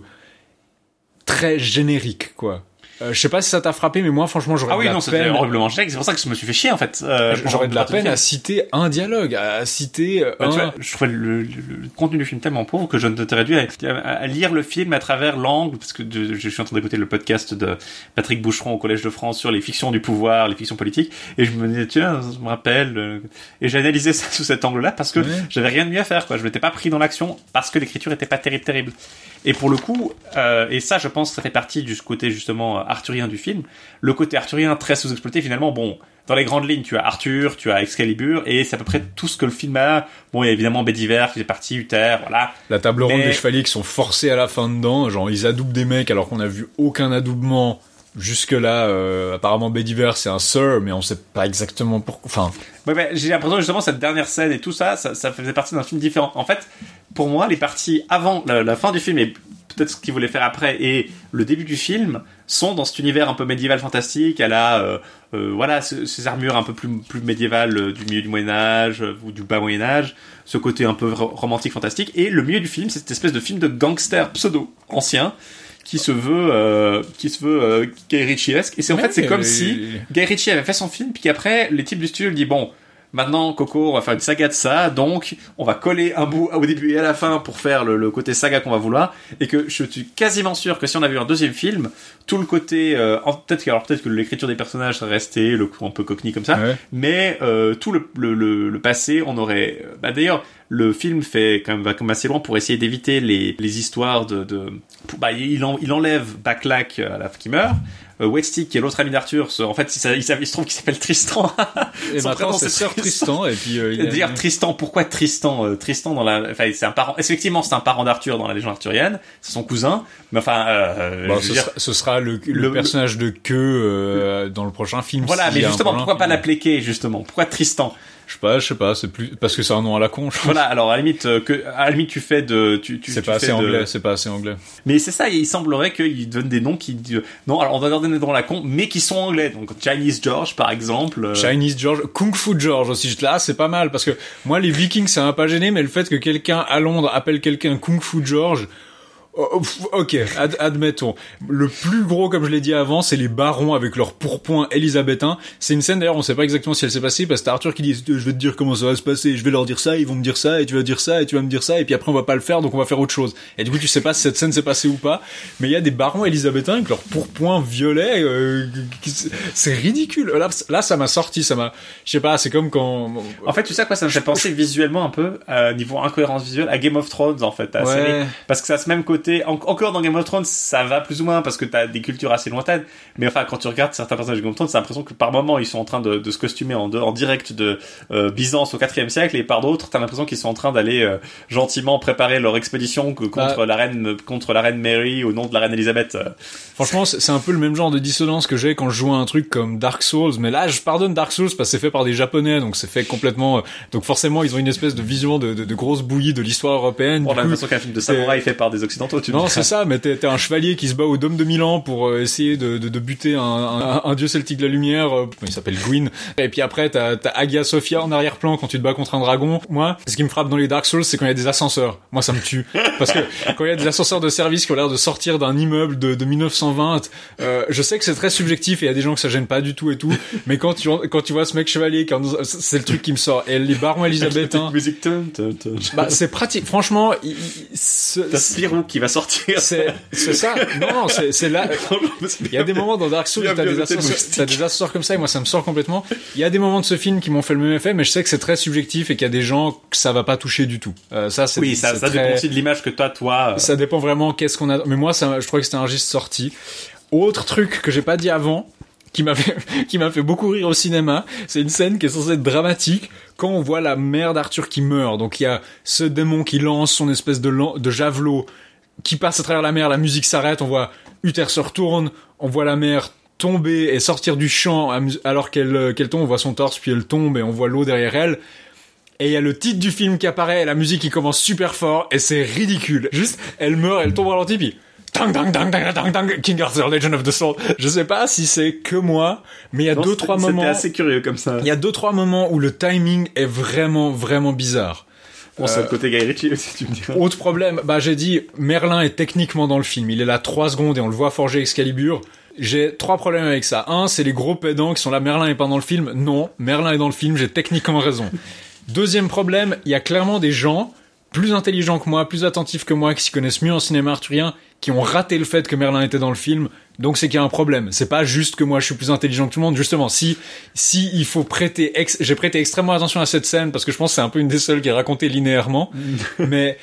très générique, quoi. Euh, je sais pas si ça t'a frappé, mais moi, franchement, j'aurais ah oui, de la non, peine... c'était horriblement générique. C'est pour ça que je me suis fait chier, en fait. Euh, j'aurais de la peine à citer un dialogue, à citer bah, un... Tu vois, je trouvais le, le, le contenu du film tellement pauvre que je ne t'ai réduit à, à lire le film à travers l'angle, parce que de, je suis en train d'écouter le podcast de Patrick Boucheron au Collège de France sur les fictions du pouvoir, les fictions politiques, et je me disais, tiens, je me rappelle, euh, et j'ai analysé ça sous cet angle-là parce que ouais. j'avais rien de mieux à faire, quoi. Je m'étais pas pris dans l'action parce que l'écriture était pas terrible, terrible. Et pour le coup, euh, et ça, je pense que ça fait partie du côté, justement, arthurien du film, le côté arthurien très sous-exploité, finalement, bon, dans les grandes lignes, tu as Arthur, tu as Excalibur, et c'est à peu près tout ce que le film a. Bon, il y a évidemment Bedivere qui fait partie, Uther, voilà. La table ronde mais... des chevaliers qui sont forcés à la fin dedans, genre, ils adoubent des mecs alors qu'on a vu aucun adoubement jusque-là. Euh, apparemment, Bedivere, c'est un sir, mais on sait pas exactement pourquoi, enfin... Ouais, ouais, j'ai l'impression, justement, cette dernière scène et tout ça, ça, ça faisait partie d'un film différent. En fait, pour moi, les parties avant la, la fin du film et peut-être ce qu'il voulait faire après et le début du film sont dans cet univers un peu médiéval fantastique. Elle a euh, euh, voilà ce, ces armures un peu plus plus médiévales euh, du milieu du Moyen-Âge euh, ou du bas Moyen-Âge, ce côté un peu romantique fantastique, et le milieu du film c'est cette espèce de film de gangster pseudo ancien qui se veut euh, qui se veut euh, Guy Ritchie-esque, et c'est en ouais, fait c'est comme euh... si Guy Ritchie avait fait son film puis qu'après les types du studio lui disent bon, maintenant, Coco, on va faire une saga de ça, donc on va coller un bout au début et à la fin pour faire le, le côté saga qu'on va vouloir, et que je suis quasiment sûr que si on avait eu un deuxième film, tout le côté, euh, peut-être que, alors peut-être que l'écriture des personnages serait restée, le coup un peu cockney comme ça, ouais. mais euh, tout le, le, le, le passé, on aurait, bah d'ailleurs, le film fait quand même, va comme assez loin pour essayer d'éviter les, les histoires de, de pour, bah, il, en, il enlève Backlack à la qui meurt. Euh, Whetstick, qui est l'autre ami d'Arthur, en fait, il, il, il se trouve qu'il s'appelle Tristan. Et son maintenant, c'est Sir Tristan. Et puis, euh, il dire a... Tristan, pourquoi Tristan euh, Tristan dans la, enfin, c'est un parent. Effectivement, c'est un parent d'Arthur dans la légende arthurienne. C'est son cousin. Mais enfin, euh, bon, ce, dire... sera, ce sera le, le, le personnage de queue euh, dans le prochain film. Voilà, mais justement, pourquoi pas l'appeler Kay, justement? Pourquoi Tristan? Je sais pas, je sais pas, c'est plus parce que c'est un nom à la con. Je voilà, alors à la limite euh, que à la limite tu fais de tu tu c'est tu pas fais assez de... anglais, c'est pas assez anglais. Mais c'est ça, il semblerait qu'ils donnent des noms qui non, alors on va leur donner des noms à la con, mais qui sont anglais. Donc Chinese George par exemple. Euh... Chinese George, Kung Fu George aussi. Là, c'est pas mal parce que moi les Vikings ça m'a pas gêné, mais le fait que quelqu'un à Londres appelle quelqu'un Kung Fu George, Oh, pff, ok, ad- admettons. Le plus gros, comme je l'ai dit avant, c'est les barons avec leurs pourpoints élisabétains. C'est une scène, d'ailleurs, on sait pas exactement si elle s'est passée, parce que t'as Arthur qui dit, je vais te dire comment ça va se passer, je vais leur dire ça, ils vont me dire ça, et tu vas dire ça, et tu vas me dire ça, et puis après on va pas le faire, donc on va faire autre chose. Et du coup, tu sais pas si cette scène s'est passée ou pas, mais il y a des barons élisabétains avec leurs pourpoints violets, euh, qui, c'est ridicule. Là, là, ça m'a sorti, ça m'a, je sais pas, c'est comme quand... En fait, tu sais à quoi ça me fait penser visuellement un peu, euh, niveau incohérence visuelle, à Game of Thrones, en fait, la ouais. série. Parce que ça a ce même côté, en- encore dans Game of Thrones, ça va plus ou moins parce que t'as des cultures assez lointaines. Mais enfin, quand tu regardes certains personnages de Game of Thrones, t'as l'impression que par moment ils sont en train de, de se costumer en, de, en direct de euh, Byzance au quatrième siècle, et par d'autres, t'as l'impression qu'ils sont en train d'aller euh, gentiment préparer leur expédition que contre bah, la reine, contre la reine Mary au nom de la reine Elisabeth. Franchement, c'est, c'est un peu le même genre de dissonance que j'ai quand je joue à un truc comme Dark Souls. Mais là, je pardonne Dark Souls parce que c'est fait par des Japonais, donc c'est fait complètement. Euh, donc forcément, ils ont une espèce de vision de, de, de grosse bouillie de l'histoire européenne. On a coup, l'impression qu'un film de samouraï fait par des occidentaux. Tu non, me c'est ça, mais t'es, t'es un chevalier qui se bat au Dôme de Milan pour euh, essayer de, de, de buter un, un, un dieu celtique de la lumière, euh, il s'appelle Gwyn. Et puis après, t'as, t'as Hagia Sophia en arrière-plan quand tu te bats contre un dragon. Moi, ce qui me frappe dans les Dark Souls, c'est quand il y a des ascenseurs. Moi, ça me tue. Parce que quand il y a des ascenseurs de service qui ont l'air de sortir d'un immeuble de, de dix-neuf cent vingt, euh, je sais que c'est très subjectif et il y a des gens que ça gêne pas du tout et tout, mais quand tu, quand tu vois ce mec chevalier, quand, c'est le truc qui me sort. Et les barons élisabétains. Musique tum, tum, tum. Bah, c'est pratique. Franchement, il, il, ce, T'as Spirou qui va sortir. C'est, c'est ça. Non, non, c'est, c'est là. Il y a des moments dans Dark Souls où t'as des ascenseurs, t'as des ascenseurs comme ça et moi ça me sort complètement. Il y a des moments de ce film qui m'ont fait le même effet, mais je sais que c'est très subjectif et qu'il y a des gens que ça va pas toucher du tout. Euh, ça, c'est, oui, ça, c'est ça très... dépend aussi de l'image que toi, toi. Euh... Ça dépend vraiment qu'est-ce qu'on a. Mais moi, ça, je trouvais que c'était un registre sorti. Autre truc que j'ai pas dit avant, qui m'a fait, qui m'a fait beaucoup rire au cinéma, c'est une scène qui est censée être dramatique quand on voit la mère d'Arthur qui meurt. Donc il y a ce démon qui lance son espèce de, lan- de javelot qui passe à travers la mer, la musique s'arrête, on voit Uther se retourne, on voit la mer tomber et sortir du champ alors qu'elle, qu'elle tombe, on voit son torse puis elle tombe et on voit l'eau derrière elle. Et il y a le titre du film qui apparaît et la musique qui commence super fort et c'est ridicule. Juste, elle meurt, elle tombe au ralenti puis Dang, dang, dang, dang, dang, dang, King Arthur, Legend of the Sword. Je sais pas si c'est que moi, mais il y a non, deux, trois moments. C'était assez curieux comme ça. Il y a deux, trois moments où le timing est vraiment, vraiment bizarre. Bon, c'est euh, le côté Guy Ritchie aussi, tu me diras. Autre problème, bah, j'ai dit, Merlin est techniquement dans le film. Il est là trois secondes et on le voit forger Excalibur. J'ai trois problèmes avec ça. Un, c'est les gros pédants qui sont là, Merlin est pas dans le film. Non, Merlin est dans le film, j'ai techniquement raison. Deuxième problème, il y a clairement des gens plus intelligents que moi, plus attentifs que moi, qui s'y connaissent mieux en cinéma arthurien, qui ont raté le fait que Merlin était dans le film, donc c'est qu'il y a un problème. C'est pas juste que moi je suis plus intelligent que tout le monde, justement, si, si il faut prêter, ex... j'ai prêté extrêmement attention à cette scène, parce que je pense que c'est un peu une des seules qui est racontée linéairement, mais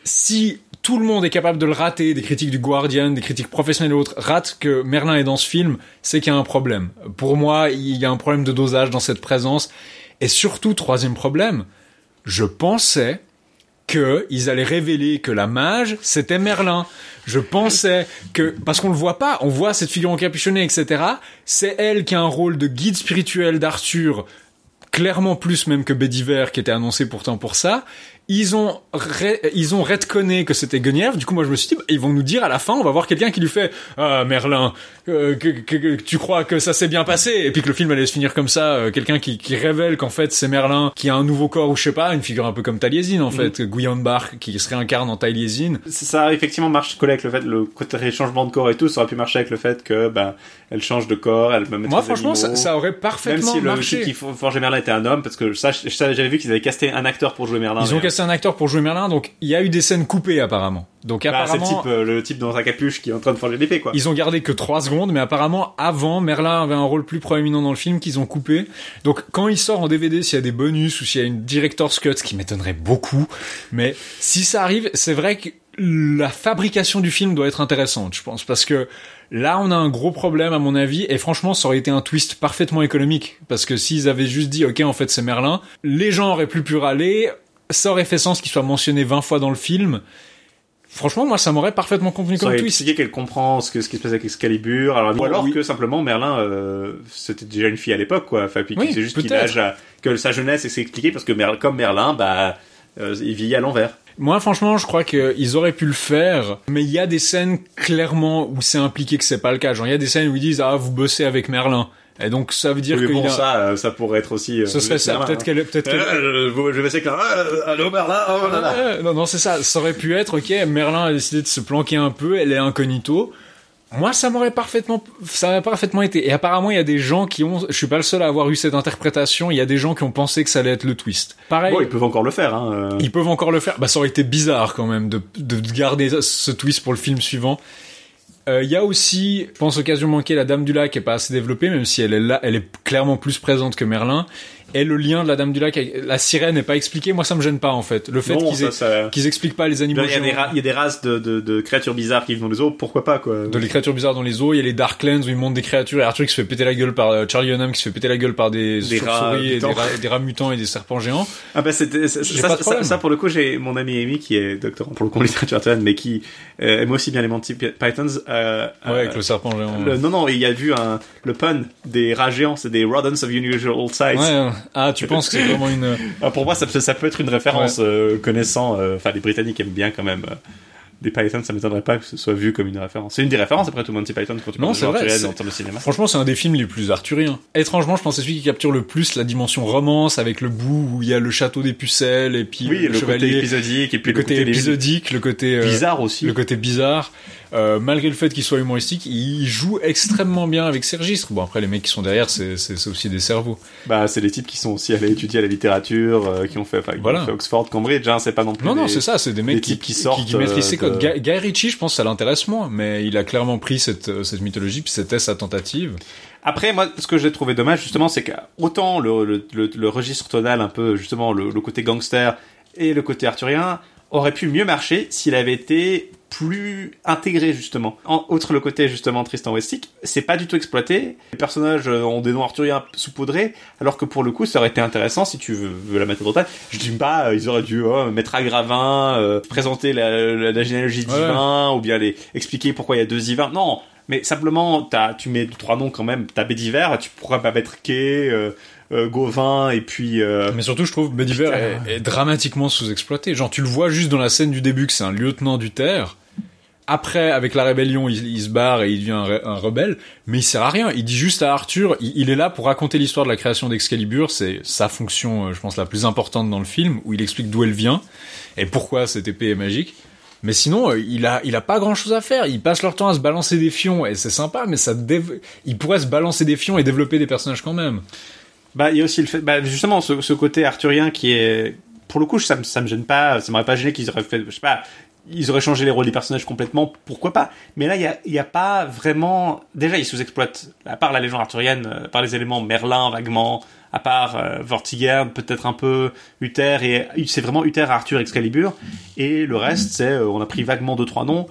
si tout le monde est capable de le rater, des critiques du Guardian, des critiques professionnelles et autres, ratent que Merlin est dans ce film, c'est qu'il y a un problème. Pour moi, il y a un problème de dosage dans cette présence, et surtout, troisième problème, je pensais que ils allaient révéler que la mage, c'était Merlin. Je pensais que, parce qu'on le voit pas, on voit cette figure encapuchonnée, et cetera. C'est elle qui a un rôle de guide spirituel d'Arthur, clairement plus même que Bédiver, qui était annoncé pourtant pour ça. Ils ont, ré, ils ont retconné que c'était Guenièvre. Du coup, moi, je me suis dit, bah, ils vont nous dire à la fin, on va voir quelqu'un qui lui fait, ah, Merlin, euh, que, que, que tu crois que ça s'est bien passé, et puis que le film allait se finir comme ça, euh, quelqu'un qui, qui révèle qu'en fait, c'est Merlin, qui a un nouveau corps, ou je sais pas, une figure un peu comme Taliesin, en fait, mmh. Guillaume Bach, qui se réincarne en Taliesin. Ça, effectivement, marche collé avec le fait, le côté changement de corps et tout, ça aurait pu marcher avec le fait que, ben, elle change de corps, elle me met Moi, franchement, ça, ça aurait parfaitement marché. Même si le type qui forgeait Merlin était un homme, parce que ça, je, j'avais vu qu'ils avaient casté un acteur pour jouer Merlin. Ils ont casté un acteur pour jouer Merlin, donc il y a eu des scènes coupées apparemment. Donc bah, apparemment, c'est le type, euh, le type dans sa capuche qui est en train de forger l'épée, quoi. Ils ont gardé que trois secondes, mais apparemment avant, Merlin avait un rôle plus proéminent dans le film qu'ils ont coupé. Donc quand il sort en D V D, s'il y a des bonus ou s'il y a une director's cut, ce qui m'étonnerait beaucoup, mais si ça arrive, c'est vrai que la fabrication du film doit être intéressante, je pense, parce que là, on a un gros problème, à mon avis, et franchement, ça aurait été un twist parfaitement économique, parce que s'ils avaient juste dit, ok, en fait, c'est Merlin, les gens auraient plus pu râler, ça aurait fait sens qu'il soit mentionné vingt fois dans le film. Franchement, moi, ça m'aurait parfaitement convenu comme twist. Ça aurait expliqué qu'elle comprend ce, que, ce qui se passe avec Excalibur, alors, ou alors oui. que simplement Merlin, euh, c'était déjà une fille à l'époque, quoi. Enfin, puis oui, c'est juste qu'il a, que sa jeunesse s'est expliquée parce que Merlin, comme Merlin, bah, euh, il vit à l'envers. Moi, franchement, je crois qu'ils auraient pu le faire, mais il y a des scènes, clairement, où c'est impliqué que c'est pas le cas. Genre, il y a des scènes où ils disent, ah, vous bossez avec Merlin. Et donc ça veut dire oui, que bon, a... ça, euh, ça pourrait être aussi. Euh, Ce serait ça. Peut-être qu'elle, peut-être qu'elle. Euh, euh, je vais essayer que là. Euh, allô Merlin. Oh là là. Euh, non, non, c'est ça. Ça aurait pu être. Ok, Merlin a décidé de se planquer un peu. Elle est incognito. Moi, ça m'aurait parfaitement, ça m'aurait parfaitement été. Et apparemment, il y a des gens qui ont. Je suis pas le seul à avoir eu cette interprétation. Il y a des gens qui ont pensé que ça allait être le twist. Pareil. Bon, ils peuvent encore le faire. Hein. Ils peuvent encore le faire. Bah, ça aurait été bizarre quand même de de garder ce twist pour le film suivant. Il euh, y a aussi, je pense, Occasion manquée, la Dame du Lac qui est pas assez développée, même si elle est là, elle est clairement plus présente que Merlin. Et le lien de la Dame du Lac, avec la sirène n'est pas expliqué. Moi, ça me gêne pas en fait. Le fait non, qu'ils, ça, aient, ça... qu'ils expliquent pas les animaux. Il y a des, ra- il y a des races de, de, de créatures bizarres qui vivent dans les eaux. Pourquoi pas quoi. De les créatures bizarres dans les eaux. Il y a les Darklands où ils montent des créatures. Et Arthur qui se fait péter la gueule par euh, Charlie Hunnam qui se fait péter la gueule par des, des chauves-souris et des, rats, ra- des rats mutants et des serpents géants. Ah bah c'était ça, ça, ça, ça pour le coup j'ai mon ami Amy qui est doctorant pour le coup en littérature arthurienne mais qui euh, aime aussi bien les Monty Pythons. Euh, ouais, euh, avec le serpent géant. Le, non non il y a vu un le pun des rats géants, c'est des rodents of unusual size. Ouais. Ah tu penses que c'est vraiment une. Ah, pour moi ça, ça peut être une référence, ouais. euh, connaissant enfin euh, les Britanniques aiment bien quand même euh, des Pythons, ça m'étonnerait pas que ce soit vu comme une référence. C'est une des références après tout Monty Python quand tu non, parles de vrai, en termes de cinéma. Franchement, c'est un des films les plus arthuriens. Étrangement, je pense que c'est celui qui capture le plus la dimension romance avec le bout où il y a le château des pucelles et puis oui, le, le chevalier, côté épisodique et puis le, le côté, côté épisodique, le côté euh, bizarre aussi. Le côté bizarre. Euh, malgré le fait qu'il soit humoristique, il joue extrêmement bien avec ses registres. Bon, après, les mecs qui sont derrière, c'est, c'est, c'est aussi des cerveaux. Bah, c'est les types qui sont aussi allés étudier à la littérature, euh, qui ont fait, enfin, voilà. qui ont fait Oxford, Cambridge, hein, c'est pas non plus. Non, des, non, c'est ça, c'est des mecs des qui, types qui sortent, qui, qui maîtrisent ses codes. de... Guy, Guy Ritchie, je pense, ça l'intéresse moins, mais il a clairement pris cette, cette mythologie, puis c'était sa tentative. Après, moi, ce que j'ai trouvé dommage, justement, c'est qu'autant le, le, le, le registre tonal, un peu, justement, le, le côté gangster et le côté arthurien, aurait pu mieux marcher s'il avait été plus intégré justement. En, outre le côté justement Tristan Westic, c'est pas du tout exploité. Les personnages ont des noms arthuriens saupoudrés, alors que pour le coup ça aurait été intéressant si tu veux, veux la mettre en tête. Je dis pas, ils auraient dû oh, mettre Agravin, euh, présenter la, la, la généalogie d'Yvain, ouais. ou bien les expliquer pourquoi il y a deux Yvains. Non, mais simplement t'as, tu mets trois noms quand même. T'as Bédiver, tu pourrais pas mettre Kay. Euh, Euh, Gauvin et puis euh... mais surtout je trouve Bédiver est, est dramatiquement sous-exploité. Genre tu le vois juste dans la scène du début que c'est un lieutenant du Terre. Après avec la rébellion il, il se barre et il devient un, un rebelle, mais il sert à rien. Il dit juste à Arthur, il, il est là pour raconter l'histoire de la création d'Excalibur. C'est sa fonction, je pense, la plus importante dans le film, où il explique d'où elle vient et pourquoi cette épée est magique. Mais sinon, il a, il a pas grand chose à faire. Ils passent leur temps à se balancer des fions et c'est sympa, mais ça dév... il pourrait se balancer des fions et développer des personnages quand même. Bah, il y a aussi le fait, bah, justement, ce, ce côté arthurien qui est, pour le coup, ça me, ça me gêne pas, ça m'aurait pas gêné qu'ils auraient fait, je sais pas, ils auraient changé les rôles des personnages complètement, pourquoi pas. Mais là, il y a, il y a pas vraiment, déjà, ils sous-exploitent, à part la légende arthurienne, à part les éléments Merlin, vaguement, à part euh, Vortigern, peut-être un peu Uther, et c'est vraiment Uther, Arthur, Excalibur, et le reste, c'est, euh, on a pris vaguement deux, trois noms.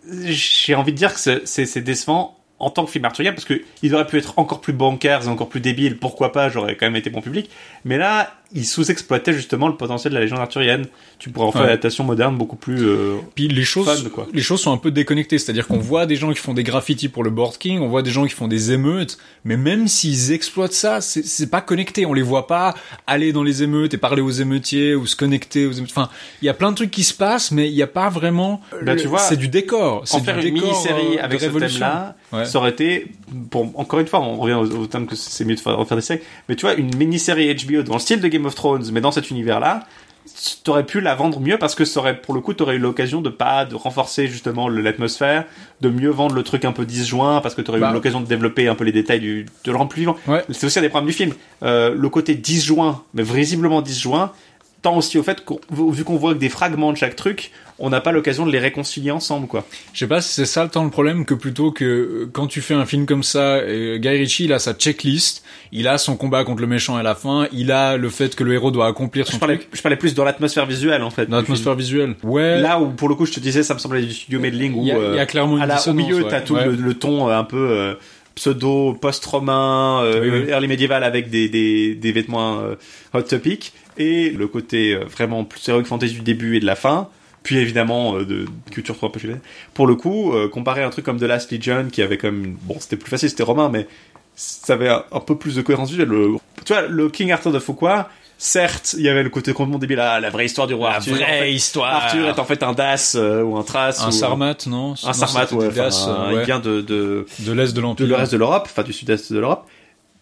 J'ai envie de dire que c'est, c'est, c'est décevant en tant que film arthurien, parce que il aurait pu être encore plus bancaire et encore plus débile, pourquoi pas, j'aurais quand même été bon public, mais là, il sous-exploitait justement le potentiel de la légende arthurienne. Tu pourrais en faire ouais. une adaptation moderne beaucoup plus euh, Puis les choses, fun, quoi. Les choses sont un peu déconnectées, c'est-à-dire qu'on voit des gens qui font des graffitis pour le Board King, on voit des gens qui font des émeutes, mais même s'ils exploitent ça, c'est, c'est pas connecté, on les voit pas aller dans les émeutes et parler aux émeutiers ou se connecter aux émeutes. Enfin, il y a plein de trucs qui se passent, mais il y a pas vraiment, bah, le... tu vois, c'est du décor. C'est en du faire décor, une mini-série euh, avec ce thème-là, ouais. ça aurait été, pour, encore une fois, on revient au, au thème que c'est mieux de faire, de faire des séries, mais tu vois, une mini-série H B O dans le style de Game of Thrones, mais dans cet univers-là, t'aurais pu la vendre mieux parce que ça aurait, pour le coup, t'aurais eu l'occasion de pas, de renforcer justement l'atmosphère, de mieux vendre le truc un peu disjoint parce que t'aurais bah, eu l'occasion de développer un peu les détails du, de le rendre plus vivant. Ouais. C'est aussi un des problèmes du film. Euh, le côté disjoint, mais visiblement disjoint, tend aussi au fait que, vu qu'on voit que des fragments de chaque truc, on n'a pas l'occasion de les réconcilier ensemble, quoi. Je sais pas si c'est ça le temps le problème, que plutôt que quand tu fais un film comme ça, euh, Guy Ritchie, il a sa checklist, il a son combat contre le méchant à la fin, il a le fait que le héros doit accomplir son je parlais, truc. Je parlais plus dans l'atmosphère visuelle, en fait. Dans l'atmosphère visuelle. Ouais. Là où, pour le coup, je te disais, ça me semblait du studio Meddling, où, il y a, euh, il y a clairement une à la, au milieu, ouais. t'as tout ouais. le, le ton euh, un peu, euh, pseudo, post-romain, euh, oui, oui. early médiéval avec des, des, des vêtements, euh, hot topic, et le côté euh, vraiment plus heroic fantasy du début et de la fin. Puis évidemment euh, de culture trop populaire. Pour le coup, euh, comparer un truc comme The Last Legion qui avait comme une... bon, c'était plus facile, c'était romain, mais ça avait un, un peu plus de cohérence visuelle. Le... Tu vois, le King Arthur de Fuqua, certes, il y avait le côté complètement débile, la, la vraie histoire du roi la Arthur. vraie en fait, histoire. Arthur est en fait un Das euh, ou un Thrace. Un ou Sarmate, non? Un non, Sarmate, ouais. Das, un, ouais. Il vient de de de l'est de l'Empire, de le reste de l'Europe, enfin du sud-est de l'Europe.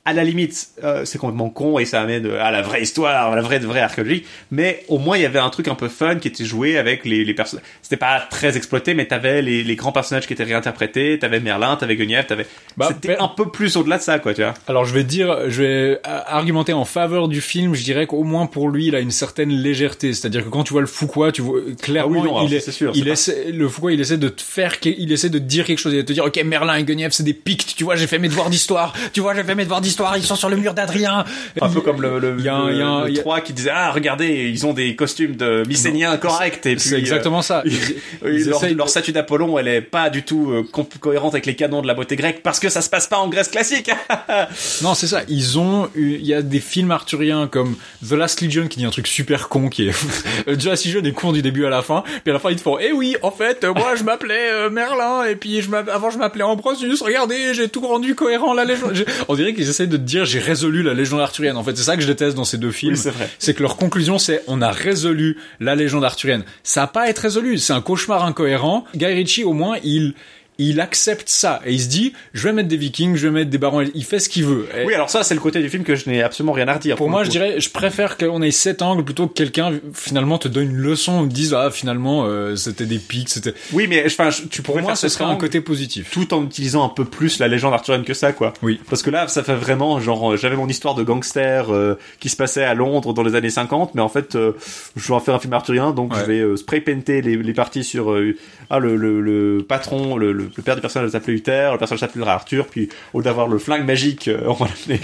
à la limite, euh, c'est complètement con et ça amène à la vraie histoire, à la vraie, vraie archéologie. Mais au moins, il y avait un truc un peu fun qui était joué avec les, les personnages. C'était pas très exploité, mais t'avais les, les grands personnages qui étaient réinterprétés. T'avais Merlin, t'avais Guenièvre, t'avais. Bah, C'était per... un peu plus au-delà de ça, quoi, tu vois. Alors, je vais dire, je vais argumenter en faveur du film. Je dirais qu'au moins pour lui, il a une certaine légèreté. C'est-à-dire que quand tu vois le Foucault, tu vois clairement, ah oui, non, il, est, c'est sûr, il c'est essaie, pas... le Foucault, il essaie de te faire, il essaie de te dire quelque chose, il va te dire, ok, Merlin et Guenièvre, c'est des pictes. Tu vois, j'ai fait mes devoirs d'histoire. Tu vois, j'ai fait mes devoirs d'histoire. Ils sont sur le mur d'Adrien. Un peu comme le, le, il y a, le, il y a, le il y a... trois qui disait, ah, regardez, ils ont des costumes de mycéniens corrects. Et puis, c'est exactement euh, ça. Ils, ils leur, leur statue d'Apollon, elle est pas du tout euh, co- cohérente avec les canons de la beauté grecque parce que ça se passe pas en Grèce classique. Non, c'est ça. Ils ont, il y a des films arthuriens comme The Last Legion qui dit un truc super con qui est, The Last Legion est con du début à la fin. Puis à la fin, ils te font, eh oui, en fait, moi, je m'appelais euh, Merlin et puis je avant, je m'appelais Ambrosius. Regardez, j'ai tout rendu cohérent la légende. J'ai... On dirait qu'ils essaient de te dire, j'ai résolu la légende arthurienne. En fait, c'est ça que je déteste dans ces deux films. Oui, c'est vrai. C'est que leur conclusion, c'est, on a résolu la légende arthurienne. Ça a pas à être résolu. C'est un cauchemar incohérent. Guy Ritchie, au moins, il, il accepte ça et il se dit, je vais mettre des Vikings, je vais mettre des barons, il fait ce qu'il veut. Et oui, alors ça, c'est le côté du film que je n'ai absolument rien à redire. pour, pour moi, je dirais, je préfère qu'on ait cet angle plutôt que quelqu'un finalement te donne une leçon ou te dise, ah, finalement, euh, c'était des pics, c'était. Oui, mais enfin, tu pourrais pour moi, faire ce serait un côté positif. Tout en utilisant un peu plus la légende arthurienne que ça, quoi. Oui. Parce que là, ça fait vraiment genre, euh, j'avais mon histoire de gangster euh, qui se passait à Londres dans les années cinquante, mais en fait, euh, je dois faire un film arthurien, donc ouais. je vais euh, spray painter les, les parties sur euh, ah le, le, le patron, le, le, le père du personnage s'appelait Uther, le personnage s'appellera Arthur, puis au lieu d'avoir le flingue magique, euh, on va l'amener.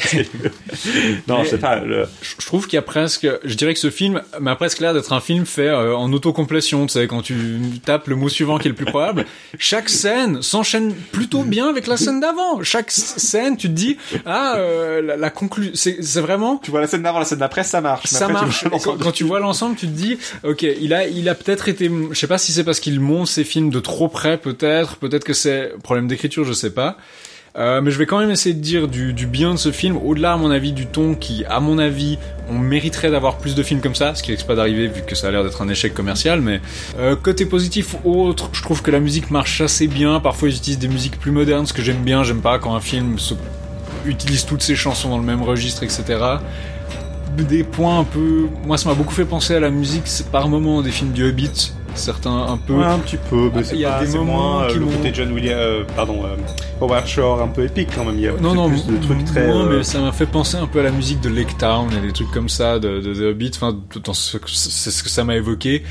Non, mais je sais pas. Le... Je trouve qu'il y a presque, je dirais que ce film m'a presque l'air d'être un film fait euh, en autocomplétion. Tu sais, quand tu tapes le mot suivant qui est le plus probable, chaque scène s'enchaîne plutôt bien avec la scène d'avant. Chaque scène, tu te dis, ah, euh, la, la conclusion, c'est, c'est vraiment. Tu vois la scène d'avant, la scène d'après, ça marche. Ça après, marche. Quand, quand tu vois l'ensemble, tu te dis, ok, il a, il a peut-être été, je sais pas si c'est parce qu'il monte ses films de trop près, peut-être, peut-être que c'est problème d'écriture, je sais pas. Euh, mais je vais quand même essayer de dire du, du bien de ce film, au-delà à mon avis du ton qui, à mon avis, on mériterait d'avoir plus de films comme ça, ce qui risque pas d'arriver vu que ça a l'air d'être un échec commercial, mais euh, côté positif ou autre, je trouve que la musique marche assez bien. Parfois ils utilisent des musiques plus modernes, ce que j'aime bien, j'aime pas quand un film se... utilise toutes ses chansons dans le même registre, et cetera. Des points un peu... Moi ça m'a beaucoup fait penser à la musique par moments des films du Hobbit, certains un peu... Ouais, un petit peu, mais c'est il y a pas, des c'est moments moins, qui euh, le m'ont... côté John Williams, euh, pardon, euh, Howard Shore un peu épique quand même, il y a non, non, plus de trucs très... Non, euh... mais ça m'a fait penser un peu à la musique de Lake Town et des trucs comme ça, de, de, de Hobbit, enfin, dans ce, c'est ce que ça m'a évoqué.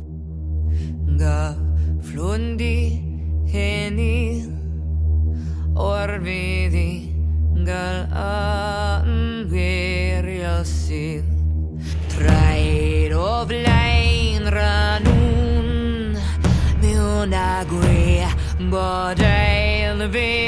Ga flundi heni orvidi gal angeriasil trair of line ranun meonagwe bodail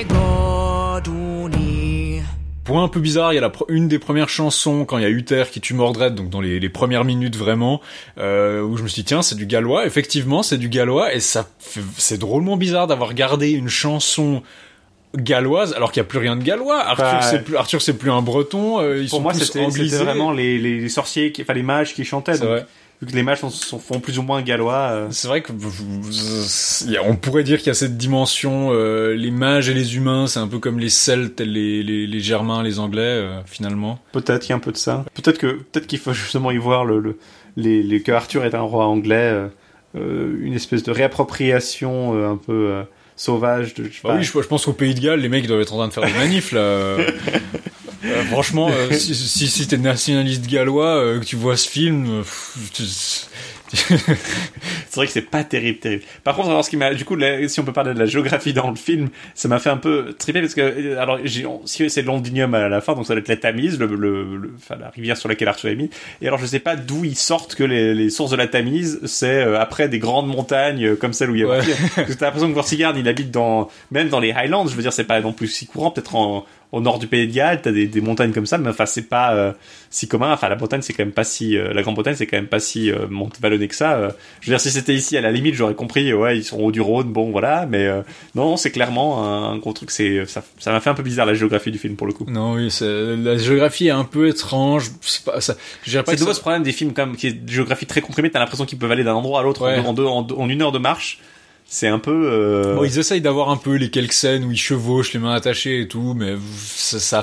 vegoduni. Point un peu bizarre, il y a la pro- une des premières chansons quand il y a Uther qui tue Mordred, donc dans les, les premières minutes vraiment, euh, où je me suis dit tiens c'est du gallois, effectivement c'est du gallois et ça fait, c'est drôlement bizarre d'avoir gardé une chanson galloise alors qu'il y a plus rien de gallois. Arthur bah, c'est plus Arthur c'est plus un breton, euh, ils pour sont moi tous c'était, anglisés. c'était vraiment les, les sorciers, qui, enfin les mages qui chantaient. C'est donc, vrai. Vu que les mages sont, sont, font plus ou moins gallois. Euh... C'est vrai que on pourrait dire qu'il y a cette dimension, euh, les mages et les humains, c'est un peu comme les Celtes, les, les, les Germains, les Anglais, euh, finalement. Peut-être qu'il y a un peu de ça. Peut-être que peut-être qu'il faut justement y voir le, le les, les que Arthur est un roi anglais, euh, euh, une espèce de réappropriation euh, un peu euh, sauvage de. Je bah oui, je, je pense qu'au Pays de Galles, les mecs ils doivent être en train de faire des manifs là. Euh, euh, franchement, euh, si, si, si t'es nationaliste gallois, euh, que tu vois ce film, euh, pff, tu... c'est vrai que c'est pas terrible, terrible. Par contre, alors ce qui m'a, du coup, là, si on peut parler de la géographie dans le film, ça m'a fait un peu triper parce que, alors, j'ai, si c'est Londinium à la fin, donc ça doit être la Tamise, le, le, le, enfin, la rivière sur laquelle Arthur est mis. Et alors, je sais pas d'où ils sortent que les, les sources de la Tamise, c'est euh, après des grandes montagnes euh, comme celle où il y a. Ouais. Parce que t'as l'impression que Vortigern, il habite dans, même dans les Highlands. Je veux dire, c'est pas non plus si courant, peut-être en au nord du Pays de Galles, t'as des, des montagnes comme ça, mais enfin c'est pas euh, si commun. Enfin la Bretagne c'est quand même pas si, euh, la Grande-Bretagne c'est quand même pas si euh, vallonnée que ça. Euh. Je veux dire si c'était ici à la limite j'aurais compris, ouais ils sont au haut du Rhône, bon voilà, mais euh, non c'est clairement un, un gros truc. C'est ça, ça m'a fait un peu bizarre la géographie du film pour le coup. Non oui, c'est, la géographie est un peu étrange. C'est pas ça. Je dirais pas c'est que nouveau ça... ce problème des films comme qui est de géographie très comprimée. T'as l'impression qu'ils peuvent aller d'un endroit à l'autre ouais. en, deux, en, deux, en une heure de marche. C'est un peu... Euh... Bon, ils essayent d'avoir un peu les quelques scènes où ils chevauchent les mains attachées et tout, mais ça, ça fait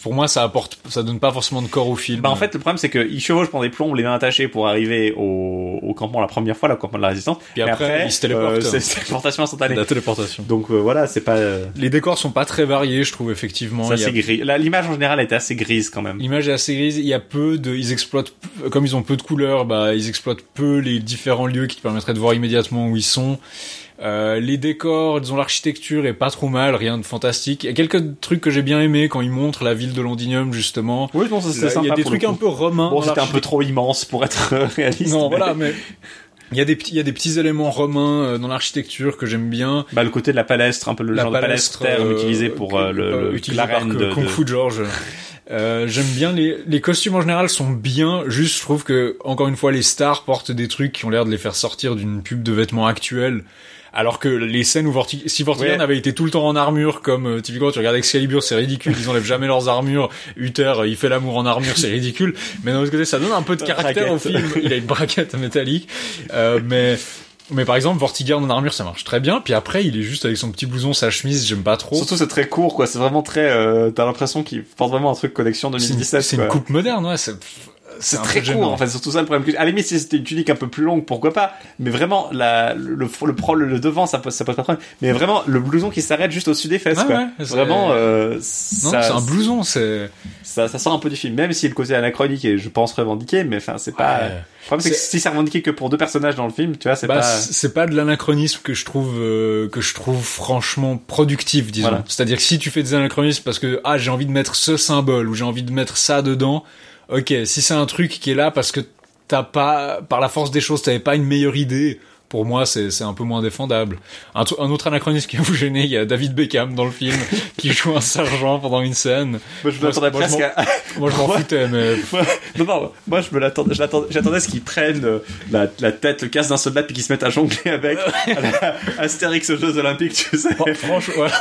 pour moi, ça apporte, ça donne pas forcément de corps au film. Bah en fait, le problème c'est qu'il chevauche pendant des plombs, les mains attachées pour arriver au, au campement la première fois, le campement de la Résistance. Puis après, après il se téléporte. Euh, c'est, c'est téléportation instantanée. La téléportation. Donc euh, voilà, c'est pas. Euh... Les décors sont pas très variés, je trouve effectivement. C'est assez a... gris. Là, l'image en général était assez grise quand même. L'image est assez grise. Il y a peu de, ils exploitent, comme ils ont peu de couleurs, bah ils exploitent peu les différents lieux qui te permettraient de voir immédiatement où ils sont. Euh, les décors, disons l'architecture est pas trop mal, rien de fantastique. Il y a quelques trucs que j'ai bien aimé quand ils montrent la ville de Londinium justement. Oui, non, ça c'était sympa. Il y a des pour trucs un peu romains. Bon, c'était un peu trop immense pour être réaliste. Non, mais... voilà, mais il y a des petits, il y a des petits éléments romains euh, dans l'architecture que j'aime bien. Bah le côté de la palestre, un peu le la genre palestre, de palestre euh, utilisé pour euh, le, le utilisé la reine par de, Kung de... Fu George. Euh, j'aime bien les les costumes en général sont bien, juste je trouve que encore une fois les stars portent des trucs qui ont l'air de les faire sortir d'une pub de vêtements actuels. Alors que les scènes où Vortig... si Vortigern ouais. avait été tout le temps en armure, comme euh, typiquement tu regardes Excalibur, c'est ridicule, ils enlèvent jamais leurs armures. Uther, il fait l'amour en armure, c'est ridicule. Mais d'un autre côté, ça donne un peu de caractère au film. Il a une braquette métallique, euh, mais mais par exemple Vortigern en armure, ça marche très bien. Puis après, il est juste avec son petit blouson, sa chemise, j'aime pas trop. Surtout c'est très court, quoi. C'est vraiment très. Euh, t'as l'impression qu'il porte vraiment un truc collection deux mille dix-sept. C'est, une, c'est une coupe moderne, ouais. C'est... C'est, c'est très court en fait, c'est surtout ça le problème. À la limite si c'était une tunique un peu plus longue, pourquoi pas, mais vraiment la, le, le, le, le, le devant ça pose, ça pose pas de problème, mais vraiment le blouson qui s'arrête juste au-dessus des fesses, ah quoi. Ouais, vraiment euh, non, ça, c'est un blouson, c'est ça, ça sort un peu du film, même si le côté anachronique est je pense revendiqué, mais enfin c'est pas ouais. Le problème c'est, c'est que si c'est revendiqué que pour deux personnages dans le film, tu vois, c'est bah, pas c'est pas de l'anachronisme que je trouve euh, que je trouve franchement productif, disons. Voilà. C'est-à-dire que si tu fais des anachronismes parce que ah j'ai envie de mettre ce symbole ou j'ai envie de mettre ça dedans, ok, si c'est un truc qui est là parce que t'as pas, par la force des choses, t'avais pas une meilleure idée, pour moi, c'est, c'est un peu moins défendable. Un, un autre anachronisme qui va vous gêner, il y a David Beckham dans le film, qui joue un sergent pendant une scène. Moi, je m'attendais moi, presque moi, à... Moi, je m'en moi, foutais, mais... Moi, non, non, moi, je me l'attendais, je l'attendais, j'attendais à ce qu'ils prennent la, la tête, le casque d'un soldat, puis qu'ils se mettent à jongler avec, à la Astérix aux Jeux Olympiques, tu sais. Bon, franchement, voilà.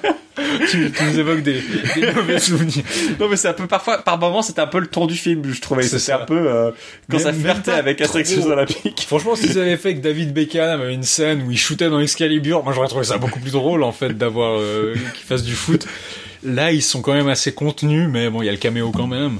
tu, tu nous évoques des, des mauvais souvenirs. Non, mais c'est un peu, parfois, par moments, c'était un peu le ton du film, je trouvais. C'est c'était ça. Un peu, euh, quand même, ça flirtait avec Astérix aux Jeux Olympiques. Franchement, s'ils avaient fait que David Beckham avait une scène où il shootait dans Excalibur, moi j'aurais trouvé ça beaucoup plus drôle, en fait, d'avoir, euh, qu'il fasse du foot. Là, ils sont quand même assez contenus, mais bon, il y a le caméo quand même.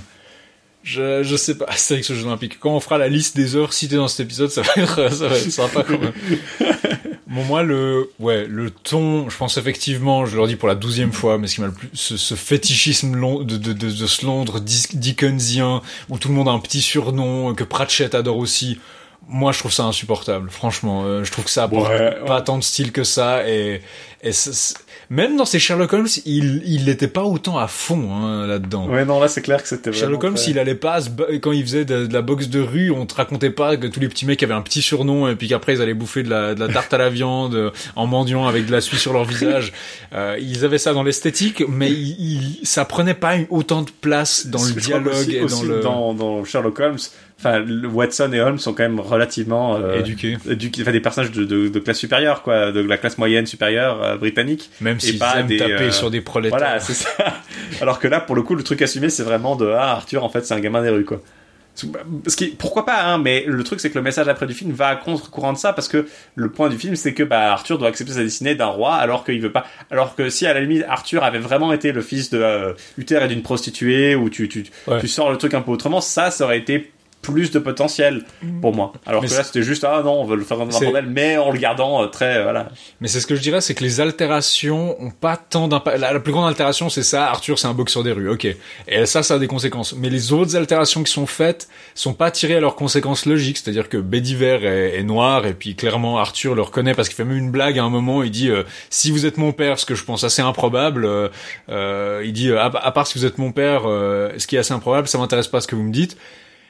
Je, je sais pas, Astérix aux Jeux Olympiques. Quand on fera la liste des heures citées dans cet épisode, ça va être, ça va être sympa quand même. Bon, moi, le, ouais, le ton, je pense effectivement, je le redis pour la douzième fois, mais ce qui m'a le plus, ce, ce fétichisme long, de, de, de, de ce Londres Dickensien, où tout le monde a un petit surnom, que Pratchett adore aussi. Moi, je trouve ça insupportable. Franchement, euh, je trouve que ça apporte ouais, pas ouais. tant de style que ça, et, et c'est, c'est... même dans ces Sherlock Holmes, il, il était pas autant à fond, hein, là-dedans. Ouais, non, là, c'est clair que c'était vraiment Sherlock Holmes, très... il allait pas, quand il faisait de, de la boxe de rue, on te racontait pas que tous les petits mecs avaient un petit surnom, et puis qu'après, ils allaient bouffer de la, de la tarte à la viande, en mendiant avec de la suie sur leur visage. Euh, ils avaient ça dans l'esthétique, mais il, il, ça prenait pas autant de place dans le dialogue aussi, et aussi dans le... Dans, dans Sherlock Holmes, enfin, Watson et Holmes sont quand même relativement euh, éduqués, éduqués, enfin des personnages de, de, de classe supérieure, quoi, de la classe moyenne supérieure euh, britannique. Même s'ils aiment des, taper euh, sur des prolétaires. Voilà, c'est ça. Alors que là, pour le coup, le truc assumé, c'est vraiment de ah Arthur, en fait, c'est un gamin des rues, quoi. Ce qui, pourquoi pas, hein, mais le truc c'est que le message après du film va à contre-courant de ça, parce que le point du film c'est que bah Arthur doit accepter sa destinée d'un roi, alors qu'il veut pas, alors que si à la limite Arthur avait vraiment été le fils de euh, Uther et d'une prostituée, ou tu tu ouais. tu sors le truc un peu autrement, ça ça aurait été plus de potentiel pour moi. Alors mais que là c'était juste ah non on veut le faire dans un bordel, mais en le gardant euh, très euh, voilà. Mais c'est ce que je dirais, c'est que les altérations ont pas tant d'impact. La, la plus grande altération c'est ça, Arthur c'est un boxeur des rues, ok. Et ça ça a des conséquences. Mais les autres altérations qui sont faites sont pas tirées à leurs conséquences logiques, c'est-à-dire que Bédiver est, est noir et puis clairement Arthur le reconnaît parce qu'il fait même une blague à un moment, il dit euh, si vous êtes mon père, ce que je pense assez improbable, euh, euh, il dit à, à part si vous êtes mon père, euh, ce qui est assez improbable, ça m'intéresse pas ce que vous me dites.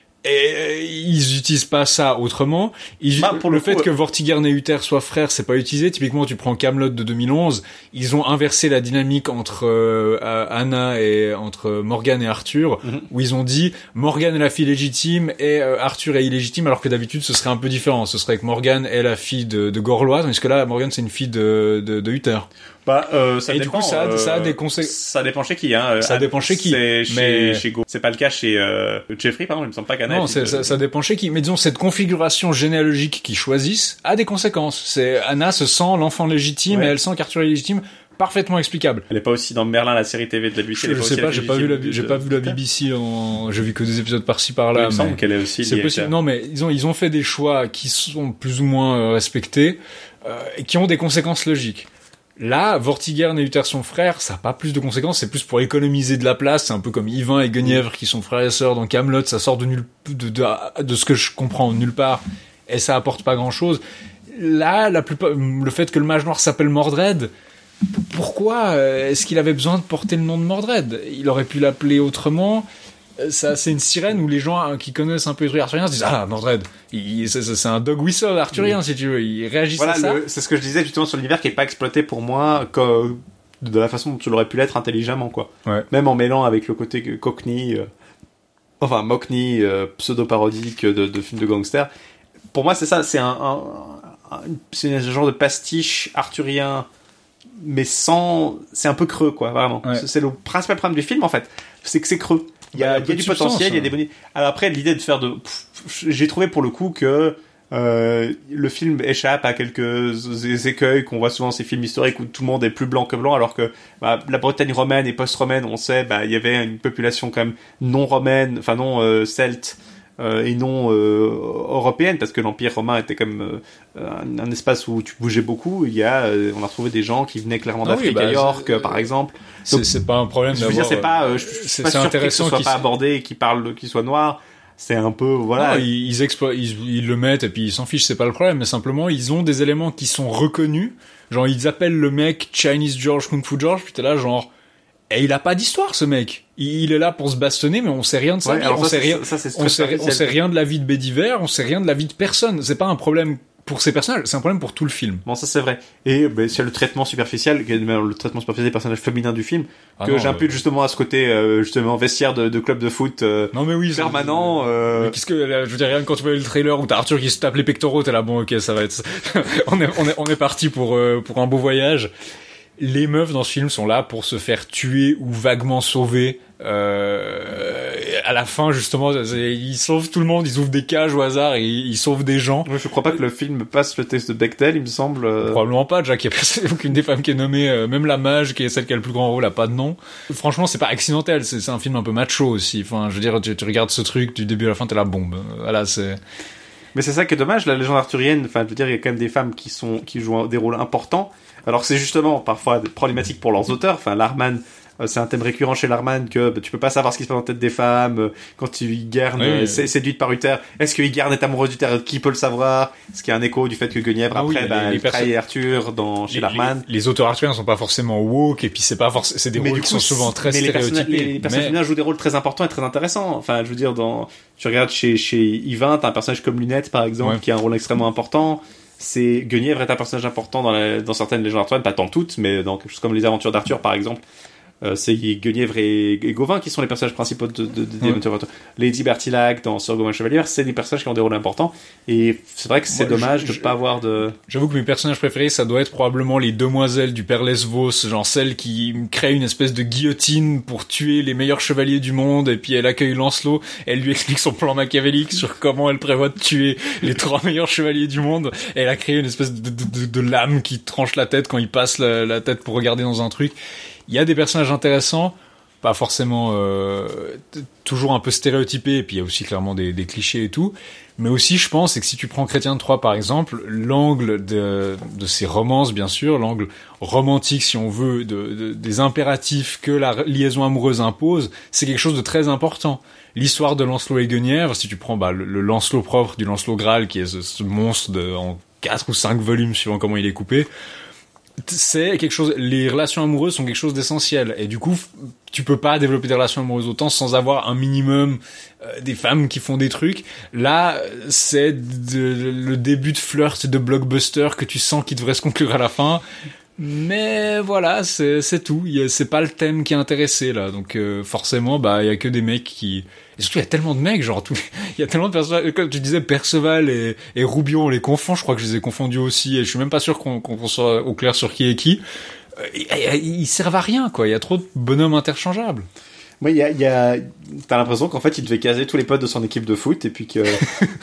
Et ils utilisent pas ça autrement. Ils, bah, pour le, le coup, fait ouais. que Vortigern et Uther soient frères, c'est pas utilisé. Typiquement, tu prends Camelot de deux mille onze, ils ont inversé la dynamique entre euh, Anna et entre Morgan et Arthur, mm-hmm. où ils ont dit Morgan est la fille légitime et euh, Arthur est illégitime, alors que d'habitude ce serait un peu différent. Ce serait que Morgan est la fille de, de Gorlois, tandis que là Morgan c'est une fille de de, de Uther. Bah, euh, ça et dépend. Du coup, ça, euh, ça a des conséquences. Ça dépend chez qui, hein. Ça dépend chez qui. C'est mais... chez, chez Go. C'est pas le cas chez euh, Jeffrey, par exemple. Il me semble pas qu'Anna. Non, c'est, de... ça, ça dépend chez qui. Mais disons, cette configuration généalogique qu'ils choisissent a des conséquences. C'est Anna se sent l'enfant légitime ouais. et elle sent qu'Arthur est légitime parfaitement explicable. Elle est pas aussi dans Merlin, la série T V de la B B C. Je, je sais pas, j'ai pas vu la, j'ai pas vu la B B C en, j'ai vu que des épisodes par-ci par-là. Il me semble qu'elle est aussi. C'est possible. Non, mais ils ont, ils ont fait des choix qui sont plus ou moins euh, respectés, euh, et qui ont des conséquences logiques. Là, Vortigern et Uther son frère, ça a pas plus de conséquences, c'est plus pour économiser de la place, c'est un peu comme Yvain et Guenièvre qui sont frères et sœurs dans Kaamelott, ça sort de nulle, de, de, de ce que je comprends, nulle part, et ça apporte pas grand chose. Là, la plupart, le fait que le mage noir s'appelle Mordred, pourquoi est-ce qu'il avait besoin de porter le nom de Mordred? Il aurait pu l'appeler autrement. Ça, c'est une sirène où les gens qui connaissent un peu les trucs arthuriens se disent ah Mordred, il, c'est, c'est un dog whistle arthurien mmh. si tu veux, ils réagissent voilà, à ça. Le, c'est ce que je disais justement sur l'univers qui est pas exploité pour moi comme, de la façon dont tu l'aurais pu l'être intelligemment quoi. Ouais. Même en mêlant avec le côté cockney, euh, enfin mockney, euh, pseudo parodique de, de films de gangsters. Pour moi c'est ça, c'est un, un, un c'est un genre de pastiche arthurien. Mais sans, c'est un peu creux quoi, vraiment. Ouais. C'est, c'est le principal problème du film en fait, c'est que c'est creux. Il y a, bah, il y a, il y a du potentiel, il y a des bonnes. Alors après, l'idée de faire de, pff, j'ai trouvé pour le coup que euh, le film échappe à quelques écueils qu'on voit souvent dans ces films historiques où tout le monde est plus blanc que blanc, alors que bah, la Bretagne romaine et post-romaine, on sait, bah il y avait une population quand même non romaine, enfin non euh, celte. Euh, et non euh, européenne, parce que l'Empire romain était comme euh, un, un espace où tu bougeais beaucoup. Il y a, euh, on a retrouvé des gens qui venaient clairement d'Afrique, ah oui, bah, à York, euh, par exemple. C'est, Donc, c'est pas un problème. Je veux dire, c'est pas, euh, je, je suis pas sûr que ce soit pas abordé, et qu'ils parlent, qu'ils soient noirs. C'est un peu, voilà. Non, ils, ils, explo- ils, ils le mettent et puis ils s'en fichent, c'est pas le problème. Mais simplement, ils ont des éléments qui sont reconnus. Genre, ils appellent le mec Chinese George, Kung Fu George, puis t'es là, genre. Et il a pas d'histoire, ce mec. Il, il est là pour se bastonner, mais on sait rien de sa ouais, vie. On ça, sait rien, ça, c'est on sait, on sait rien de la vie de Bédiver, on sait rien de la vie de personne. C'est pas un problème pour ces personnages, c'est un problème pour tout le film. Bon, ça c'est vrai. Et ben, c'est le traitement superficiel, le traitement superficiel des personnages féminins du film, ah que non, j'impute euh... justement à ce côté, euh, justement, vestiaire de, de club de foot euh, non, mais oui, permanent. Euh... Mais qu'est-ce que, je veux dire, rien que quand tu vois le trailer où t'as Arthur qui se tape les pectoraux, t'es là, bon, ok, ça va être, on est, on est, on est parti pour, euh, pour un beau voyage. Les meufs dans ce film sont là pour se faire tuer ou vaguement sauver. Euh, à la fin, justement, ils sauvent tout le monde, ils ouvrent des cages au hasard et ils sauvent des gens. Ouais, je crois pas que le film passe le test de Bechdel, il me semble. Euh... Probablement pas, Jack. Il y a personne, aucune des femmes qui est nommée, euh, même la mage, qui est celle qui a le plus grand rôle, a pas de nom. Franchement, c'est pas accidentel, c'est, c'est un film un peu macho aussi. Enfin, je veux dire, tu, tu regardes ce truc du début à la fin, t'es la bombe. Voilà, c'est. Mais c'est ça qui est dommage, la légende arthurienne. Enfin, je veux dire, il y a quand même des femmes qui sont, qui jouent des rôles importants. Alors c'est justement parfois problématique pour leurs auteurs. Enfin, Larman, euh, c'est un thème récurrent chez Larman que bah, tu peux pas savoir ce qui se passe dans la tête des femmes euh, quand tu Hygern oui, euh, c'est séduite par Uther. Est-ce que Hygern est amoureuse d'Uther? Qui peut le savoir? Ce qui est un écho du fait que Guenièvre ah, après oui, bah, les, les trahit perso- Arthur dans chez les, Larman. Les, les auteurs arthuriens sont pas forcément woke et puis c'est pas forcément c'est des mais rôles coup, qui sont souvent très mais stéréotypés. Les, les personnages féminins mais... jouent des rôles très importants et très intéressants. Enfin, je veux dire, dans tu regardes chez chez Yvain, t'as un personnage comme Lunette par exemple ouais. qui a un rôle extrêmement important. C'est Guenièvre est un personnage important dans, la, dans certaines légendes arthuriennes, pas dans toutes, mais dans quelque chose comme les aventures d'Arthur par exemple. Euh, c'est Guenièvre et, et Gauvin qui sont les personnages principaux de, de, de, de, ouais. de Lady Bertilac dans Sir Gawain Chevalier, c'est des personnages qui ont des rôles importants et c'est vrai que c'est ouais, dommage je, de je, pas avoir de... J'avoue que mes personnages préférés ça doit être probablement les demoiselles du père Lesvos, genre celle qui crée une espèce de guillotine pour tuer les meilleurs chevaliers du monde et puis elle accueille Lancelot, elle lui explique son plan machiavélique sur comment elle prévoit de tuer les trois meilleurs chevaliers du monde et elle a créé une espèce de, de, de, de lame qui tranche la tête quand il passe la, la tête pour regarder dans un truc. Il y a des personnages intéressants, pas forcément euh, t- toujours un peu stéréotypés, et puis il y a aussi clairement des, des clichés et tout. Mais aussi, je pense, c'est que si tu prends Chrétien de Troyes, par exemple, l'angle de, de ces romances, bien sûr, l'angle romantique, si on veut, de, de, des impératifs que la liaison amoureuse impose, c'est quelque chose de très important. L'histoire de Lancelot et Guenièvre, si tu prends bah, le, le Lancelot propre du Lancelot Graal, qui est ce, ce monstre de, en quatre ou cinq volumes, suivant comment il est coupé, c'est quelque chose, les relations amoureuses sont quelque chose d'essentiel et du coup tu peux pas développer des relations amoureuses autant sans avoir un minimum euh, des femmes qui font des trucs. Là c'est de, le début de flirt de blockbuster que tu sens qui devrait se conclure à la fin, mais voilà c'est c'est tout, il y a, c'est pas le thème qui est intéressé là, donc euh, forcément bah il y a que des mecs qui, et surtout il y a tellement de mecs, genre tout, il y a tellement de personnages, comme tu disais Perceval et, et Roubion on les confond, je crois que je les ai confondus aussi et je suis même pas sûr qu'on, qu'on soit au clair sur qui est qui. euh, ils servent à rien quoi, il y a trop de bonhommes interchangeables. Moi, il y a, il y a, t'as l'impression qu'en fait, il devait caser tous les potes de son équipe de foot et puis que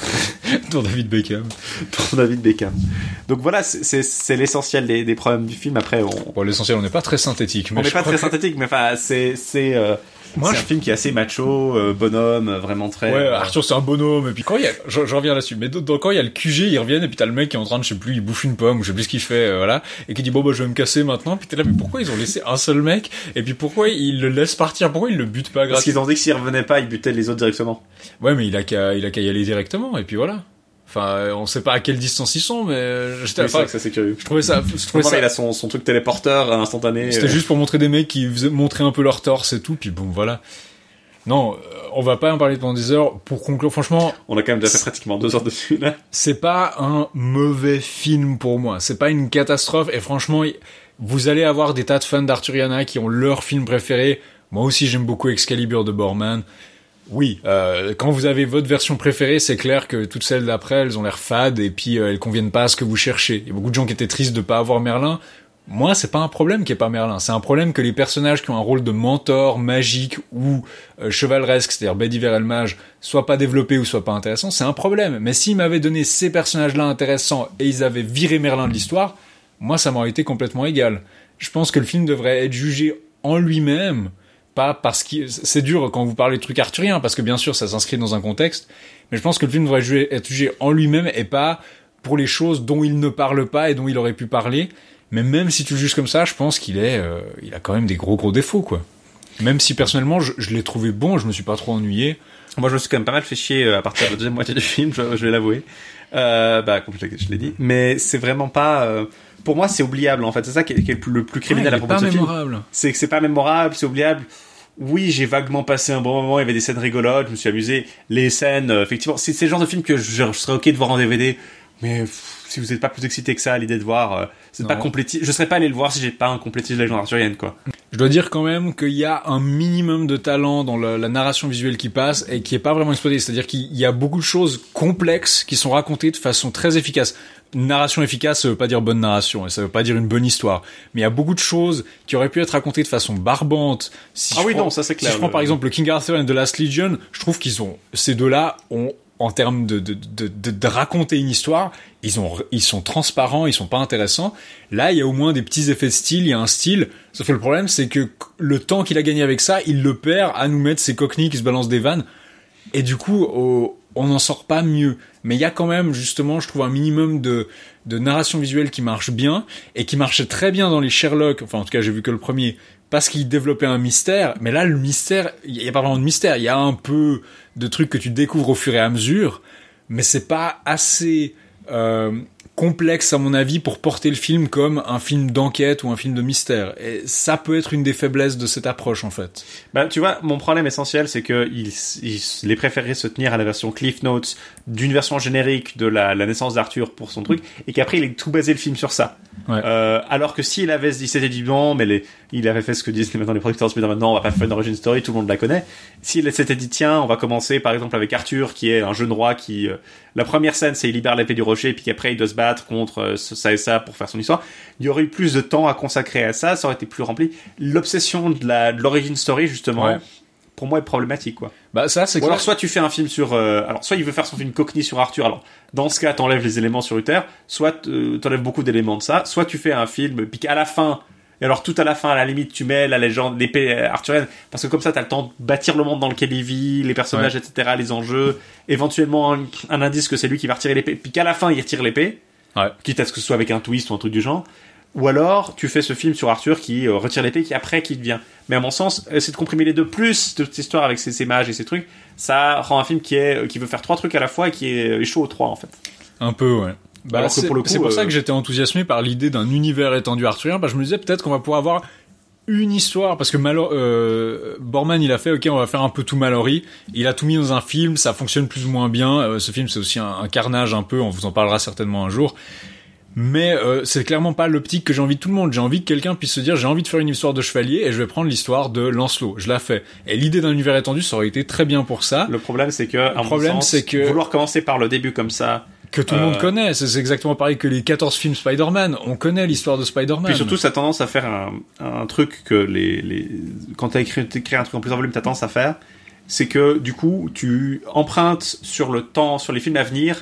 Dont David Beckham. Dont David Beckham. Donc voilà, c'est, c'est, c'est l'essentiel des, des problèmes du film. Après, on... Bon, l'essentiel, on n'est pas très synthétique. Mais on n'est pas très que... synthétique, mais enfin, c'est... c'est euh... Moi, c'est je... un film qui est assez macho, euh, bonhomme, vraiment très... Ouais, euh... Arthur, c'est un bonhomme, et puis quand il y a... Je, je reviens là-dessus, mais donc, quand il y a le Q G, ils reviennent, et puis t'as le mec qui est en train de, je sais plus, il bouffe une pomme, ou je sais plus ce qu'il fait, euh, voilà, et qui dit, bon, bah, je vais me casser maintenant, puis t'es là, mais pourquoi ils ont laissé un seul mec, et puis pourquoi ils le laissent partir, pourquoi ils le butent pas gratuitement? Parce qu'ils ont dit que s'il revenait pas, ils butaient les autres directement. Ouais, mais il a qu'à, il a qu'à y aller directement, et puis voilà. Enfin, on sait pas à quelle distance ils sont, mais j'étais oui, c'est vrai que ça c'est curieux. Je trouvais ça, je trouvais ça. ça. Il a son, son truc téléporteur instantané. C'était euh... juste pour montrer des mecs qui faisaient montrer un peu leur torse et tout, puis bon, voilà. Non, on va pas en parler pendant des heures. Pour conclure, franchement, on a quand même déjà fait pratiquement deux heures dessus là. C'est pas un mauvais film pour moi. C'est pas une catastrophe. Et franchement, vous allez avoir des tas de fans d'Arthuriana qui ont leur film préféré. Moi aussi, j'aime beaucoup Excalibur de Boorman. Oui, euh, quand vous avez votre version préférée, c'est clair que toutes celles d'après, elles ont l'air fades et puis euh, elles conviennent pas à ce que vous cherchez. Il y a beaucoup de gens qui étaient tristes de pas avoir Merlin. Moi, c'est pas un problème qu'il n'y ait pas Merlin. C'est un problème que les personnages qui ont un rôle de mentor, magique ou euh, chevaleresque, c'est-à-dire Bedivere et le mage, soient pas développés ou soient pas intéressants. C'est un problème. Mais s'ils m'avaient donné ces personnages-là intéressants et ils avaient viré Merlin de l'histoire, moi, ça m'aurait été complètement égal. Je pense que le film devrait être jugé en lui-même, pas parce que c'est dur quand vous parlez de trucs arthuriens, parce que bien sûr, ça s'inscrit dans un contexte. Mais je pense que le film devrait juger, être jugé en lui-même et pas pour les choses dont il ne parle pas et dont il aurait pu parler. Mais même si tu le juges comme ça, je pense qu'il est, euh, il a quand même des gros gros défauts, quoi. Même si personnellement, je, je l'ai trouvé bon, je me suis pas trop ennuyé. Moi, je me suis quand même pas mal fait chier à partir de la deuxième moitié du film, je, je vais l'avouer. Euh, bah, comme je l'ai, je l'ai dit. Mais c'est vraiment pas, euh, pour moi, c'est oubliable, en fait. C'est ça qui est, qui est le plus criminel ouais, à propos de ce film. Mémorable. C'est que c'est pas mémorable, c'est oubliable. Oui, j'ai vaguement passé un bon moment, il y avait des scènes rigolotes, je me suis amusé. Les scènes, euh, effectivement, c'est, c'est le genre de film que je, je serais ok de voir en D V D, mais pff, si vous n'êtes pas plus excité que ça à l'idée de voir, euh, c'est pas complétiste. Je serais pas allé le voir si j'ai pas un complétiste de légende arthurienne, quoi. Je dois dire quand même qu'il y a un minimum de talent dans la, la narration visuelle qui passe et qui est pas vraiment exploité. C'est-à-dire qu'il y a beaucoup de choses complexes qui sont racontées de façon très efficace. Une narration efficace, ça veut pas dire bonne narration, et ça veut pas dire une bonne histoire. Mais il y a beaucoup de choses qui auraient pu être racontées de façon barbante. Si ah oui, prends, non, ça c'est clair. Si je prends le... par exemple le King Arthur and the Last Legion, je trouve qu'ils ont, ces deux-là ont, en termes de, de, de, de, de raconter une histoire, ils ont, ils sont transparents, ils sont pas intéressants. Là, il y a au moins des petits effets de style, il y a un style. Sauf que le problème, c'est que le temps qu'il a gagné avec ça, il le perd à nous mettre ces cockneys qui se balancent des vannes. Et du coup, au, on n'en sort pas mieux. Mais il y a quand même, justement, je trouve un minimum de, de narration visuelle qui marche bien, et qui marchait très bien dans les Sherlock, enfin, en tout cas, j'ai vu que le premier, parce qu'il développait un mystère. Mais là, le mystère, il y a pas vraiment de mystère. Il y a un peu de trucs que tu découvres au fur et à mesure, mais c'est pas assez euh, complexe, à mon avis, pour porter le film comme un film d'enquête ou un film de mystère. Et ça peut être une des faiblesses de cette approche, en fait. Bah, tu vois, mon problème essentiel, c'est que il, il les préférait se tenir à la version Cliff Notes d'une version générique de la, la naissance d'Arthur pour son truc, et qu'après, il ait tout basé le film sur ça. Ouais. Euh, alors que s'il avait, il s'était dit non, mais les, il avait fait ce que disent maintenant les producteurs, mais maintenant on va pas faire une origin story, tout le monde la connaît. S'il s'était dit tiens, on va commencer par exemple avec Arthur, qui est un jeune roi qui, euh, la première scène c'est il libère l'épée du rocher, puis qu'après il doit se battre contre euh, ça et ça pour faire son histoire. Il y aurait eu plus de temps à consacrer à ça, ça aurait été plus rempli. L'obsession de la, de l'origin story justement. Ouais. Pour moi est problématique, quoi. Bah ça c'est ou clair. Alors soit tu fais un film sur euh, alors soit il veut faire son film Cockney sur Arthur, alors dans ce cas t'enlèves les éléments sur Uther, soit euh, t'enlèves beaucoup d'éléments de ça, soit tu fais un film puis qu'à la fin, et alors tout à la fin à la limite tu mets la légende, l'épée arthurienne, parce que comme ça t'as le temps de bâtir le monde dans lequel il vit, les personnages, ouais. etc., les enjeux, éventuellement un, un indice que c'est lui qui va retirer l'épée, puis qu'à la fin il retire l'épée, ouais. quitte à ce que ce soit avec un twist ou un truc du genre. Ou alors, tu fais ce film sur Arthur qui euh, retire l'épée, qui après qui devient. Mais à mon sens, essayer de comprimer les deux, plus de cette histoire avec ses, ses mages et ses trucs, ça rend un film qui est qui veut faire trois trucs à la fois et qui est chaud aux trois, en fait. Un peu, ouais. Bah, alors c'est, que pour le coup, c'est pour euh... ça que j'étais enthousiasmé par l'idée d'un univers étendu arthurien. Bah, je me disais peut-être qu'on va pouvoir avoir une histoire, parce que Malo- euh, Boorman, il a fait, ok, on va faire un peu tout Mallory. Il a tout mis dans un film, ça fonctionne plus ou moins bien. Euh, ce film, c'est aussi un, un carnage un peu, on vous en parlera certainement un jour. Mais euh, c'est clairement pas l'optique que j'ai envie de tout le monde. J'ai envie que quelqu'un puisse se dire j'ai envie de faire une histoire de chevalier et je vais prendre l'histoire de Lancelot. Je la fais. Et l'idée d'un univers étendu, ça aurait été très bien pour ça. Le problème c'est que, à le problème, mon sens, c'est que vouloir commencer par le début comme ça, que tout euh... le monde connaît. C'est, c'est exactement pareil que les quatorze films Spider-Man. On connaît l'histoire de Spider-Man. Puis surtout, ça a tendance à faire un, un truc que les, les, quand t'as écrit, t'écris un truc en plusieurs volumes, t'as tendance à faire. C'est que, du coup, tu empruntes sur le temps, sur les films à venir,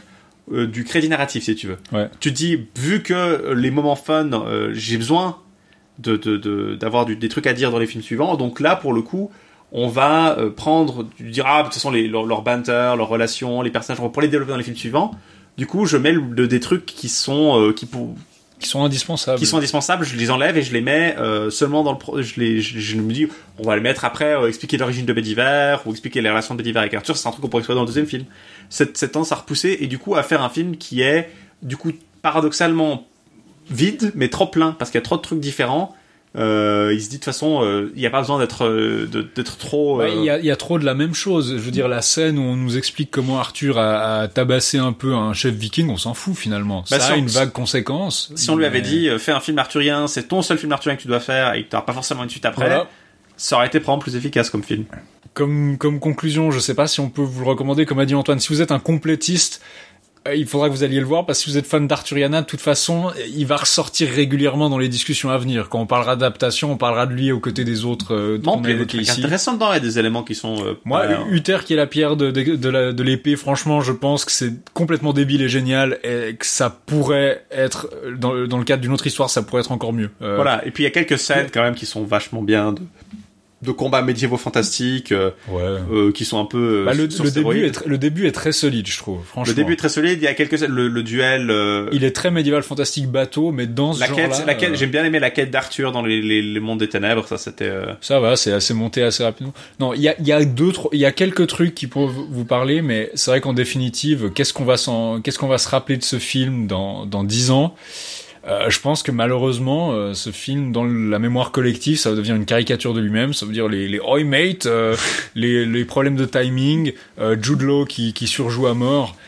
euh, du crédit narratif, si tu veux. Ouais. Tu te dis, vu que les moments fun, euh, j'ai besoin de, de, de, d'avoir du, des trucs à dire dans les films suivants, donc là, pour le coup, on va euh, prendre, tu dire, ah, de toute façon, les, leur, leur banter, leurs relations, les personnages, pour les développer dans les films suivants. Du coup, je mets le, le, des trucs qui sont, euh, qui pour, Qui sont indispensables. qui sont indispensables, je les enlève et je les mets euh, seulement dans le pro- je les je, je me dis on va les mettre après euh, expliquer l'origine de Bédiver ou expliquer les relations de Bédiver avec Arthur, c'est un truc qu'on pourrait explorer dans le deuxième film. Cette cette tendance à repousser et du coup à faire un film qui est du coup paradoxalement vide mais trop plein parce qu'il y a trop de trucs différents. Euh, il se dit de toute façon, euh, il n'y a pas besoin d'être euh, de, d'être trop. Il Euh... bah, y, a, y a trop de la même chose. Je veux dire, la scène où on nous explique comment Arthur a, a tabassé un peu un chef viking, on s'en fout finalement. Bah, ça si a on, une vague conséquence. Si on lui mais... avait dit, euh, fais un film arthurien, c'est ton seul film arthurien que tu dois faire et que tu n'auras pas forcément une suite après, Voilà. ça aurait été probablement plus efficace comme film. Comme, comme conclusion, je sais pas si on peut vous le recommander, comme a dit Antoine, si vous êtes un complétiste, euh, il faudra que vous alliez le voir, parce que si vous êtes fan d'Arthuriana, de toute façon, il va ressortir régulièrement dans les discussions à venir. Quand on parlera d'adaptation, on parlera de lui aux côtés des autres euh, Non, qu'on puis a il y a des évoqués trucs ici. intéressants dedans, il y a des éléments qui sont... Euh, Moi, pas- Uther qui est la pierre de, de, de, la- de l'épée, franchement, je pense que c'est complètement débile et génial, et que ça pourrait être, dans, dans le cadre d'une autre histoire, ça pourrait être encore mieux. Euh, Voilà, et puis il y a quelques scènes quand même qui sont vachement bien, de, de combats médiévaux fantastiques, euh, Ouais. euh, qui sont un peu... euh, Bah, le, sur le, début stéroïdes. est tr- le début est très solide, je trouve, franchement. Le début est très solide, il y a quelques scènes, le, le duel... euh, Il est très médiéval fantastique bateau, mais dans ce la quête, genre-là... la quête, euh, J'aime bien aimé la quête d'Arthur dans les, les, les mondes des ténèbres, ça c'était... euh, Ça va, c'est assez monté assez rapidement. Non, il y a, il y a deux, trois, il y a quelques trucs qui peuvent vous parler, mais c'est vrai qu'en définitive, qu'est-ce qu'on va s'en, qu'est-ce qu'on va se rappeler de ce film dans, dans dix ans? Euh, je pense que malheureusement, euh, ce film, dans la mémoire collective, ça devient une caricature de lui-même. Ça veut dire les, les Oi mate, euh, les, les problèmes de timing, euh, Jude Law qui, qui surjoue à mort.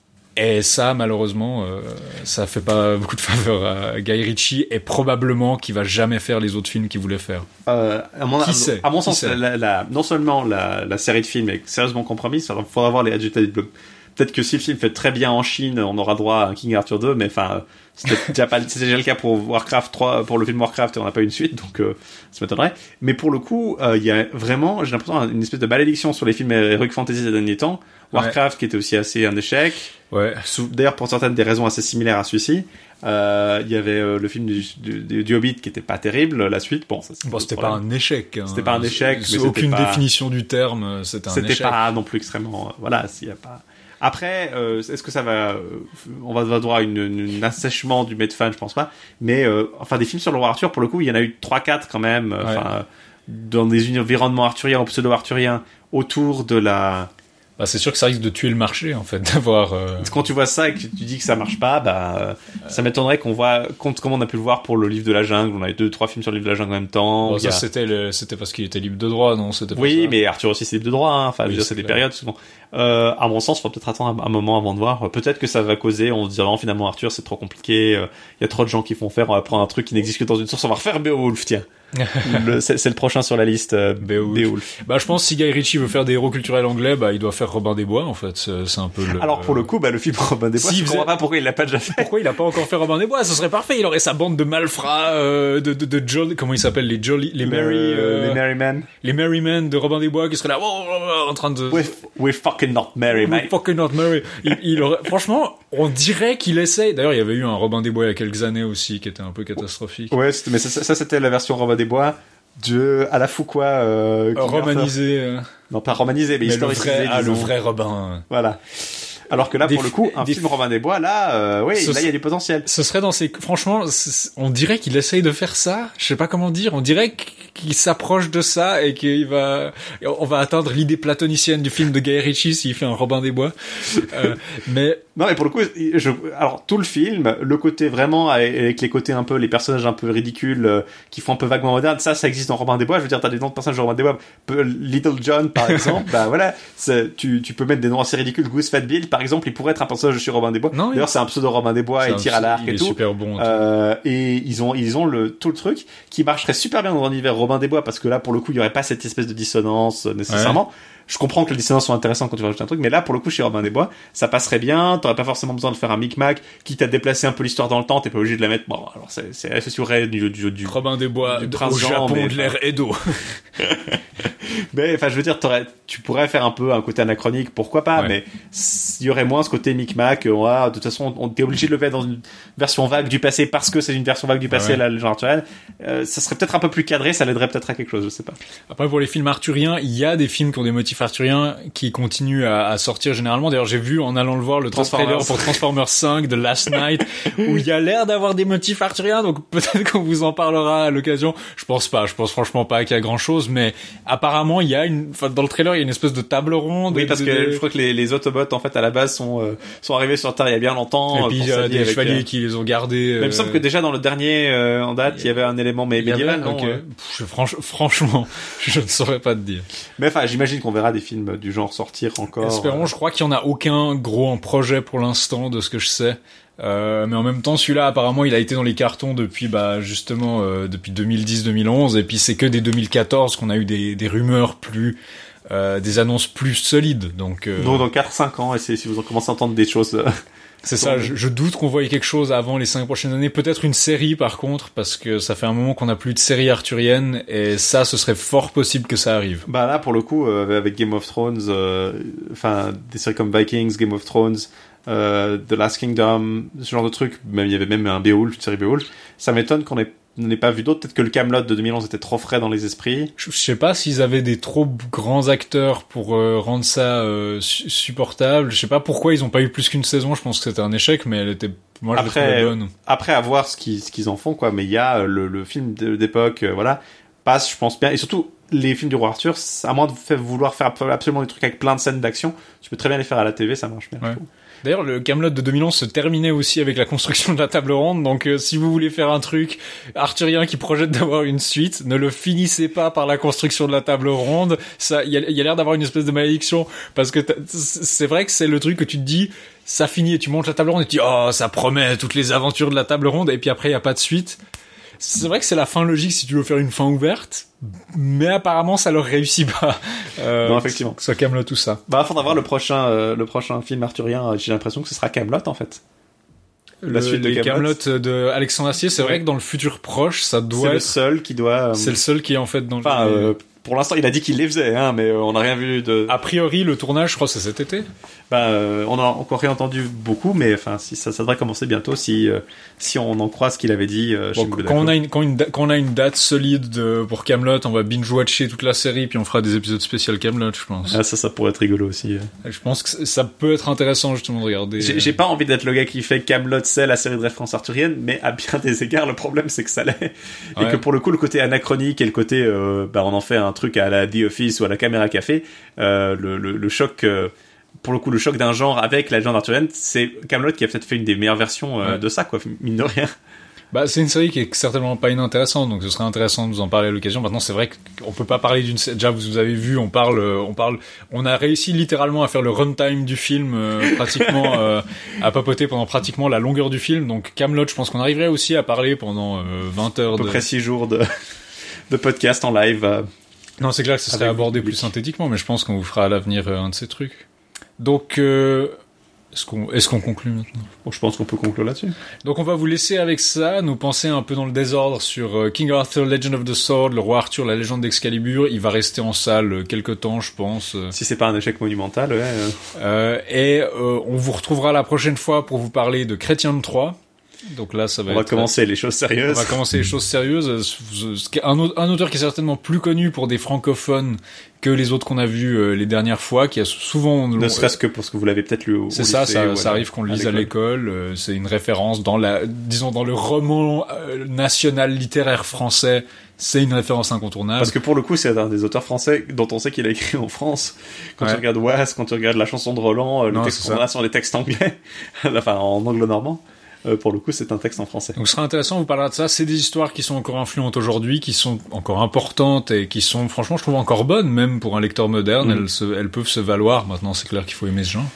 Et ça, malheureusement, euh, ça fait pas beaucoup de faveur à Guy Ritchie et probablement qu'il va jamais faire les autres films qu'il voulait faire. Euh, à mon, Qui à, sait à mon Qui sens, sait la, la, non seulement la, la série de films est sérieusement compromise, il faudra voir les Adjective Block. Peut-être que si le film fait très bien en Chine, on aura droit à un King Arthur deux, mais enfin, c'était déjà pas, c'était déjà le cas pour Warcraft trois, pour le film Warcraft, et on n'a pas eu une suite, donc euh, ça m'étonnerait. Mais pour le coup, il euh, y a vraiment, j'ai l'impression, une espèce de malédiction sur les films Heroic Fantasy ces derniers temps. Warcraft, ouais. Qui était aussi assez un échec. Ouais. D'ailleurs, pour certaines des raisons assez similaires à celui-ci. Il euh, y avait euh, le film du, du, du Hobbit qui était pas terrible, la suite, bon, ça, bon c'était pas un échec. Hein. C'était pas un échec, c'est, mais aucune pas... définition du terme, c'était un c'était échec. C'était pas non plus extrêmement, euh, voilà, s'il y a pas. Après, euh, est-ce que ça va, euh, on va avoir droit à une, une, un assèchement du made fan, je pense pas. Mais euh, enfin, des films sur le roi Arthur, pour le coup, il y en a eu trois quatre quand même. Enfin, ouais. euh, dans des environnements arthuriens ou pseudo-arthuriens autour de la. Bah, c'est sûr que ça risque de tuer le marché, en fait, d'avoir... Euh... Quand tu vois ça et que tu dis que ça marche pas, bah, euh, ça m'étonnerait qu'on voit, comme on a pu le voir pour le livre de la jungle, on avait deux, trois films sur le livre de la jungle en même temps. Bon, ça, a... c'était, le, c'était parce qu'il était libre de droit, non? C'était oui, ça. mais Arthur aussi, c'est libre de droit, hein. Enfin, oui, je veux dire, c'est, c'est des périodes, souvent. Euh, à mon sens, il faut peut-être attendre un, un moment avant de voir. Peut-être que ça va causer, on se dira, non, finalement, Arthur, c'est trop compliqué, il euh, y a trop de gens qui font faire, on va prendre un truc qui n'existe que dans une source, on va refaire Beowulf, tiens. le, c'est, c'est le prochain sur la liste, euh, Beowulf. Beowulf. Bah, je pense que si Guy Ritchie veut faire des héros culturels anglais, bah, il doit faire Robin des Bois, en fait. C'est, c'est un peu le... Alors, pour le coup, bah, le film Robin des Bois, si je comprends pas pourquoi il l'a pas déjà fait. Pourquoi il a pas encore fait Robin des Bois? Ce serait parfait. Il aurait sa bande de malfrats, euh, de, de, de Jolly, comment ils s'appellent, les Jolly, les Merry, euh, les Merry Men. Les Merry Men de Robin des Bois qui seraient là, oh, oh, oh, en train de... We're, we're fucking not merry, mate. We're fucking not merry. Il, il aurait, franchement, on dirait qu'il essaye. D'ailleurs, il y avait eu un Robin des Bois il y a quelques années aussi, qui était un peu catastrophique. Ouais, mais ça, ça c'était la version Robin des Bois. De à la Foucault euh, euh, romanisé euh... non pas romanisé mais, mais historisé le vrai, ah, disons. Le vrai Robin voilà alors que là des pour le coup un des film Robin des Bois là euh, oui ce là il y a du potentiel ce serait dans ces franchement on dirait qu'il essaye de faire ça je sais pas comment dire on dirait qu'il s'approche de ça et qu'il va on va atteindre l'idée platonicienne du film de Guy Ritchie s'il fait un Robin des Bois euh, mais non mais pour le coup je, alors tout le film le côté vraiment avec les côtés un peu les personnages un peu ridicules euh, qui font un peu vaguement moderne ça ça existe dans Robin des Bois je veux dire t'as des noms de personnages de Robin des Bois Little John par exemple bah voilà c'est, tu, tu peux mettre des noms assez ridicules Goose Fat Bill par exemple il pourrait être un personnage de Robin des Bois non, d'ailleurs il... c'est un pseudo Robin des Bois il tire à l'arc et tout super bon, euh, et ils ont ils ont le tout le truc qui marcherait super bien dans l'univers Robin des Bois parce que là pour le coup il y aurait pas cette espèce de dissonance euh, nécessairement ouais. Je comprends que les dissonances sont intéressantes quand tu vas rajouter un truc mais là pour le coup chez Robin des Bois ça passerait bien t'aurais pas forcément besoin de faire un micmac quitte à déplacer un peu l'histoire dans le temps t'es pas obligé de la mettre bon alors c'est c'est associé du, du, du Robin des Bois du prince au Jean, Japon mais... de l'ère Edo Mais enfin, je veux dire, tu pourrais faire un peu un côté anachronique, pourquoi pas, ouais. Mais il y aurait moins ce côté micmac. Euh, ah, de toute façon, on t'es obligé de le faire dans une version vague du passé parce que c'est une version vague du passé, ouais. La légende arthurienne. Euh, ça serait peut-être un peu plus cadré, ça l'aiderait peut-être à quelque chose, je sais pas. Après, pour les films arthuriens, il y a des films qui ont des motifs arthuriens qui continuent à, à sortir généralement. D'ailleurs, j'ai vu en allant le voir le trailer pour Transformers cinq de Last Night où il y a l'air d'avoir des motifs arthuriens. Donc peut-être qu'on vous en parlera à l'occasion. Je pense pas. Je pense franchement pas qu'il y a grand chose, mais apparemment il y a une. Enfin, dans le trailer, il y a une espèce de table ronde. Oui, parce de, que de... je crois que les, les Autobots en fait à la base sont euh, sont arrivés sur Terre il y a bien longtemps. Et puis il y a des chevaliers euh... qui les ont gardés. Euh... Mais il me semble que déjà dans le dernier euh, en date, il y avait un élément mais médiéval. Non, okay. euh... Pff, franch, franchement, je ne saurais pas te dire. Mais enfin, j'imagine qu'on verra des films du genre sortir encore. Espérons. Euh... Je crois qu'il y en a aucun gros en projet pour l'instant, de ce que je sais. Euh, mais en même temps, celui-là, apparemment, il a été dans les cartons depuis, bah, justement, euh, depuis deux mille dix deux mille onze, et puis c'est que dès deux mille quatorze qu'on a eu des, des rumeurs plus, euh, des annonces plus solides, donc, euh... Donc, dans quatre cinq ans, et c'est, si vous commencez à entendre des choses, euh... C'est ça, je, je doute qu'on voie quelque chose avant les cinq prochaines années. Peut-être une série, par contre, parce que ça fait un moment qu'on n'a plus de série arthurienne, et ça, ce serait fort possible que ça arrive. Bah là, pour le coup, euh, avec Game of Thrones, enfin, euh, des séries comme Vikings, Game of Thrones, euh, The Last Kingdom, ce genre de trucs, même il y avait même un Beowulf, une série Beowulf, ça m'étonne qu'on ait on n'ai pas vu d'autres. Peut-être que le Camelot de deux mille onze était trop frais dans les esprits. Je sais pas s'ils avaient des trop grands acteurs pour euh, rendre ça euh, su- supportable. Je sais pas pourquoi ils ont pas eu plus qu'une saison. Je pense que c'était un échec, mais elle était, moi, je l'ai trouvée bonne. Après, à voir ce qu'ils, ce qu'ils en font, quoi. Mais il y a le, le film d'époque, euh, voilà, passe, je pense bien. Et surtout, les films du roi Arthur, à moins de faire, vouloir faire absolument des trucs avec plein de scènes d'action, tu peux très bien les faire à la T V, ça marche bien. Ouais. D'ailleurs, le Camelot de deux mille onze se terminait aussi avec la construction de la table ronde, donc euh, si vous voulez faire un truc arthurien qui projette d'avoir une suite, ne le finissez pas par la construction de la table ronde. Ça, il y a, y a l'air d'avoir une espèce de malédiction, parce que c'est vrai que c'est le truc que tu te dis, ça finit et tu montes la table ronde et tu dis, oh, ça promet toutes les aventures de la table ronde, et puis après il y a pas de suite. C'est vrai que c'est la fin logique si tu veux faire une fin ouverte, mais apparemment ça leur réussit pas. Euh, non, effectivement. Que ce soit Camelot, tout ça. Bah, faudra voir le prochain, euh, le prochain film arthurien. J'ai l'impression que ce sera Camelot en fait. La le, suite de Camelot de Alexandre Astier, c'est ouais. vrai que dans le futur proche, ça doit. C'est être... le seul qui doit. Euh... C'est le seul qui est en fait dans. Enfin, le... euh, pour l'instant, il a dit qu'il les faisait, hein, mais euh, on n'a rien vu de. A priori, le tournage, je crois, c'est cet été. Bah, euh, on a encore rien entendu beaucoup, mais enfin, si ça, ça devrait commencer bientôt, si euh, si on en croit ce qu'il avait dit. Euh, bon, quand on a une quand, une quand on a une date solide de, pour Camelot, on va binge watcher toute la série, puis on fera des épisodes spéciaux Camelot, je pense. Ah, ça, ça pourrait être rigolo aussi. Je pense que ça peut être intéressant justement de regarder. J'ai, j'ai pas envie d'être le gars qui fait Camelot, c'est la série de référence arthurienne, mais à bien des égards, le problème c'est que ça l'est, et ouais. que pour le coup, le côté anachronique et le côté, euh, bah, on en fait un truc à la The Office ou à la Caméra Café, euh, le, le, le choc. Euh, pour le coup, le choc d'un genre avec la légende arthurienne, c'est Camelot qui a peut-être fait une des meilleures versions euh, ouais. de ça, quoi, mine de rien. Bah, c'est une série qui est certainement pas inintéressante, donc ce serait intéressant de vous en parler à l'occasion. Maintenant, c'est vrai qu'on peut pas parler d'une, déjà, vous avez vu, on parle, on parle, on a réussi littéralement à faire le runtime du film, euh, pratiquement, euh, à papoter pendant pratiquement la longueur du film. Donc, Camelot, je pense qu'on arriverait aussi à parler pendant, euh, vingt heures à peu de... près six jours de, de podcast en live. Euh... Non, c'est clair que ce serait abordé plus synthétiquement, mais je pense qu'on vous fera à l'avenir un de ces trucs. Donc, euh, est-ce qu'on, est-ce qu'on conclut maintenant ? Bon, je pense qu'on peut conclure là-dessus. Donc, on va vous laisser avec ça, nous penser un peu dans le désordre sur euh, King Arthur, Legend of the Sword, le roi Arthur, la légende d'Excalibur. Il va rester en salle quelques temps, je pense. Si c'est pas un échec monumental, ouais. Euh... Euh, et euh, on vous retrouvera la prochaine fois pour vous parler de Chrétien de Troyes. Donc là, ça va on va être... commencer les choses sérieuses. On va commencer les choses sérieuses. Un, un auteur qui est certainement plus connu pour des francophones que les autres qu'on a vus euh, les dernières fois, qui a souvent... Ne serait-ce que parce que vous l'avez peut-être lu au, c'est au ça, lycée. Ça, ça ça arrive qu'on le lise à l'école. Euh, c'est une référence dans la, disons, dans le roman euh, national littéraire français. C'est une référence incontournable. Parce que pour le coup, c'est un des auteurs français dont on sait qu'il a écrit en France. Quand ouais. tu regardes Oise, quand tu regardes la chanson de Roland, le non, texte qu'on a sur les textes anglais, enfin en anglo-normand. Euh, pour le coup, c'est un texte en français. Donc, ce sera intéressant, on vous parlera de ça. C'est des histoires qui sont encore influentes aujourd'hui, qui sont encore importantes et qui sont, franchement, je trouve encore bonnes, même pour un lecteur moderne. Mmh. Elles, se, elles peuvent se valoir. Maintenant, c'est clair qu'il faut aimer ce genre.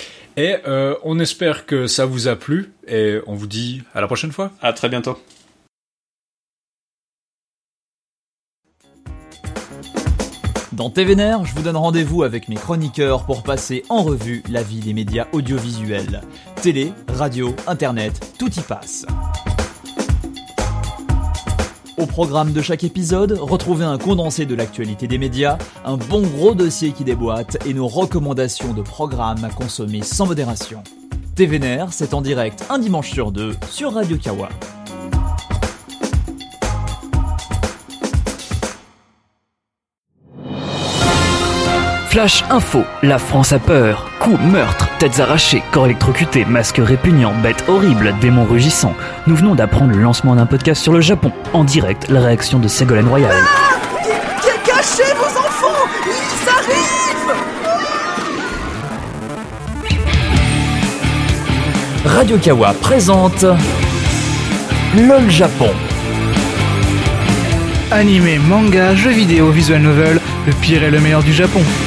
Et euh, on espère que ça vous a plu et on vous dit à la prochaine fois. À très bientôt. Dans T V N R, je vous donne rendez-vous avec mes chroniqueurs pour passer en revue la vie des médias audiovisuels. Télé, radio, internet, tout y passe. Au programme de chaque épisode, retrouvez un condensé de l'actualité des médias, un bon gros dossier qui déboîte et nos recommandations de programmes à consommer sans modération. T V N R, c'est en direct un dimanche sur deux sur Radio Kawa. Flash Info, la France a peur. Coups, meurtres, têtes arrachées, corps électrocutés, masques répugnants, bêtes horribles, démons rugissants. Nous venons d'apprendre le lancement d'un podcast sur le Japon. En direct, la réaction de Ségolène Royal. Ah, cachez vos enfants, ils arrivent. Radio Kawa présente LOL Japon. Animé, manga, jeux vidéo, visual novel, le pire et le meilleur du Japon.